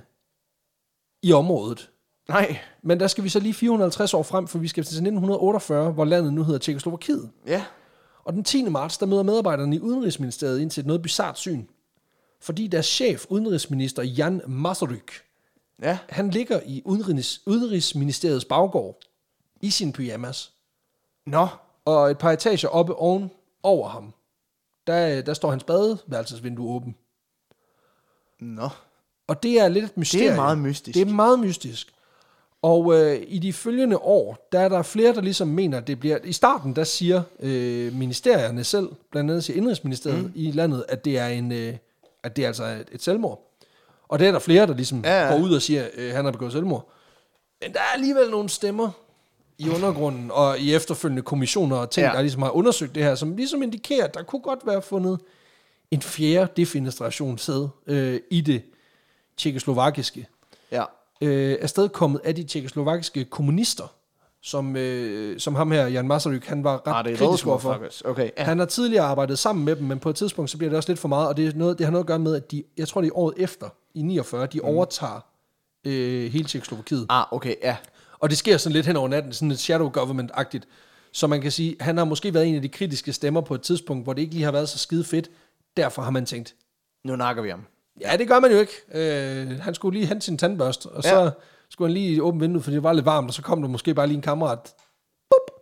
i området. Nej. Men der skal vi så lige fire hundrede og halvtreds år frem, for vi skal til nitten otteogfyrre, hvor landet nu hedder Tjekkoslovakiet. Ja. Og den tiende marts, der møder medarbejderne i Udenrigsministeriet ind til et noget bizart syn. Fordi deres chef, udenrigsminister Jan Masaryk, ja. han ligger i udenrigs, Udenrigsministeriets baggård i sin pyjamas. Nå. Og et par etager oppe oven over ham, der, der står hans badeværelsesvindue åben. Nå. Og det er lidt et mysterium. Det er meget mystisk. Det er meget mystisk. Og øh, i de følgende år, der er der flere, der ligesom mener, at det bliver... I starten, der siger øh, ministerierne selv, blandt andet siger Indrigsministeriet mm. i landet, at det er en, øh, at det er altså et, et selvmord. Og det er der flere, der ligesom ja, ja. går ud og siger, at øh, han har begået selvmord. Men der er alligevel nogle stemmer i undergrunden, og i efterfølgende kommissioner og ting, ja. der ligesom har undersøgt det her, som ligesom indikerer, at der kunne godt være fundet en fjerde defenestration sted øh, i det tjekkoslovakiske. Ja. Øh, afstedkommet af de tjekkoslovakiske kommunister, som, øh, som ham her, Jan Masaryk, han var ret ah, kritisk overfor. Okay. Ja. Han har tidligere arbejdet sammen med dem, men på et tidspunkt, så bliver det også lidt for meget, og det, er noget, det har noget at gøre med, at de, jeg tror det er året efter, i niogfyrre, de mm. overtager øh, hele Tjekkoslovakiet. Ah, okay, ja. Og det sker sådan lidt hen over natten, sådan et shadow government-agtigt. Så man kan sige, han har måske været en af de kritiske stemmer på et tidspunkt, hvor det ikke lige har været så skide fedt. Derfor har man tænkt, nu nakker vi ham. Ja, det gør man jo ikke. Øh, han skulle lige hente sin tandbørste, og ja. så skulle han lige åbne vinduet, fordi det var lidt varmt, og så kom der måske bare lige en kammerat. Bup!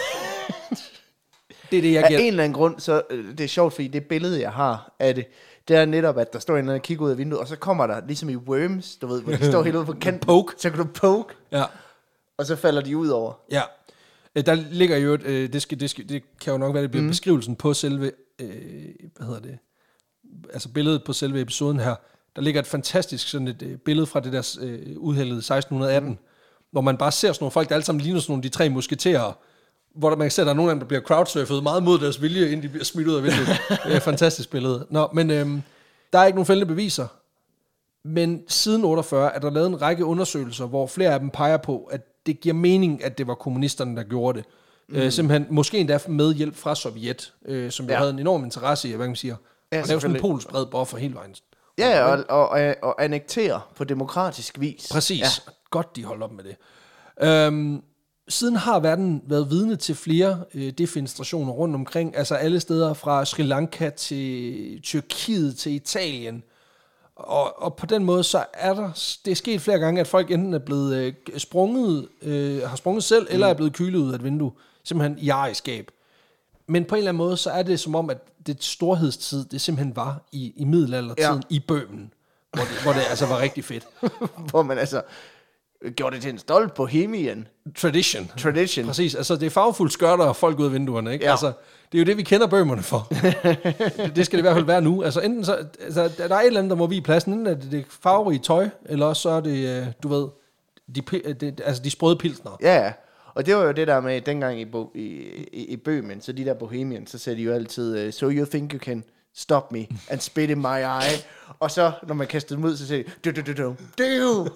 Det er det, jeg gætter. Af en eller anden grund, så det er sjovt, fordi det billede, jeg har af det, det er netop, at der står en eller anden og kigger ud af vinduet, og så kommer der, ligesom i Worms, du ved, hvor de står helt ude på kanten. Poke. Så kan du poke, ja. og så falder de ud over. Ja. Der ligger jo, et, det, skal, det, skal, det kan jo nok være, det bliver mm. beskrivelsen på selve, øh, hvad hedder det, altså billedet på selve episoden her. Der ligger et fantastisk sådan et øh, billede fra det der øh, udhældede seksten atten, mm. hvor man bare ser sådan nogle folk, der alle sammen ligner sådan nogle de tre musketerer, hvor der, man kan se, at der er nogle af dem, der bliver crowdsurfet meget mod deres vilje, inden de bliver smidt ud af vinduet. Det er et fantastisk billede. Nå, men øhm, der er ikke nogen fældende beviser. Men siden otteogfyrre er der lavet en række undersøgelser, hvor flere af dem peger på, at det giver mening, at det var kommunisterne, der gjorde det. Mm. Øh, simpelthen, måske endda med hjælp fra Sovjet, øh, som jo ja. havde en enorm interesse i, hvad man siger, ja, og lave sådan en polsbred buffer hele vejen. Ja, og, og, og, og annektere på demokratisk vis. Præcis. Ja. Godt, de holdt op med det. Øhm, Siden har verden været vidne til flere øh, defenestrationer rundt omkring, altså alle steder fra Sri Lanka til Tyrkiet til Italien. Og, og på den måde så er der, det er sket flere gange, at folk enten er blevet øh, sprunget, øh, har sprunget selv, mm. eller er blevet kylet ud af et vindue, simpelthen i ejerskab. Men på en eller anden måde, så er det som om, at det storhedstid, det simpelthen var i, i middelaldertiden ja. i Bøhmen, hvor det, hvor det altså var rigtig fedt. Hvor man altså gjorde det til en stolt bohemian. Tradition. Tradition. Præcis, altså det er farvefuldt skørter og folk ud af vinduerne, ikke? Ja. Altså, det er jo det, vi kender bømmerne for. det, det skal det i hvert fald være nu. Altså enten så, altså, der er et eller andet, der må vige pladsen, enten er det, det farverige tøj, eller også så er det, du ved, de, det, altså de sprøde pilsner. Ja, og det var jo det der med, dengang i, bo, i, i, i Bøhmen, så de der bohemian, så sagde de jo altid, so you think you can stop me and spit in my eye. Og så, når man kastede dem ud, så sagde de, du, du, du, du, du.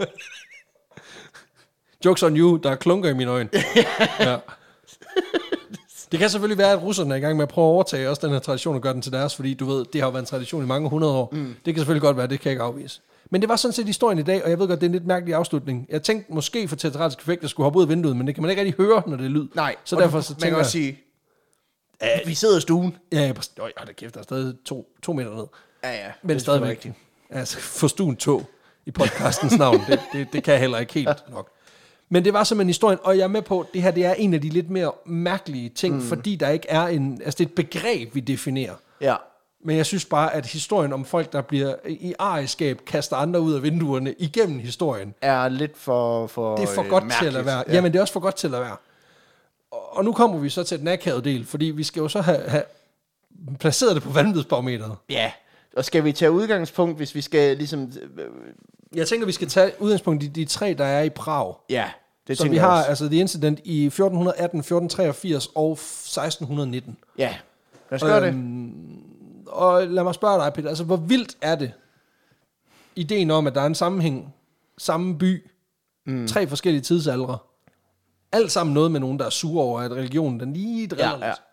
Jokes on you, der er klunker i mine øjne. Ja. Det kan selvfølgelig være, at russerne er i gang med at prøve at overtage også den her tradition og gøre den til deres, fordi du ved, det har jo været en tradition i mange hundrede år. Mm. Det kan selvfølgelig godt være, det kan jeg ikke afvise. Men det var sådan set historien i dag, og jeg ved godt, det er en lidt mærkelig afslutning. Jeg tænkte måske for teatralsk effekt, at skulle hoppe ud af vinduet, men det kan man ikke rigtig høre, når det er lyd. Nej, så derfor så man kan også sige, at vi sidder i stuen. Ja, ja, ja, det kæft, der er stadig to, to meter ned. Ja, ja. Men stadigvæk rigtigt. Altså, for stuen to i podcastens navn, det, det, det kan jeg heller ikke helt nok. Men det var simpelthen historien, og jeg er med på, at det her det er en af de lidt mere mærkelige ting, mm. fordi der ikke er en, altså det er et begreb, vi definerer. Ja. Men jeg synes bare, at historien om folk, der bliver i ejerskab, kaster andre ud af vinduerne igennem historien, er lidt for, for det er for godt til at lade være. Ja. Jamen, det er også for godt til at lade være. Og, og nu kommer vi så til den akavede del, fordi vi skal jo så have, have placeret det på vanvidsbarometeret. Ja, og skal vi tage udgangspunkt, hvis vi skal ligesom... Jeg tænker, vi skal tage udgangspunkt i de tre, der er i Prag. Ja, det som vi har, også. Altså The Incident i fjorten atten, fjorten treogfirs og seksten nitten. Ja, lad os gøre øhm, det. Og lad mig spørge dig, Peter, altså hvor vildt er det, ideen om, at der er en sammenhæng, samme by, mm. tre forskellige tidsaldre, alt sammen noget med nogen, der er sure over, at religionen den lige driller ja, ja. lidt.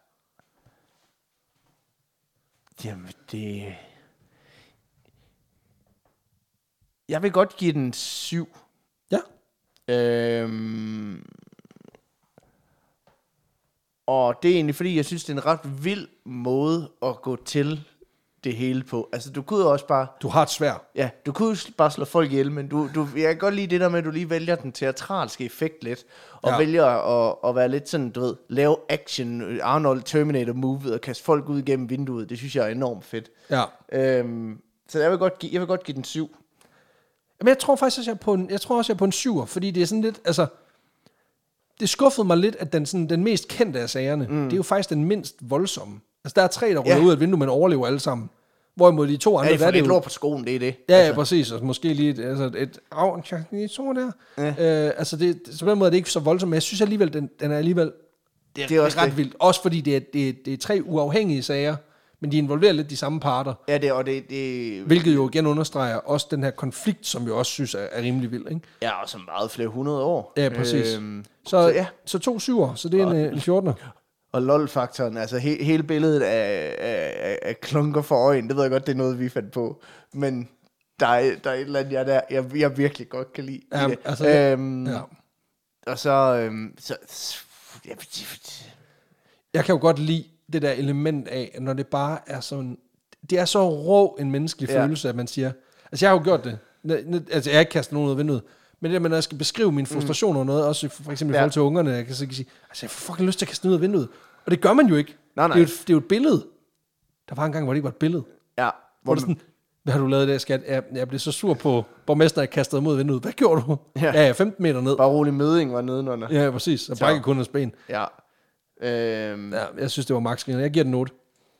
Jamen, det... Jeg vil godt give den syv. Ja. Øhm, og det er egentlig fordi, jeg synes, det er en ret vild måde at gå til det hele på. Altså, du kunne også bare... Du har et svær. Ja, du kunne bare slå folk ihjel, men du, du, jeg kan godt lide det der med, at du lige vælger den teatralske effekt lidt, og ja. vælger at, at være lidt sådan, du ved, lave action, Arnold Terminator-movet, og kaste folk ud igennem vinduet. Det synes jeg er enormt fedt. Ja. Øhm, så jeg vil, godt give, jeg vil godt give den syv. Men jeg tror faktisk også, jeg er på en, jeg tror også, jeg er på en syver, fordi det er sådan lidt, altså, det skuffede mig lidt, at den, sådan, den mest kendte af sagerne, mm. det er jo faktisk den mindst voldsomme. Altså, der er tre, der ruller ja. ud af et vindue, men overlever alle sammen. Hvorimod de to andre... Ja, det er det lort på skoen, det er det. Ja, altså. Ja, præcis. Og måske lige et... Altså et au, lige så der. Ja. Øh, altså, det, så på den måde er det ikke så voldsomt, men jeg synes alligevel, den, den er alligevel... Det er, det er, også det er ret det. vildt. Også fordi det er, det, er, det er tre uafhængige sager, men de involverer lidt de samme parter. Ja, det og det... det hvilket jo igen understreger også den her konflikt, som vi også synes er, er rimelig vild, ikke? Ja, og som meget flere hundrede år. Ja, præcis. Øhm, så, så, ja. så to syver, så det er og, en, en fjortener. Og lol-faktoren, altså he, hele billedet af, af, af klunker for øjen, det ved jeg godt, det er noget, vi fandt på. Men der er, der er et eller andet, jeg, der, jeg, jeg virkelig godt kan lide. Ja, altså, øhm, ja. Og så... Øhm, så ja, Jeg kan jo godt lide det der element af, når det bare er sådan, det er så rå en menneskelig ja. følelse, at man siger, altså jeg har jo gjort det, altså jeg har ikke kastet nogen ud af vinduet, men det, når jeg skal beskrive min frustration over noget, også for eksempel i forhold til ungerne, jeg kan så sige, altså jeg får fucking lyst til at kaste noget ud af vinduet, og det gør man jo ikke. Nej, nej. Det, er jo, det er jo et billede. Der var en gang, hvor det ikke var et billede. Ja. Hvor det sådan, hvad har du lavet der, skat? Jeg, jeg blev så sur på borgmesteren, jeg kastede mod vinduet. Hvad gjorde du? Ja, ja, ja femten meter ned. Bare rolig møding var nedenunder. Ja, præcis. Og brækkede kun hans ben. Ja. Øhm. Ja, jeg synes, det var max. Jeg giver den otte.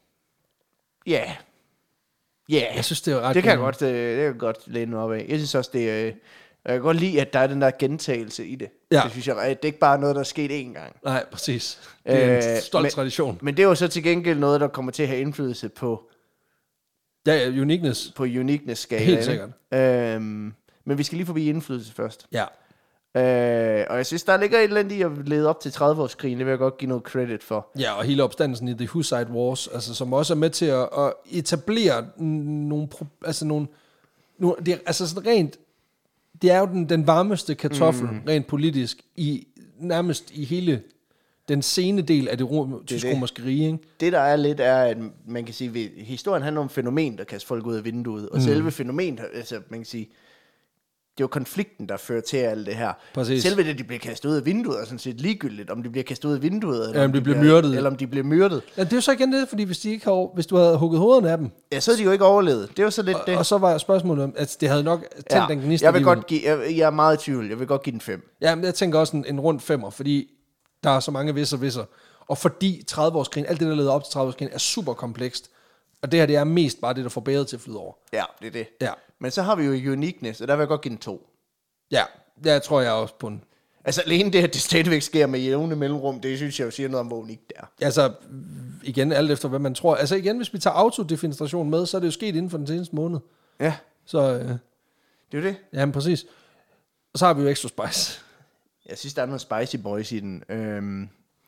Ja. Yeah. Ja. Yeah. Jeg synes, det var ret. Det kan jeg godt, det, det kan jeg godt læne op af. Jeg synes også, det er... Jeg kan godt lide, at der er den der gentagelse i det. Ja. Det synes jeg, det er ikke bare noget, der er sket én gang. Nej, præcis. Det er en øh, stolt men, tradition. Men det er jo så til gengæld noget, der kommer til at have indflydelse på... Ja, ja, uniqueness. På uniqueness-skala. Helt sikkert. Øhm, men vi skal lige forbi indflydelse først. Ja. Øh, og jeg synes, der ligger et eller andet i at lede op til tredive-årskrigen. Det vil jeg godt give noget credit for. Ja, og hele opstandelsen i The Hussite Wars, altså, som også er med til at, at etablere nogle... Altså, nogle, nogle det er, altså sådan rent... Det er jo den, den varmeste kartoffel, mm. rent politisk, i nærmest i hele den sene del af det rom, tysk-romerske rige. Ikke? Det, der er lidt, er, at man kan sige, at historien handler om fænomen, der kaster folk ud af vinduet. Og mm. selve fænomenet, altså man kan sige, det er jo konflikten, der fører til alt det her. Præcis. Selve det, de bliver kastet ud af vinduet, er sådan set ligegyldigt, om de bliver kastet ud af vinduet, eller, ja, om, de de bliver bliver, myrdet. eller om de bliver myrdet. Ja, det er jo så igen det, fordi hvis, de ikke har, hvis du havde hugget hovederne af dem... Ja, så havde de jo ikke overlevet. Det er jo så lidt og, det. Og så var spørgsmålet om, at det havde nok tændt ja, den gnist. Jeg vil godt give, jeg, jeg er meget i tvivl. Jeg vil godt give den fem. Ja, men jeg tænker også en, en rund femmer, fordi der er så mange visser visser. Og fordi tredive-årskrigen, alt det, der leder op til tredive-årskrigen, er super komplekst. Og det her, det er mest bare det, der får bæret til at flyde over. Ja, det er det. Ja. Men så har vi jo uniqueness, og der vil jeg godt give den to. Ja, jeg tror jeg også på en... Altså alene det, at det stadigvæk sker med jævne mellemrum, det synes jeg jo siger noget om, hvor unikt det er. Altså, igen, alt efter hvad man tror. Altså igen, hvis vi tager autodefenestration med, så er det jo sket inden for den seneste måned. Ja. Så... Øh, det er jo det. Jamen, præcis. Og så har vi jo Extra Spice. Jeg synes, der er noget spicy boys i den. Øhm...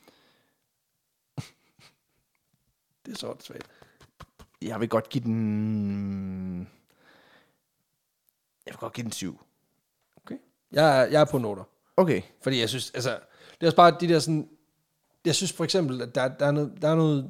det er så svagt. Jeg vil godt give den... Jeg vil godt give den syv. Okay. Jeg er, jeg er på noter. Okay. Fordi jeg synes, altså... Det er også bare de der sådan... Jeg synes for eksempel, at der, der, er, noget, der er noget...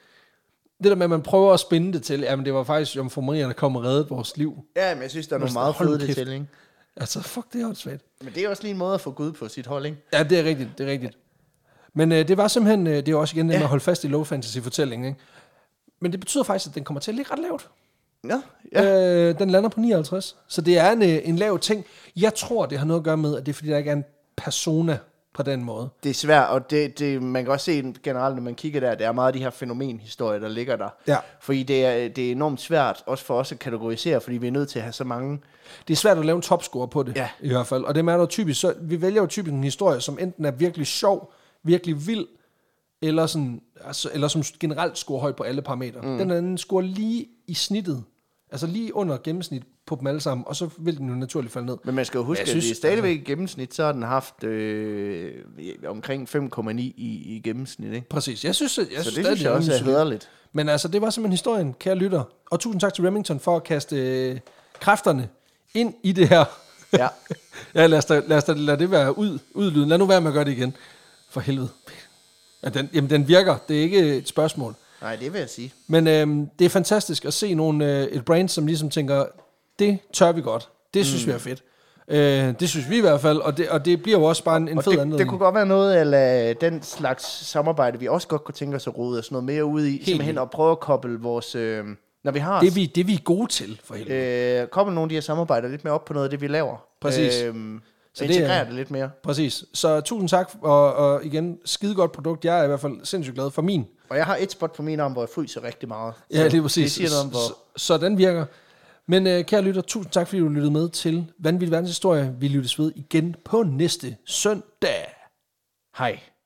Det der med, at man prøver at spænde det til, jamen det var faktisk Jomfru Maria, der kom og reddede vores liv. Ja, men jeg synes, der er noget meget fede det til, ikke? Altså, fuck, det er også svært. Men det er også lige en måde at få Gud på sit hold, ikke? Ja, det er rigtigt, det er rigtigt. Men øh, det var simpelthen, øh, det er også igen det ja. med at holde fast i low fantasy-fortællingen, ikke? Men det betyder faktisk, at den kommer til at ligge ret lavt. Ja, ja. Øh, den lander på nioghalvtreds. Så det er en, en lav ting. Jeg tror, det har noget at gøre med, at det er fordi, der ikke er en persona på den måde. Det er svært, og det, det, man kan også se generelt, når man kigger der, det er meget af de her fænomenhistorier, der ligger der. Ja. Fordi det er, det er enormt svært, også for os at kategorisere, fordi vi er nødt til at have så mange... Det er svært at lave en topscore på det, ja. i hvert fald. Og det er der typisk, så vi vælger jo typisk en historie, som enten er virkelig sjov, virkelig vild, eller, sådan, altså, eller som generelt scorer højt på alle parametre. Mm. Den anden scorer lige i snittet, altså lige under gennemsnit på dem alle sammen, og så vil den jo naturligt falde ned. Men man skal jo huske, synes, at det er stadigvæk altså, i gennemsnit, så har den haft øh, omkring fem komma ni i, i gennemsnit, ikke? Præcis. Jeg synes, jeg så synes, det synes jeg også er hæderligt. Men altså, det var simpelthen historien, kære lytter. Og tusind tak til Remington for at kaste øh, kræfterne ind i det her. Ja. ja, lad os da, lad os da lad det være ud, udlyden. Lad nu være med at gøre det igen. For helvede. Ja, den, jamen, den virker. Det er ikke et spørgsmål. Nej, det vil jeg sige. Men øhm, det er fantastisk at se nogle, øh, et brand, som ligesom tænker, det tør vi godt. Det synes mm. vi er fedt. Øh, det synes vi i hvert fald, og det, og det bliver jo også bare en, en fed det, anledning. Det kunne godt være noget af den slags samarbejde, vi også godt kunne tænke os at rode os noget mere ud i. Helt simpelthen at prøve at koble vores... Øh, når vi har det, vi, det vi er gode til, for helvede. Øh, koble nogle af de her samarbejder lidt mere op på noget af det, vi laver. Præcis. Øh, så integrerer det, det lidt mere. Præcis. Så tusind tak, og, og igen, skide godt produkt. Jeg er i hvert fald sindssygt glad for min. Og jeg har et spot på min arm, hvor jeg fryser rigtig meget. Ja, det er præcis. Det siger noget om, hvor... Så, så den virker. Men øh, kære lytter, tusind tak, fordi du lyttede med til Vanvittig Verdenshistorie. Vi lyttes ved igen på næste søndag. Hej.